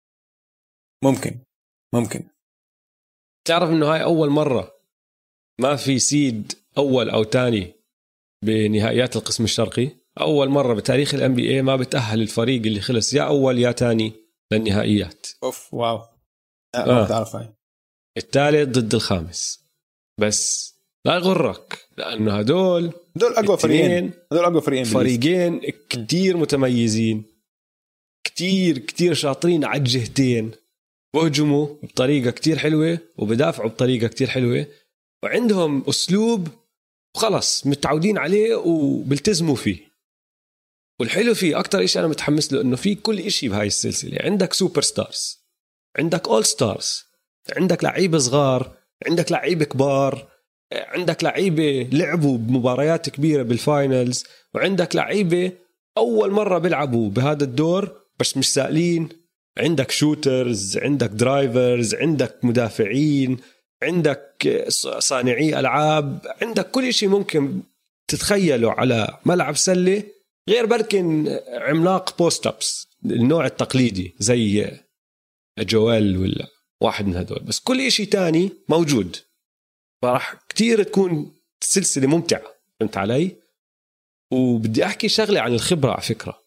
[SPEAKER 2] ممكن
[SPEAKER 1] تعرف إنه هاي أول مرة ما في سيد أول أو تاني بنهائيات القسم الشرقي. أول مرة بتاريخ الNBA ما بتأهل الفريق اللي خلص يا أول يا تاني للنهائيات.
[SPEAKER 2] واو. ما بتعرف هاي.
[SPEAKER 1] الثالث ضد الخامس، بس لا يغرك لأنه هدول
[SPEAKER 2] أقوى
[SPEAKER 1] فريقين كتير متميزين، كتير شاطرين على الجهتين، بهجموا بطريقة كتير حلوة وبدافعوا بطريقة كتير حلوة، وعندهم أسلوب وخلص متعودين عليه وبلتزموا فيه. والحلو فيه أكتر إشي أنا متحمس له إنه في كل إشي بهاي السلسلة. عندك سوبر ستارز، عندك أول ستارز، عندك لعيبة صغار، عندك لعيبة كبار، عندك لعيبة لعبوا بمباريات كبيرة بالفاينلز، وعندك لعيبة أول مرة بيلعبوا بهذا الدور بس مش سائلين. عندك شوترز، عندك درايفرز، عندك مدافعين، عندك صانعي ألعاب، عندك كل شيء ممكن تتخيله على ملعب سلة، غير بركن عملاق بوست أبس النوع التقليدي زي جوال ولا واحد من هدول، بس كل شيء تاني موجود. فراح كتير تكون سلسلة ممتعة. فهمت علي؟ وبدي أحكي شغلة عن الخبرة. على فكرة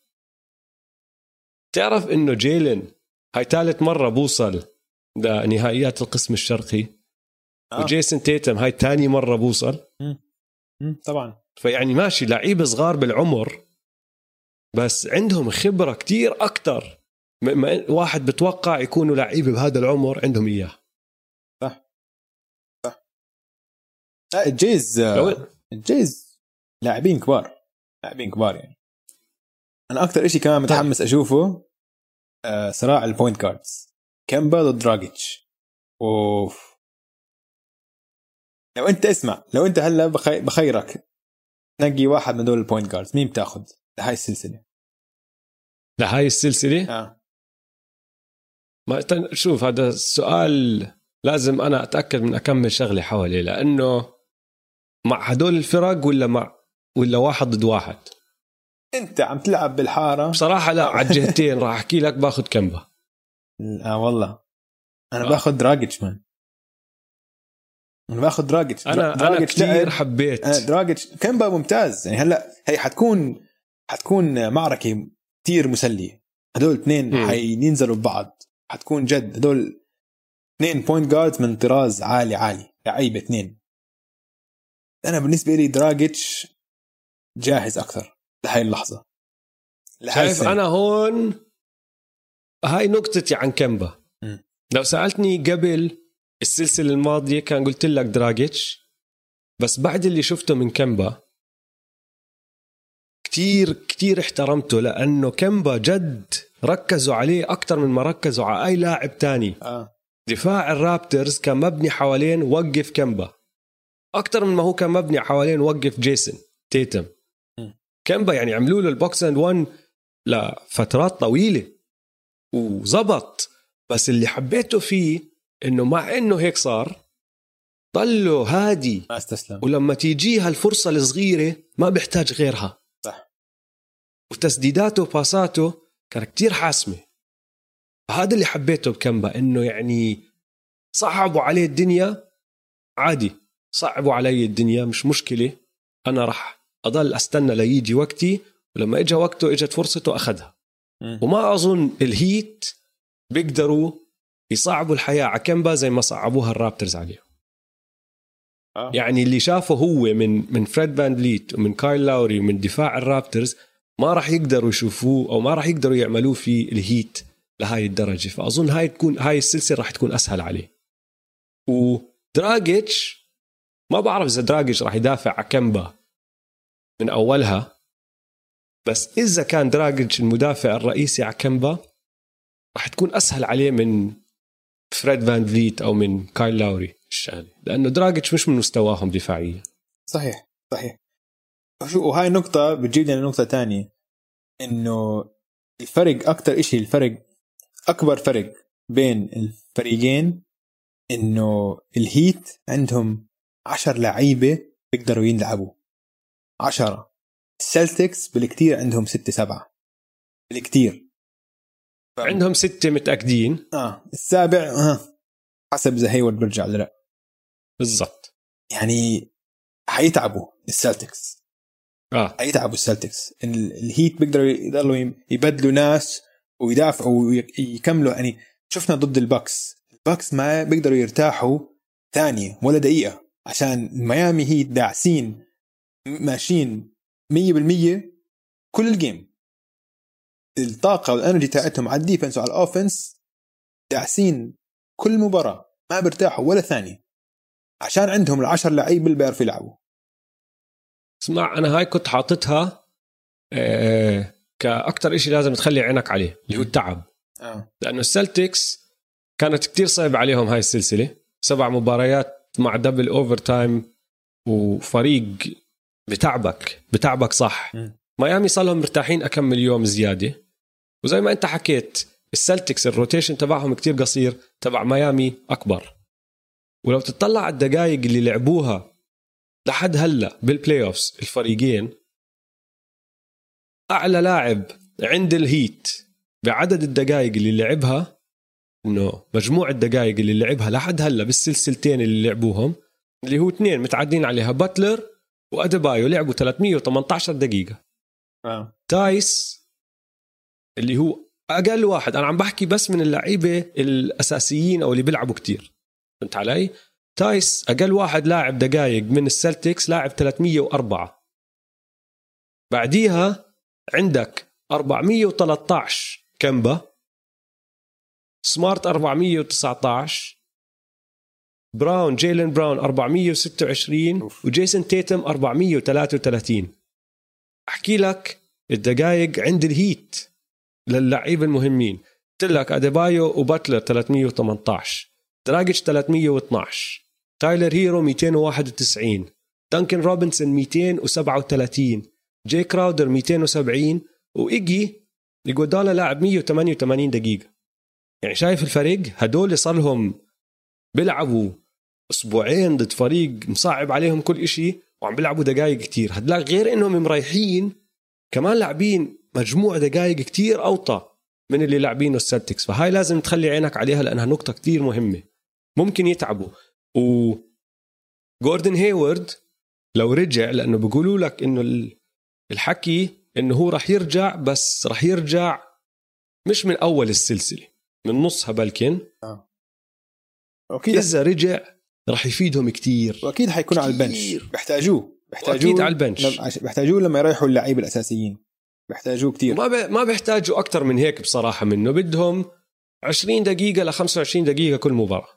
[SPEAKER 1] تعرف إنه جيلن هاي ثالث مرة بوصل لنهائيات القسم الشرقي، وجيسون تيتم هاي تاني مرة بوصل.
[SPEAKER 2] طبعا.
[SPEAKER 1] فيعني ماشي لعيبة صغار بالعمر بس عندهم خبرة كتير أكتر واحد بتوقع يكونوا لعيبة بهذا العمر عندهم إياه.
[SPEAKER 2] صح. الجيز لاعبين كبار يعني. أنا أكتر إشي كمان متحمس أشوفه صراع البوينت كاردز، كيمبا ضد دراجيتش. لو أنت هلا بخيرك نقي واحد من دول البوينت كاردز، مين بتاخد لهاي السلسلة؟
[SPEAKER 1] ما شوف، هذا السؤال لازم أنا أتأكد من أكمل شغلة حوالي، لأنه مع هدول الفرق ولا واحد ضد واحد.
[SPEAKER 2] أنت عم تلعب بالحارة
[SPEAKER 1] بصراحة. لا على الجهتين راح أحكي لك باخد كيمبا.
[SPEAKER 2] والله أنا باخد دراجيتش مان. أنا باخد دراجيتش.
[SPEAKER 1] أنا كتير حبيت
[SPEAKER 2] دراجيتش. كيمبا ممتاز يعني. هلأ هي حتكون معركة كتير مسلية. هدول اثنين حينزلوا ببعض، حتكون جد. هدول اثنين بوينت جارد من طراز عالي لعيبة اثنين. أنا بالنسبة لي دراجيتش جاهز أكثر لهاي اللحظة.
[SPEAKER 1] شايف أنا هون هاي نقطتي عن كيمبا. لو سألتني قبل السلسلة الماضية كان قلت لك دراجيتش، بس بعد اللي شفته من كيمبا كتير احترمته، لأنه كيمبا جد ركزوا عليه أكتر من ما ركزوا على أي لاعب تاني. دفاع الرابترز كان مبني حوالين وقف كيمبا أكتر من ما هو كان مبني حوالين وقف جيسون تيتم. كيمبا يعني عملوا له البوكس اند 1 لفترات طويلة وزبط. بس اللي حبيته فيه إنه مع إنه هيك صار ضله هادي،
[SPEAKER 2] ما استسلم،
[SPEAKER 1] ولما تيجيها الفرصة الصغيرة ما بيحتاج غيرها.
[SPEAKER 2] صح.
[SPEAKER 1] وتسديداته وباساته كان كتير حاسمة. هذا اللي حبيته بكيمبا، إنه يعني صعبوا عليه الدنيا عادي، صعبوا علي الدنيا مش مشكلة، أنا رح أضل أستنى ليجي وقتي، ولما إجا وقته إجت فرصته أخذها. وما أظن الهيت بيقدروا يصعبوا الحياة على كيمبا زي ما صعبوها الرابترز عليه. يعني اللي شافه هو من فريد فان فليت ومن كايل لاوري ومن دفاع الرابترز ما راح يقدروا يشوفوه أو ما راح يقدروا يعملوه في الهيت لهاي الدرجة. فأظن هاي السلسلة راح تكون أسهل عليه. ودراجيتش ما بعرف إذا دراجيتش راح يدافع على كيمبا من أولها، بس إذا كان دراجيتش المدافع الرئيسي على كيمبا راح تكون أسهل عليه من فريد فان فليت أو من كايل لاوري الشغلة، لأنه دراجيتش مش من مستواهم دفاعيا.
[SPEAKER 2] صحيح. وهاي نقطة بتجيب لنا نقطة تانية، إنه الفرق أكتر إشي، أكبر فرق بين الفريقين إنه الهيت عندهم 10 لعيبة بيقدروا يلعبوا 10. السلتكس بالكتير عندهم 6-7 بالكتير.
[SPEAKER 1] عندهم 6 متأكدين.
[SPEAKER 2] السابع حسب إذا هيورد برجع ولا لا.
[SPEAKER 1] بالضبط.
[SPEAKER 2] يعني حيتعبوا السلتكس. حيتعبوا السلتكس. الهيت بيقدروا يضلوا يبدلوا ناس ويدافعوا ويكملوا. يعني شفنا ضد الباكس ما بيقدروا يرتاحوا ثانية ولا دقيقة، عشان ميامي هيت داعسين ماشيين 100% كل الجيم. الطاقة والانرجي تاعتهم على الديفنس وعلى الاوفنس داعسين كل مباراة، ما بيرتاحوا ولا ثانية، عشان عندهم 10 لعيبة اللي بيعرفوا يلعبوا.
[SPEAKER 1] اسمع، أنا هاي كنت حاطتها كأكتر إشي لازم تخلي عينك عليه، اللي هو التعب. لأنه السلتكس كانت كتير صعب عليهم هاي السلسلة، 7 مباريات مع دبل أوفر تايم وفريق بتعبك صح. ميامي صارهم مرتاحين أكمل يوم زيادة، وزي ما أنت حكيت السلتكس الروتيشن تبعهم كتير قصير، تبع ميامي أكبر. ولو تطلع على الدقائق اللي لعبوها لحد هلأ بالبلاي أوفس الفريقين، أعلى لاعب عند الهيت بعدد الدقائق اللي لعبها، إنه مجموع الدقائق اللي لعبها لحد هلأ بالسلسلتين اللي لعبوهم، اللي هو 2 متعدين عليها، باتلر وأديبايو لعبوا 318 دقيقة. تايس اللي هو أقل واحد، أنا عم بحكي بس من اللعيبة الأساسيين أو اللي بيلعبوا كتير، فهمت علي؟ تايس أقل واحد لاعب دقائق من السلتكس، لاعب 304. بعديها عندك 413 كمبا، سمارت 419، براون جيلن براون 426، وجيسون تيتم 433. أحكي لك الدقائق عند الهيت للعيبة المهمين، قلت لك أديبايو وباتلر 318، دراجيتش 312، تايلر هيرو 291، دانكن روبنسون 237، جاي كراودر 270، وإيجي إيجودالا لاعب 188 دقيقة. يعني شايف الفريق؟ هدول صار لهم بيلعبوا أسبوعين ضد فريق مصعب عليهم كل إشي، وعم بيلعبوا دقائق كتير. هدلاك غير إنهم مريحين، كمان لاعبين مجموع دقائق كتير أوطى من اللي لاعبينه السلتكس. فهاي لازم تخلي عينك عليها لأنها نقطة كتير مهمة. ممكن يتعبوا. وجوردن هيورد لو رجع، لأنه بيقولوا لك إنه الحكي إنه هو رح يرجع، بس رح يرجع مش من أول السلسلة، من نصها بلكن. إذا رجع رح يفيدهم كتير،
[SPEAKER 2] وأكيد حيكون على البنش، بيحتاجوه
[SPEAKER 1] أكيد على البنش،
[SPEAKER 2] بيحتاجوه لما يريحوا اللعيبة الأساسيين، بيحتاجوه كتير.
[SPEAKER 1] ما بيحتاجوا أكتر من هيك بصراحة منه. بدهم 20 دقيقة ل 25 دقيقة كل مباراة.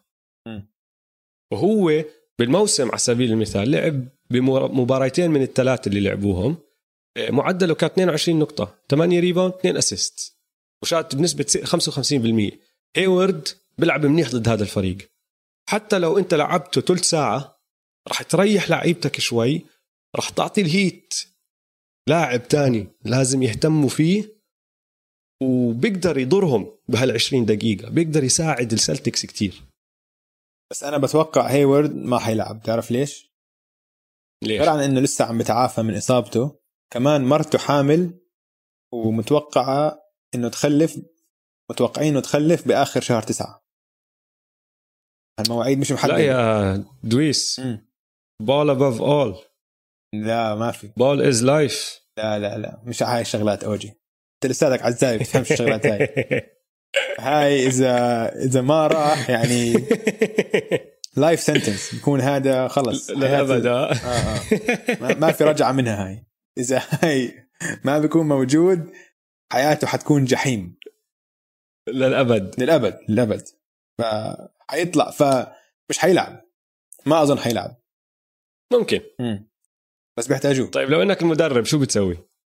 [SPEAKER 1] وهو بالموسم على سبيل المثال لعب بمباراتين من الثلاثة اللي لعبوهم، معدله كان 22 نقطة، 8 ريباوند، 2 أسيست، وشات بنسبة 55%. هيورد بيلعب منيح ضد هذا الفريق. حتى لو أنت لعبته ثلث ساعة رح تريح لعيبتك شوي، رح تعطي الهيت لاعب تاني لازم يهتموا فيه، وبيقدر يضرهم بهال20 دقيقة، بيقدر يساعد السلتكس كتير.
[SPEAKER 2] بس أنا بتوقع هيورد ما حيلعب. تعرف ليش؟ غير عن إنه لسه عم بتعافى من إصابته، كمان مرته حامل ومتوقعة إنه تخلف، متوقعين إنه تخلف بآخر شهر 9. المواعيد مش محددة.
[SPEAKER 1] لا يا دويس، ball above all.
[SPEAKER 2] لا ما في
[SPEAKER 1] ball is life.
[SPEAKER 2] لا مش هاي الشغلات أوجي، أنت لساتك عزاي بتفهمش الشغلات هاي إذا ما راح يعني لايف سنتنس بيكون هذا خلص
[SPEAKER 1] للأبد.
[SPEAKER 2] ما في رجعة منها. هاي إذا هاي ما بيكون موجود حياته حتكون جحيم للأبد. فحيطلع، فمش حيلعب، ما أظن حيلعب.
[SPEAKER 1] ممكن
[SPEAKER 2] بس بيحتاجوه.
[SPEAKER 1] طيب لو إنك المدرب شو بتسوي؟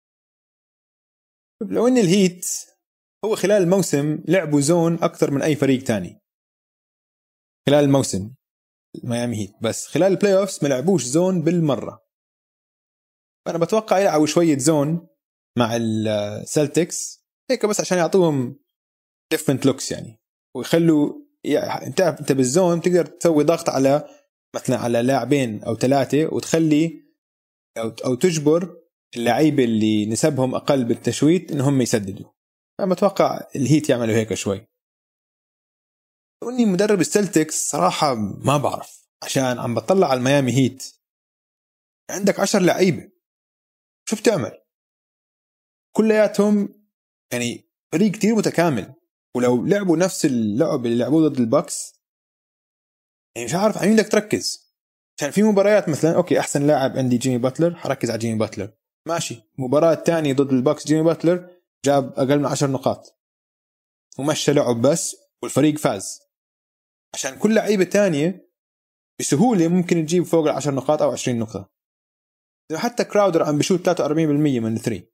[SPEAKER 2] لو إن الهيت هو خلال الموسم لعبوا زون أكثر من أي فريق تاني خلال الموسم، ميامي هيت، بس خلال البلاي أوفس ما لعبوش زون بالمرة. فأنا بتوقع يلعبوا شوية زون مع السلتكس هيك بس عشان يعطوهم different looks يعني، ويخلوا انت بالزون تقدر تسوي ضغط على مثلا على لاعبين أو 3 وتخلي أو تجبر اللعيبة اللي نسبهم أقل بالتشويت إنهم يسددوا. أنا بتوقع الهيت يعملوا هيك شوي. وإني مدرب السلتكس صراحة ما بعرف، عشان عم بطلع على الميامي هيت عندك 10 لعيبة، شو بتعمل؟ كلياتهم يعني فريق كتير متكامل، ولو لعبوا نفس اللعب اللي لعبوه ضد الباكس يعني مش عارف عم بدك تركز. عشان في مباريات مثلا أوكي أحسن لاعب عندي جيمي باتلر، حركز على جيمي باتلر ماشي. مباراة تانية ضد الباكس جيمي باتلر جاب أقل من 10 نقاط ومشى لعب بس والفريق فاز. عشان كل لعيبة تانية بسهولة ممكن تجيب فوق 10 نقاط أو 20 نقطة. حتى كراودر عم بشوت 43% من 3.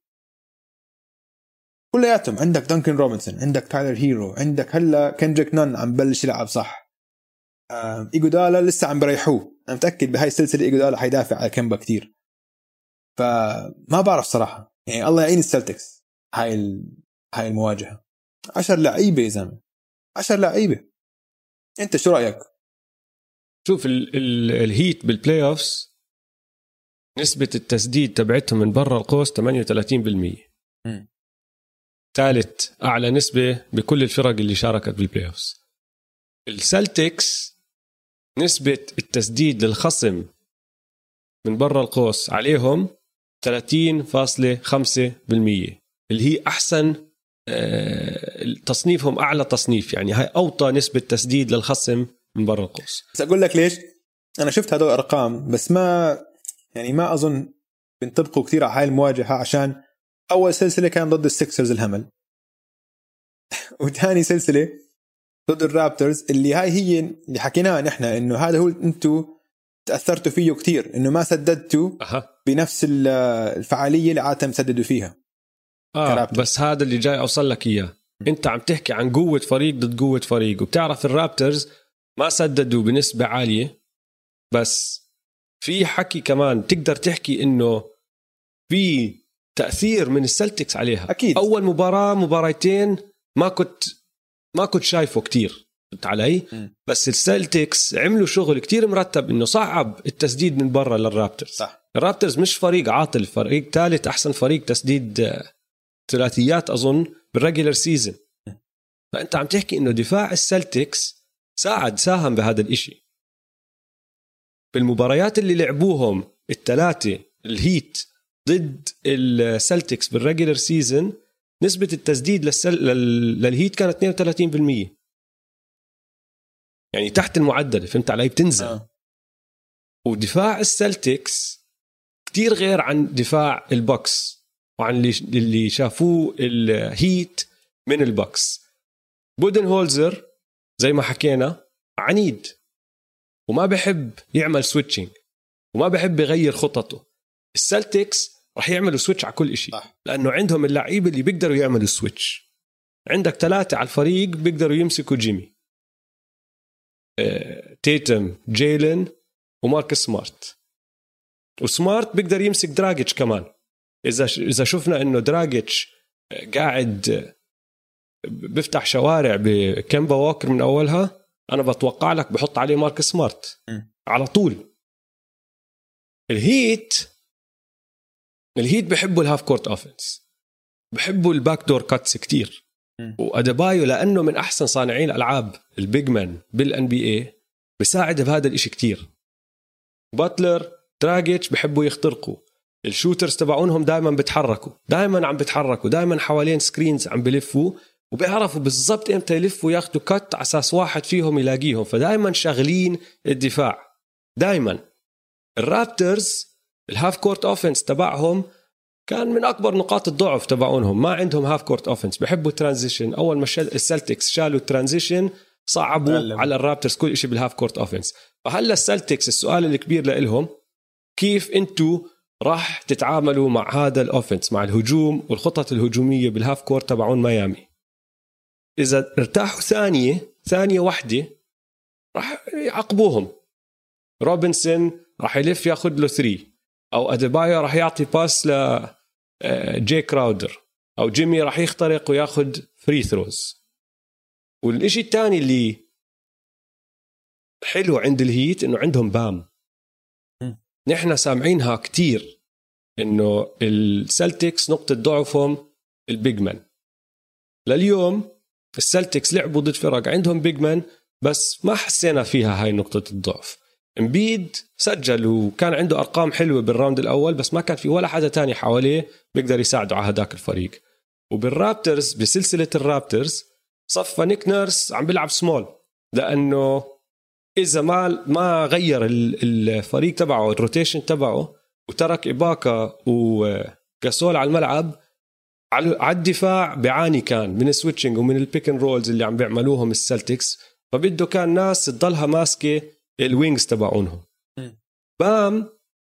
[SPEAKER 2] كلياتهم عندك دانكن روبنسون، عندك تايلر هيرو، عندك هلا كندريك نان عم بلش يلعب صح. إيجودالا لسه عم بريحوه. أنا متأكد بهاي السلسلة إيجودالا حيدافع على كمبا كتير. فما بعرف صراحة يعني الله يعين السلتكس هاي المواجهة. 10 لعيبة يا زلمة 10 لعيبة. أنت شو رأيك؟
[SPEAKER 1] شوف الهيت بالبلاي أوفس نسبة التسديد تبعتهم من برا القوس 38%. ثالث أعلى نسبة بكل الفرق اللي شاركت بالبلاي أوفس. السلتكس نسبة التسديد للخصم من برا القوس عليهم 30.5%، اللي هي أحسن تصنيفهم أعلى تصنيف، يعني هاي أوطى نسبة تسديد للخصم من برا القوس.
[SPEAKER 2] بس أقول لك ليش أنا شفت هذول الأرقام بس ما أظن بنطبقوا كثير على هاي المواجهة، عشان أول سلسلة كان ضد السكسرز الهمل وثاني سلسلة ضد الرابترز اللي هاي هي اللي حكيناها نحن إنه هذا هو أنتوا تأثرتوا فيه كتير، إنه ما سددتوا بنفس الفعالية اللي عادة مسددوا فيها.
[SPEAKER 1] بس هذا اللي جاي أوصل لك إياه. أنت عم تحكي عن قوة فريق ضد قوة فريق، وبتعرف الرابترز ما سددوا بنسبة عالية، بس في حكي كمان تقدر تحكي إنه في تأثير من السلتكس عليها.
[SPEAKER 2] أكيد.
[SPEAKER 1] أول مباراتين ما كنت شايفه كتير علي، بس السلتكس عملوا شغل كتير مرتب إنه صعب التسديد من برا للرابترز.
[SPEAKER 2] صح.
[SPEAKER 1] الرابترز مش فريق عاطل، فريق ثالث أحسن فريق تسديد ثلاثيات أظن بالريجولر سيزن. فأنت عم تحكي إنه دفاع السلتكس ساهم بهذا الإشي. بالمباريات اللي لعبوهم الثلاثة الهيت ضد السلتكس بالريجولر سيزن نسبة التسديد للهيت كانت 32%، يعني تحت المعدل. فهمت علي؟ بتنزل. ودفاع السلتكس كتير غير عن دفاع البوكس وعن اللي شافوه الهيت من البوكس. بودنهولزر زي ما حكينا عنيد وما بحب يعمل سويتشنج وما بحب يغير خططه. السلتكس رح يعملوا سويتش على كل إشي لأنه عندهم اللعيبة اللي بيقدروا يعملوا سويتش. عندك 3 على الفريق بيقدروا يمسكوا جيمي، تيتم، جيلن وماركس سمارت. وسمارت بيقدر يمسك دراجيتش كمان. إذا شفنا إنه دراجيتش قاعد بفتح شوارع بكمبا ووكر من أولها، أنا بتوقع لك بحط عليه ماركس سمارت على طول. الهيت بحبوا الهاف كورت أوفنس، بحبوا الباك دور كاتس كتير. وأديبايو لأنه من أحسن صانعين الألعاب البيجمان بالNBA بساعد بهذا الإشي كتير. باتلر، دراجيتش بحبوا يخترقوا. الشوترز تبعونهم دائما بتحركوا، دائما حوالين سكرينز عم بلفوا، وبيعرفوا بالضبط امتى يلفوا ياخدوا كات على أساس واحد فيهم يلاقيهم. فدائما شغلين الدفاع دائما. الرابترز الهاف كورت أوفنس تبعهم كان من أكبر نقاط الضعف تبعونهم. ما عندهم هاف كورت أوفنس، بيحبوا ترانزيشن. أول ما السلتكس شالوا الترانزيشن صعبوا على الرابترز كل إشي بالهاف كورت أوفنس. فهلا السلتكس السؤال الكبير لإلهم كيف أنتوا راح تتعاملوا مع هذا الأوفنس، مع الهجوم والخطط الهجومية بالهاف كورت تبعون ميامي. إذا ارتاحوا ثانية واحدة راح يعاقبوهم. روبنسون راح يلف ياخد له 3، أو أديبايو راح يعطي باس لجي كراودر، أو جيمي راح يخترق وياخد فري ثروز. والإشي الثاني اللي حلو عند الهيت إنه عندهم بام. نحن سامعينها كتير إنه السلتكس نقطة ضعفهم البيجمان. لليوم السلتكس لعبوا ضد فرق عندهم بيجمان بس ما حسينا فيها هاي نقطة الضعف. امبيد سجل وكان عنده أرقام حلوة بالراوند الأول، بس ما كان في ولا حدا تاني حواليه بيقدر يساعده على هداك الفريق. وبالرابترز بسلسلة الرابترز صفى نيك نيرس عم بيلعب سمول، لأنه إذا ما غير الفريق تبعه الروتيشن تبعه وترك إباكا وغاسول على الملعب، على الدفاع بيعاني كان من السويتشنج ومن البيك اند رولز اللي عم بيعملوهم السلتكس. فبده كان ناس تضلها ماسكة الوينجز تبعونهم. بام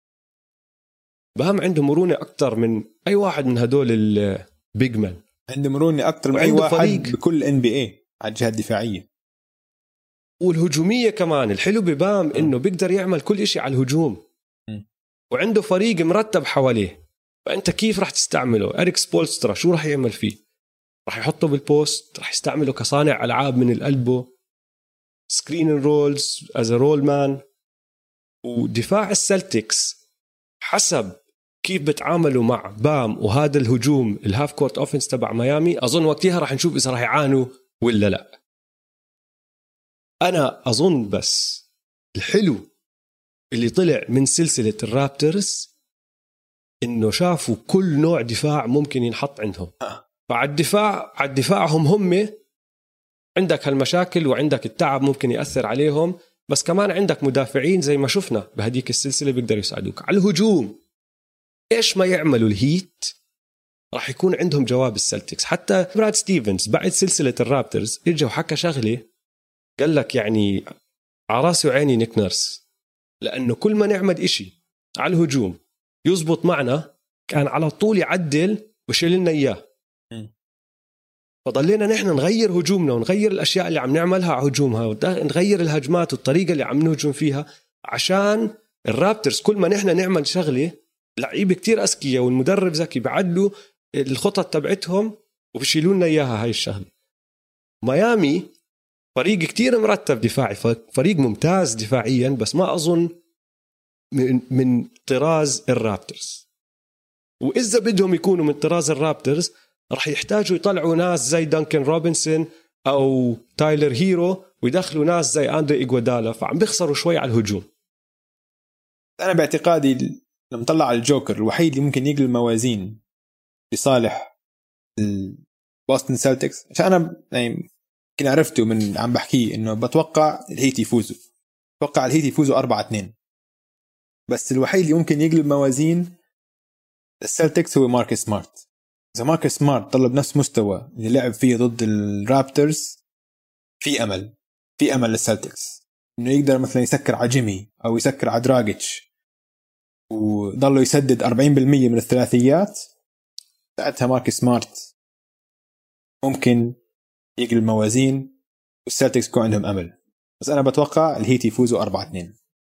[SPEAKER 1] عنده مرونة أكتر من أي واحد من هدول البيجمان.
[SPEAKER 2] عنده مرونة أكتر من أي واحد بكل NBA على الجهة الدفاعية.
[SPEAKER 1] والهجومية كمان. الحلو ببام إنه بيقدر يعمل كل إشي على الهجوم وعنده فريق مرتب حواليه. فأنت كيف رح تستعمله؟ إريك سبولسترا شو رح يعمل فيه؟ رح يحطه بالبوست، رح يستعمله كصانع ألعاب من القلبه، سكرين رولز از رول مان. ودفاع السلتكس حسب كيف بتعاملوا مع بام وهذا الهجوم الهاف كورت اوفنس تبع ميامي، أظن وقتها رح نشوف إذا رح يعانوا ولا لا. أنا أظن بس الحلو اللي طلع من سلسلة الرابترز إنه شافوا كل نوع دفاع ممكن ينحط عندهم. فعلى دفاعهم هم عندك هالمشاكل وعندك التعب ممكن يأثر عليهم، بس كمان عندك مدافعين زي ما شفنا بهديك السلسلة بيقدروا يساعدوك. على الهجوم إيش ما يعملوا الهيت راح يكون عندهم جواب السلتكس. حتى براد ستيفنز بعد سلسلة الرابترز إجا وحكى شغلة، قال لك يعني عراسي وعيني نيك نيرس، لأنه كل ما نعمل إشي على الهجوم يزبط معنا كان على طول يعدل وشيل لنا إياه. فضلينا نحن نغير هجومنا ونغير الأشياء اللي عم نعملها على هجومها ونغير الهجمات والطريقة اللي عم نهجم فيها، عشان الرابترز كل ما نحن نعمل شغلة لعيبة كتير أذكياء والمدرب ذكي بعدلوا الخطط تبعتهم وبشيلوا لنا إياها هاي الشغلة. ميامي فريق كتير مرتب دفاعي، فريق ممتاز دفاعيا، بس ما أظن من طراز الرابترز. وإذا بدهم يكونوا من طراز الرابترز رح يحتاجوا يطلعوا ناس زي دانكن روبنسون أو تايلر هيرو ويدخلوا ناس زي أندري إيغوادالا، فعم بيخسروا شوي على الهجوم.
[SPEAKER 2] أنا باعتقادي لما طلع على الجوكر الوحيد اللي ممكن يقلب الموازين لصالح البوستن سيلتكس، عشان أنا يعني كنا عرفته من عم بحكيه إنه بتوقع الهيت يفوزوا، بتوقع الهيت يفوزوا 4-2، بس الوحيد اللي ممكن يقلب موازين السيلتكس هو ماركس سمارت. إذا ماركس سمارت طلب نفس مستوى اللي لعب فيه ضد الرابترز، في أمل للسيلتكس إنه يقدر مثلا يسكر على جيمي أو يسكر على دراجيتش وضلوا يسدد 40% من الثلاثيات. ساعتها ماركس سمارت ممكن يقلب الموازين والسيلتكس يكون عندهم أمل، بس أنا بتوقع الهيت يفوزوا 4-2.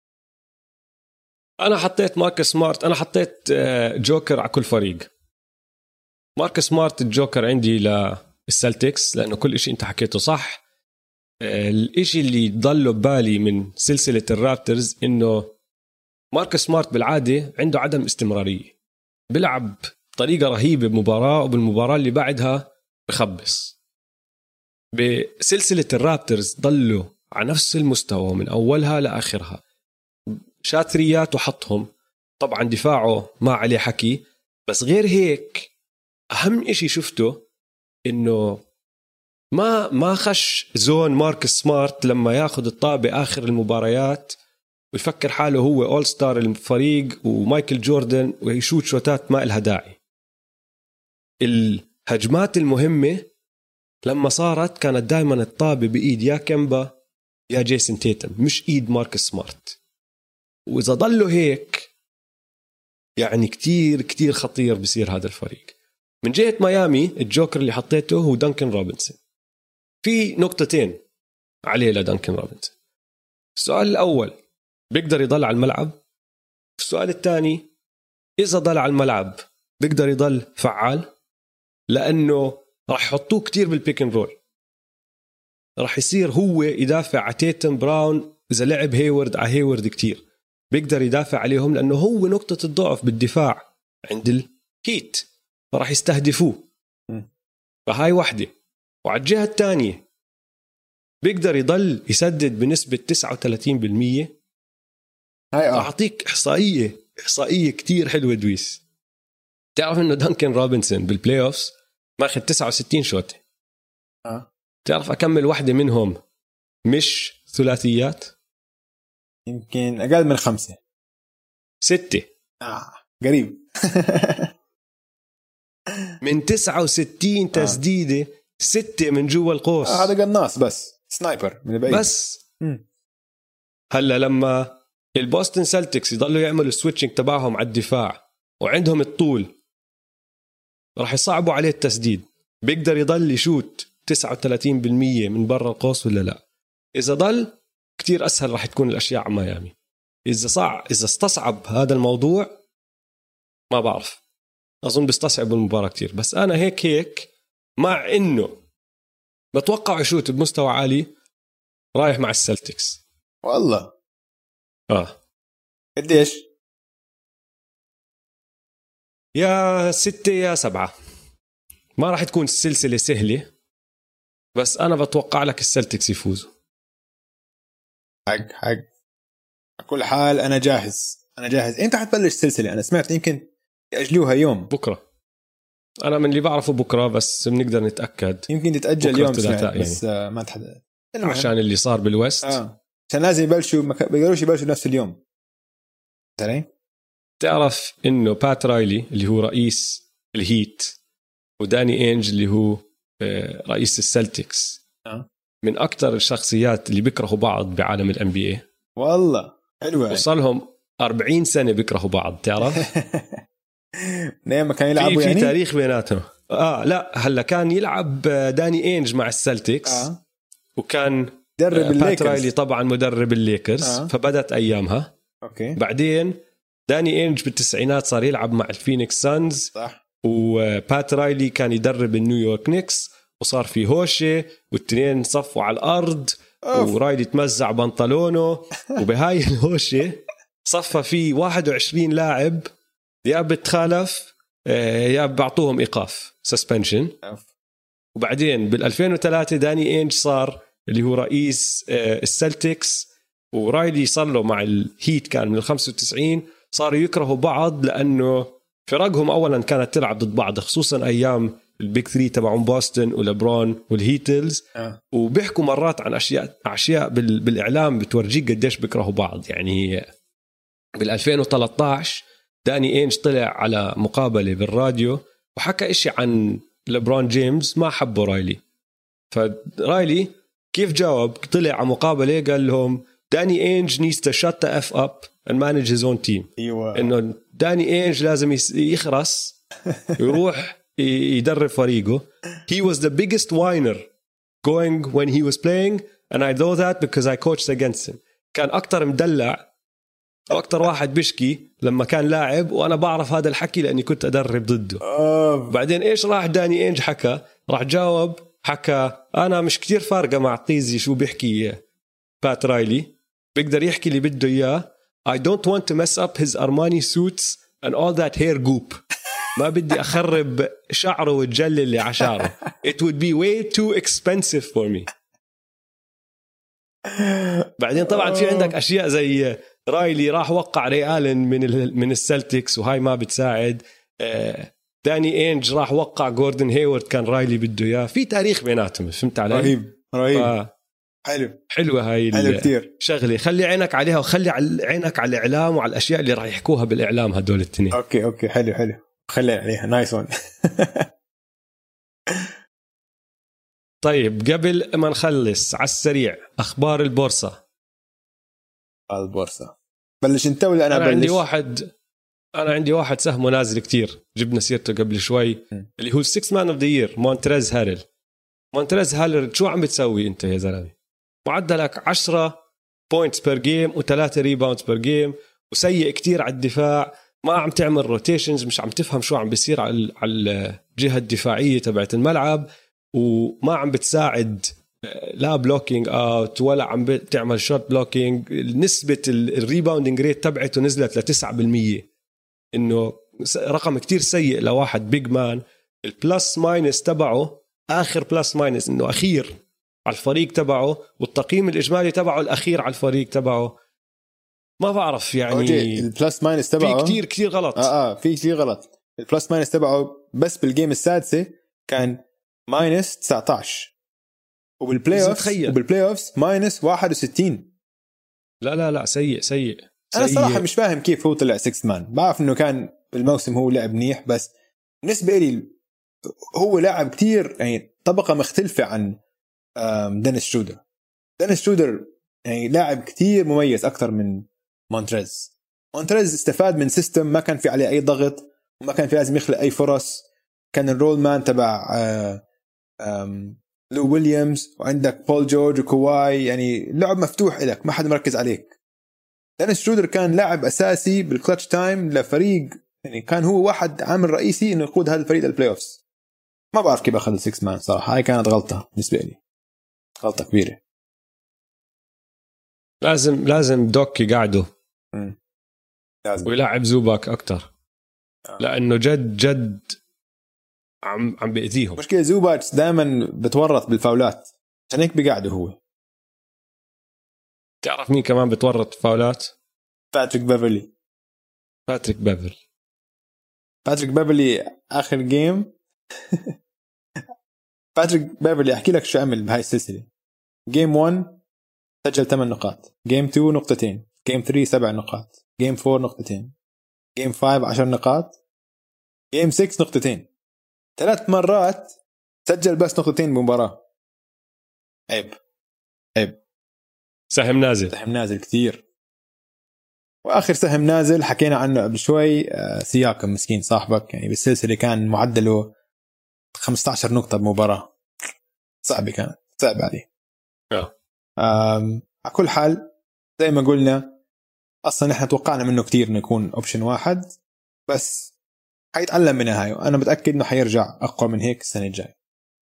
[SPEAKER 1] أنا حطيت ماركس سمارت، أنا حطيت جوكر على كل فريق. ماركس سمارت الجوكر عندي للسلتكس لأنه كل إشي أنت حكيته صح. الإشي اللي ضله ببالي من سلسلة الرابترز إنه ماركس سمارت بالعادة عنده عدم استمرارية، بيلعب بطريقة رهيبة بمباراة وبالمباراة اللي بعدها بخبص. بسلسلة الرابترز ضله على نفس المستوى من أولها لآخرها، شاتريات وحطهم. طبعا دفاعه ما عليه حكي، بس غير هيك أهم إشي شفته إنه ما خش زون ماركس سمارت لما ياخد الطابة آخر المباريات ويفكر حاله هو أول ستار الفريق ومايكل جوردن ويشوت شوتات ما إلها داعي. الهجمات المهمة لما صارت كانت دائما الطابة بإيد يا كمبا يا جيسون تيتم، مش إيد ماركس سمارت. وإذا ضلوا هيك يعني كتير كتير خطير بصير هذا الفريق. من جهة ميامي الجوكر اللي حطيته هو دانكن روبنسون. في نقطتين عليه لدانكن روبنسون. السؤال الأول، بيقدر يضل على الملعب؟ السؤال الثاني، إذا ضل على الملعب بيقدر يضل فعال؟ لأنه راح يحطوه كتير بالبيك اند رول، راح يصير هو يدافع على تيتم براون. إذا لعب هيورد على هيورد كتير بيقدر يدافع عليهم، لأنه هو نقطة الضعف بالدفاع عند الهيت، فراح يستهدفوه. فهاي واحدة. وعلى الجهة الثانية بيقدر يضل يسدد بنسبة 39%. راح أعطيك إحصائية كتير حلوة دويس. تعرف إنه دانكن روبنسون بالبلاي أوفس ماخذ 69 شوت. تعرف أكمل واحدة منهم مش ثلاثيات؟
[SPEAKER 2] يمكن أقل من 5
[SPEAKER 1] 6.
[SPEAKER 2] قريب.
[SPEAKER 1] من 69 تسديدة 6 من جوا القوس.
[SPEAKER 2] هذا قناص بس سنايبر من بعيد
[SPEAKER 1] بس. هلا لما البوستن سلتكس يضلوا يعملوا السويتشنج تبعهم على الدفاع وعندهم الطول راح يصعبوا عليه التسديد. بيقدر يضل يشوت 39% من برا القوس ولا لا؟ إذا ضل كتير أسهل راح تكون الأشياء على ميامي. إذا استصعب هذا الموضوع ما بعرف، أظن بيستصعب المباراة كتير. بس أنا هيك مع إنه بتوقع يشوت بمستوى عالي رايح مع السلتكس.
[SPEAKER 2] والله قديش؟
[SPEAKER 1] يا 6 يا 7. ما راح تكون السلسلة سهلة، بس أنا بتوقع لك السلتكس يفوزوا.
[SPEAKER 2] حق كل حال أنا جاهز. إمتى حتبلش السلسلة؟ أنا سمعت يمكن يأجلوها يوم
[SPEAKER 1] بكرة. أنا من اللي بعرفه بكرة، بس بنقدر نتأكد
[SPEAKER 2] يمكن تتأجل يوم
[SPEAKER 1] سمعت
[SPEAKER 2] يعني.
[SPEAKER 1] بس
[SPEAKER 2] ما تحدد
[SPEAKER 1] عشان اللي صار بالوست.
[SPEAKER 2] عشان لازم يبلشوا بيقدروش يبلشوا نفس اليوم.
[SPEAKER 1] تعرف إنه بات رايلي اللي هو رئيس الهيت وداني إنج اللي هو رئيس السلتكس من أكتر الشخصيات اللي بيكرهوا بعض بعالم NBA.
[SPEAKER 2] والله حلوة.
[SPEAKER 1] وصلهم 40 سنة بيكرهوا بعض. تعرف
[SPEAKER 2] نعم كان يلعبوا يعني
[SPEAKER 1] في تاريخ بيناتهم. لا هلا كان يلعب داني إنج مع السلتكس وكان
[SPEAKER 2] مدرب
[SPEAKER 1] بات رايلي طبعا مدرب الليكرز. فبدت أيامها.
[SPEAKER 2] أوكي.
[SPEAKER 1] بعدين داني إنج بالتسعينات صار يلعب مع الفينيكس سانز.
[SPEAKER 2] صح.
[SPEAKER 1] وبات رايلي كان يدرب النيويورك نيكس، وصار في هوشة والتنين صفوا على الأرض. ورايلي تمزع بنطلونه. وبهاي الهوشة صفى فيه 21 لاعب، يا بتخالف يا بعطوهم إيقاف سسبنشن. وبعدين بال2003 داني إنج صار اللي هو رئيس السلتكس، ورايلي صار له مع الهيت كان من 95. صاروا يكرهوا بعض لأنه فرقهم أولا كانت تلعب ضد بعض، خصوصا أيام البيك 3 تبعون بوسطن ولبرون والهيتلز. وبيحكوا مرات عن أشياء بالإعلام بتورجيك قديش بيكرهوا بعض. يعني بال2013 داني إنج طلع على مقابلة بالراديو وحكى إشي عن لبرون جيمس ما حبه رايلي. فرايلي كيف جاوب؟ طلع على مقابلة قال لهم داني إنج needs to shut the F up and manage his own team. إنه داني إنج لازم يخرس يروح يدرب فريقه. He was the biggest whiner going when he was playing and I know that because I coached against him. كان أكتر مدلع أكتر واحد بشكي لما كان لاعب، وأنا بعرف هذا الحكي لأني كنت أدرب ضده. بعدين إيش راح داني إنج حكى؟ راح جاوب حكى أنا مش كتير فارقة مع طيزي شو بيحكي بات رايلي، بيقدر يحكي اللي بده إياه. I don't want to mess up his Armani suits and all that hair goop. ما بدي أخرب شعره والجل اللي عشاره. It would be way too expensive for me. بعدين طبعا في عندك أشياء زي رايلي راح وقع ري آلن من السلتكس وهاي ما بتساعد. داني إنج راح وقع جوردن هيورد كان رايلي بده إياه. في تاريخ بيناتهم، فهمت علي؟
[SPEAKER 2] رهيب.
[SPEAKER 1] حلوة هاي الشغلة. خلي عينك عليها وخلي عينك على الإعلام وعلى الأشياء اللي راح يحكوها بالإعلام هدول التنين.
[SPEAKER 2] أوكي حلو خلي عليها. نايس ون.
[SPEAKER 1] طيب قبل ما نخلص على السريع أخبار البورصة.
[SPEAKER 2] بلش انت ولا أنا بلش؟
[SPEAKER 1] أنا عندي واحد سهمه نازل كتير، جبنا سيرته قبل شوي، اللي هو 6 man of the year مونتريز هارل. شو عم بتسوي أنت يا زلمة؟ معدلك 10 points per game و3 rebounds per game، وسيء كتير على الدفاع. ما عم تعمل روتيشنز، مش عم تفهم شو عم بيصير على الجهة الدفاعية تبعت الملعب، وما عم بتساعد لا بلوكينج اوت ولا عم بتعمل شوت بلوكينج. نسبة الريباوندينج ريت تبعته نزلت ل 9%، انه رقم كتير سيء لواحد بيج مان. البلس ماينس تبعه اخر بلس ماينس انه اخير على الفريق تبعه، والتقييم الاجمالي تبعه الاخير على الفريق تبعه. ما بعرف يعني
[SPEAKER 2] البلس ماينس تبعه
[SPEAKER 1] في كتير غلط.
[SPEAKER 2] في كتير غلط. البلس ماينس تبعه بس بالجيم السادسة كان ماينس 19، وبالبلاي اوفز ماينس 61.
[SPEAKER 1] لا سيء.
[SPEAKER 2] انا صراحة مش فاهم كيف هو طلع 6 مان. بعرف انه كان بالموسم هو لعب منيح، بس بالنسبة لي هو لاعب كتير يعني طبقة مختلفة عن دينيس شرودر يعني لاعب كتير مميز أكتر من مونتريز استفاد من سيستم ما كان في عليه أي ضغط، وما كان في لازم يخلق أي فرص. كان الرول مان تبع لو ويليامز وعندك بول جورج وكواي، يعني لعب مفتوح إلك، ما حد مركز عليك. دينيس شرودر كان لاعب أساسي بالكلتش تايم لفريق، يعني كان هو واحد عامل رئيسي إنه يقود هذا الفريق للبلاي أوفس. ما بعرف كيف أخذ 6 مان صراحة، هاي كانت غلطة بالنسبة لي، غلطة كبيرة.
[SPEAKER 1] لازم دوك يقعده
[SPEAKER 2] لازم
[SPEAKER 1] ويلعب زوباك أكتر، لأنه جد عم بيأذيهم.
[SPEAKER 2] مشكلة زوباك دائما بتورط بالفاولات، عشان هيك بقعده هو.
[SPEAKER 1] تعرف مين كمان بتورط فاولات؟
[SPEAKER 2] باتريك بيفرلي آخر جيم. باتريك بيفرلي أحكي لك شو عمل بهاي السلسلة. جيم 1 سجل 8 نقاط، جيم 2 نقطتين، جيم 3 7 نقاط، جيم 4 نقطتين، جيم 5 10 نقاط، جيم 6 نقطتين. 3 مرات سجل بس نقطتين بمباراة. عيب.
[SPEAKER 1] سهم نازل
[SPEAKER 2] كتير. وآخر سهم نازل حكينا عنه قبل شوي، سياكم مسكين صاحبك، يعني بالسلسلة كان معدله 15 نقطة بمباراة. صعب عليه. على كل حال زي ما قلنا أصلا إحنا توقعنا منه كتير إنه يكون أوبشن واحد، بس حيتعلم منها هاي، وأنا متأكد إنه حيرجع أقوى من هيك السنة الجاية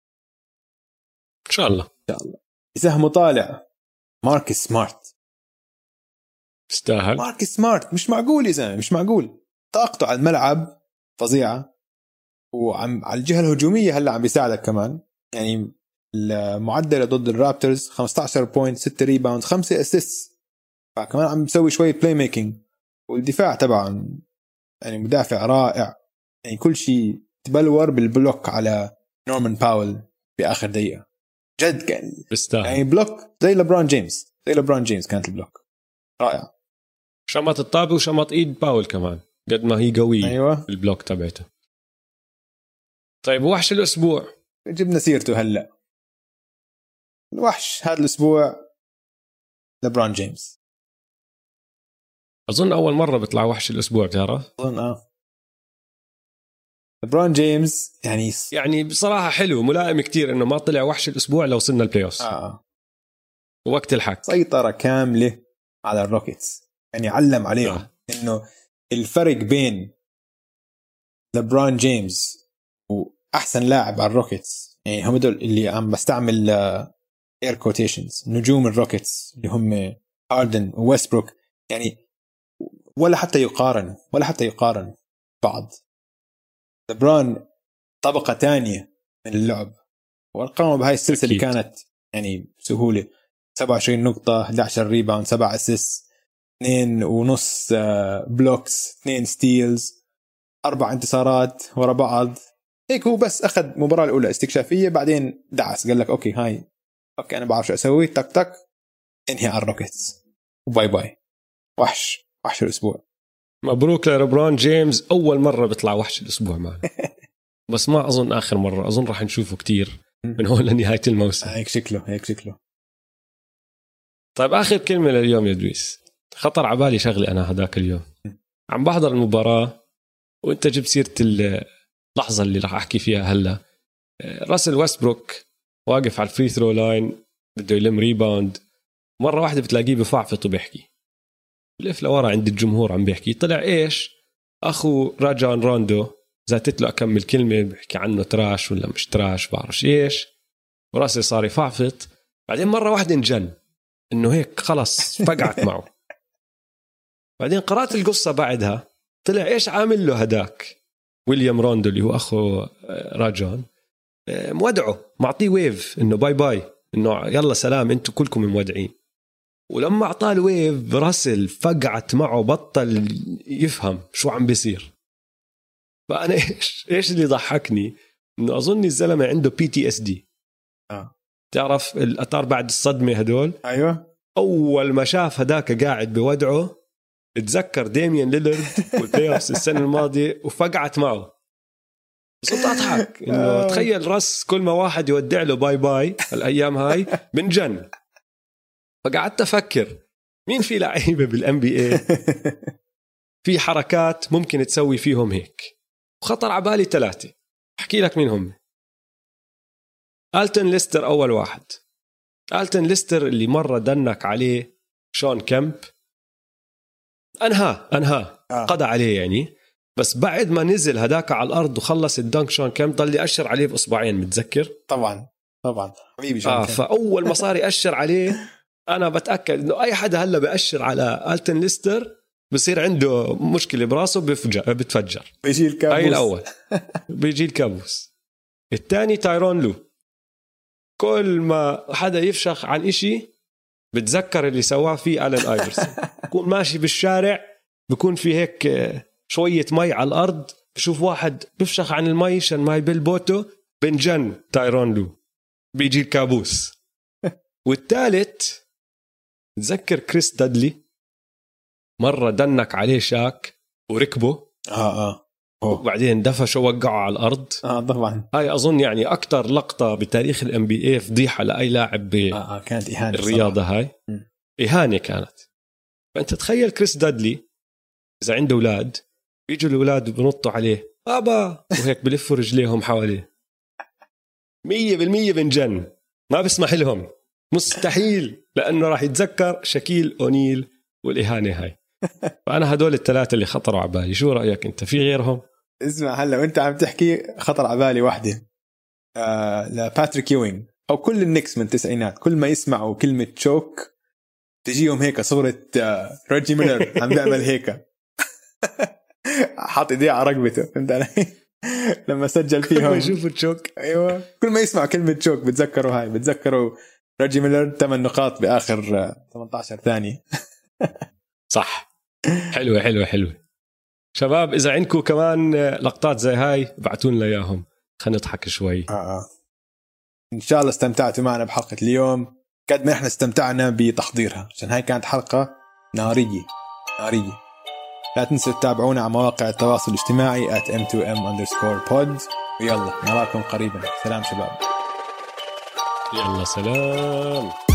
[SPEAKER 1] إن شاء الله.
[SPEAKER 2] سهمه طالع ماركس سمارت.
[SPEAKER 1] استاهل
[SPEAKER 2] ماركس سمارت، مش معقول يا زلمة، مش معقول. طاقته على الملعب فظيعة، وعلى الجهة الهجومية هلا عم بيساعدك كمان. يعني المعدل ضد الرابترز 15 بوينت، 6 ريباوند، 5 اسيست، فكمان عم بيسوي شوية بلاي ميكينج. والدفاع طبعا يعني مدافع رائع، يعني كل شيء تبلور بالبلوك على نورمان باول بآخر دقيقة. جد كان
[SPEAKER 1] بيستاهل،
[SPEAKER 2] يعني بلوك زي لبران جيمس كانت البلوك رائع.
[SPEAKER 1] شمط الطابة وشمط ايد باول كمان قد ما هي قوية.
[SPEAKER 2] أيوة.
[SPEAKER 1] البلوك تبعته. طيب وحش الأسبوع
[SPEAKER 2] جبنا سيرته هلأ. الوحش هذا الأسبوع لبران جيمس.
[SPEAKER 1] أظن أول مرة بيطلع وحش الأسبوع، بتعرف؟
[SPEAKER 2] أظن لبران جيمس
[SPEAKER 1] يعني بصراحة حلو، ملائم كتير إنه ما طلع وحش الأسبوع لو صرنا البلاي أوفس. ووقت الحق
[SPEAKER 2] سيطرة كاملة على الروكيتس، يعني علم عليهم إنه الفرق بين لبران جيمس وأحسن لاعب على الروكيتس، يعني هم دول اللي عم بستعمل اير كوتيشنز، نجوم الروكيتس اللي هم هاردن وويستبروك، يعني ولا حتى يقارن بعض. لبران طبقة تانية من اللعب، وارقامه بهاي السلسلة اللي كانت يعني بسهولة 27 نقطة، 11 ريباوند، 7 اسيست، 2.5 بلوكس، 2 ستيلز، 4 انتصارات ورا بعض. هيك هو بس أخذ مباراة الأولى استكشافية، بعدين دعس قال لك أوكي أنا بعرف شو أسوي، تك انهي على الروكيتس وباي باي. وحش الأسبوع.
[SPEAKER 1] مبروك لربران جيمس، أول مرة بيطلع وحش الأسبوع معنا. بس ما أظن آخر مرة، أظن راح نشوفه كتير من هون لنهاية الموسم.
[SPEAKER 2] هيك شكله.
[SPEAKER 1] طيب آخر كلمة لليوم يا دويس. خطر عبالي شغلي أنا هداك اليوم عم بحضر المباراة وانت جبت سيرة اللحظة اللي راح أحكي فيها هلا. راسل ويستبروك واقف على الفري ثرو لاين بده يلم ريباوند، مرة واحدة بتلاقيه بفعفط وبيحكي، بلف لورا عند الجمهور عم بيحكي. طلع إيش؟ أخو راجان روندو زاتت له أكمل كلمة بيحكي عنه تراش ولا مش تراش بعرفش إيش، وراسل صار يفعفط. بعدين مرة واحدة انجن إنه هيك خلص فقعت معه. بعدين قرأت القصة بعدها، طلع إيش عامل له هداك ويليام روندو اللي هو أخو راجان، مودعه معطيه ويف إنه باي باي، إنه يلا سلام أنتوا كلكم مودعين. ولما أعطاه الويف راسل فقعت معه، بطل يفهم شو عم بيصير. فأنا إيش اللي ضحكني إنه أظن الزلمة عنده PTSD. تعرف الأثار بعد الصدمة هدول.
[SPEAKER 2] أيوة.
[SPEAKER 1] أول ما شاف هداك قاعد بودعه اتذكر ديميان ليلرد والبلاي أوفس السنة الماضية وفقعت معه. صرت أضحك إنه تخيل راس كل ما واحد يودع له باي باي الأيام هاي بنجن. فقعدت أفكر مين في لعيبة بالNBA في حركات ممكن تسوي فيهم هيك، وخطر عبالي 3. أحكي لك مين هم. آلتون ليستر أول واحد. آلتون ليستر اللي مرة دنك عليه شون كيمب أنهى قضى عليه يعني، بس بعد ما نزل هداك على الأرض وخلص الدنك شون كيمب ضل يأشر عليه بأصبعين، متذكر؟
[SPEAKER 2] طبعا حبيبي شون كيمب.
[SPEAKER 1] فأول ما صار يأشر عليه أنا بتأكد إنه أي حدا هلا بأشر على آلتون ليستر بصير عنده مشكلة براسه بتفجر.
[SPEAKER 2] بيجي الكابوس.
[SPEAKER 1] أي الأول بيجي الكابوس. الثاني تايرون لو، كل ما حدا يفشخ عن إشي بتذكر اللي سواه فيه آلن آيفرسون. بكون ماشي بالشارع بكون في هيك شوية مي على الأرض، بشوف واحد بفشخ عن المي شان ماي بالبوتو، بنجن تايرون لو، بيجي الكابوس. والثالث تذكر كريس دادلي، مرة دنك عليه شاك وركبه وبعدين دفشه ووقعه على الأرض.
[SPEAKER 2] طبعا
[SPEAKER 1] هاي أظن يعني أكتر لقطة بتاريخ NBA فضيحة لأي لاعب
[SPEAKER 2] كانت إهانة
[SPEAKER 1] الرياضة صراحة. هاي إهانة كانت. فأنت تخيل كريس دادلي إذا عنده أولاد، بيجوا الأولاد بنطوا عليه بابا وهيك بلفوا رجليهم حواليه، 100% بنجن، ما بسمح لهم، مستحيل، لأنه راح يتذكر شكيل أونيل والإهانة هاي. فأنا هدول الثلاثة اللي خطروا على بالي. شو رأيك أنت في غيرهم؟
[SPEAKER 2] اسمع هلا وأنت عم تحكي خطر على بالي واحدة لباتريك يوينغ أو كل النكس من التسعينات، كل ما يسمعوا كلمة تشوك تجيهم هيك صورة روجي ميلر عم بيعمل هيك حاط ايديه على رقبته، فهمت علي؟ لما سجل فيهم
[SPEAKER 1] كل ما يشوفوا تشوك.
[SPEAKER 2] ايوه كل ما يسمع كلمة تشوك بتذكروا روجي ميلر 8 نقاط باخر 18 ثانية.
[SPEAKER 1] صح. حلوة شباب، اذا عندكم كمان لقطات زي هاي ابعتوا لنا اياهم خلينا نضحك شوي.
[SPEAKER 2] ان شاء الله استمتعتوا معنا بحلقة اليوم قد ما احنا استمتعنا بتحضيرها، عشان هاي كانت حلقة نارية. لا تنسوا تتابعونا على مواقع التواصل الاجتماعي @m2m_pod. ويلا نراكم قريبا. سلام شباب.
[SPEAKER 1] يلا سلام.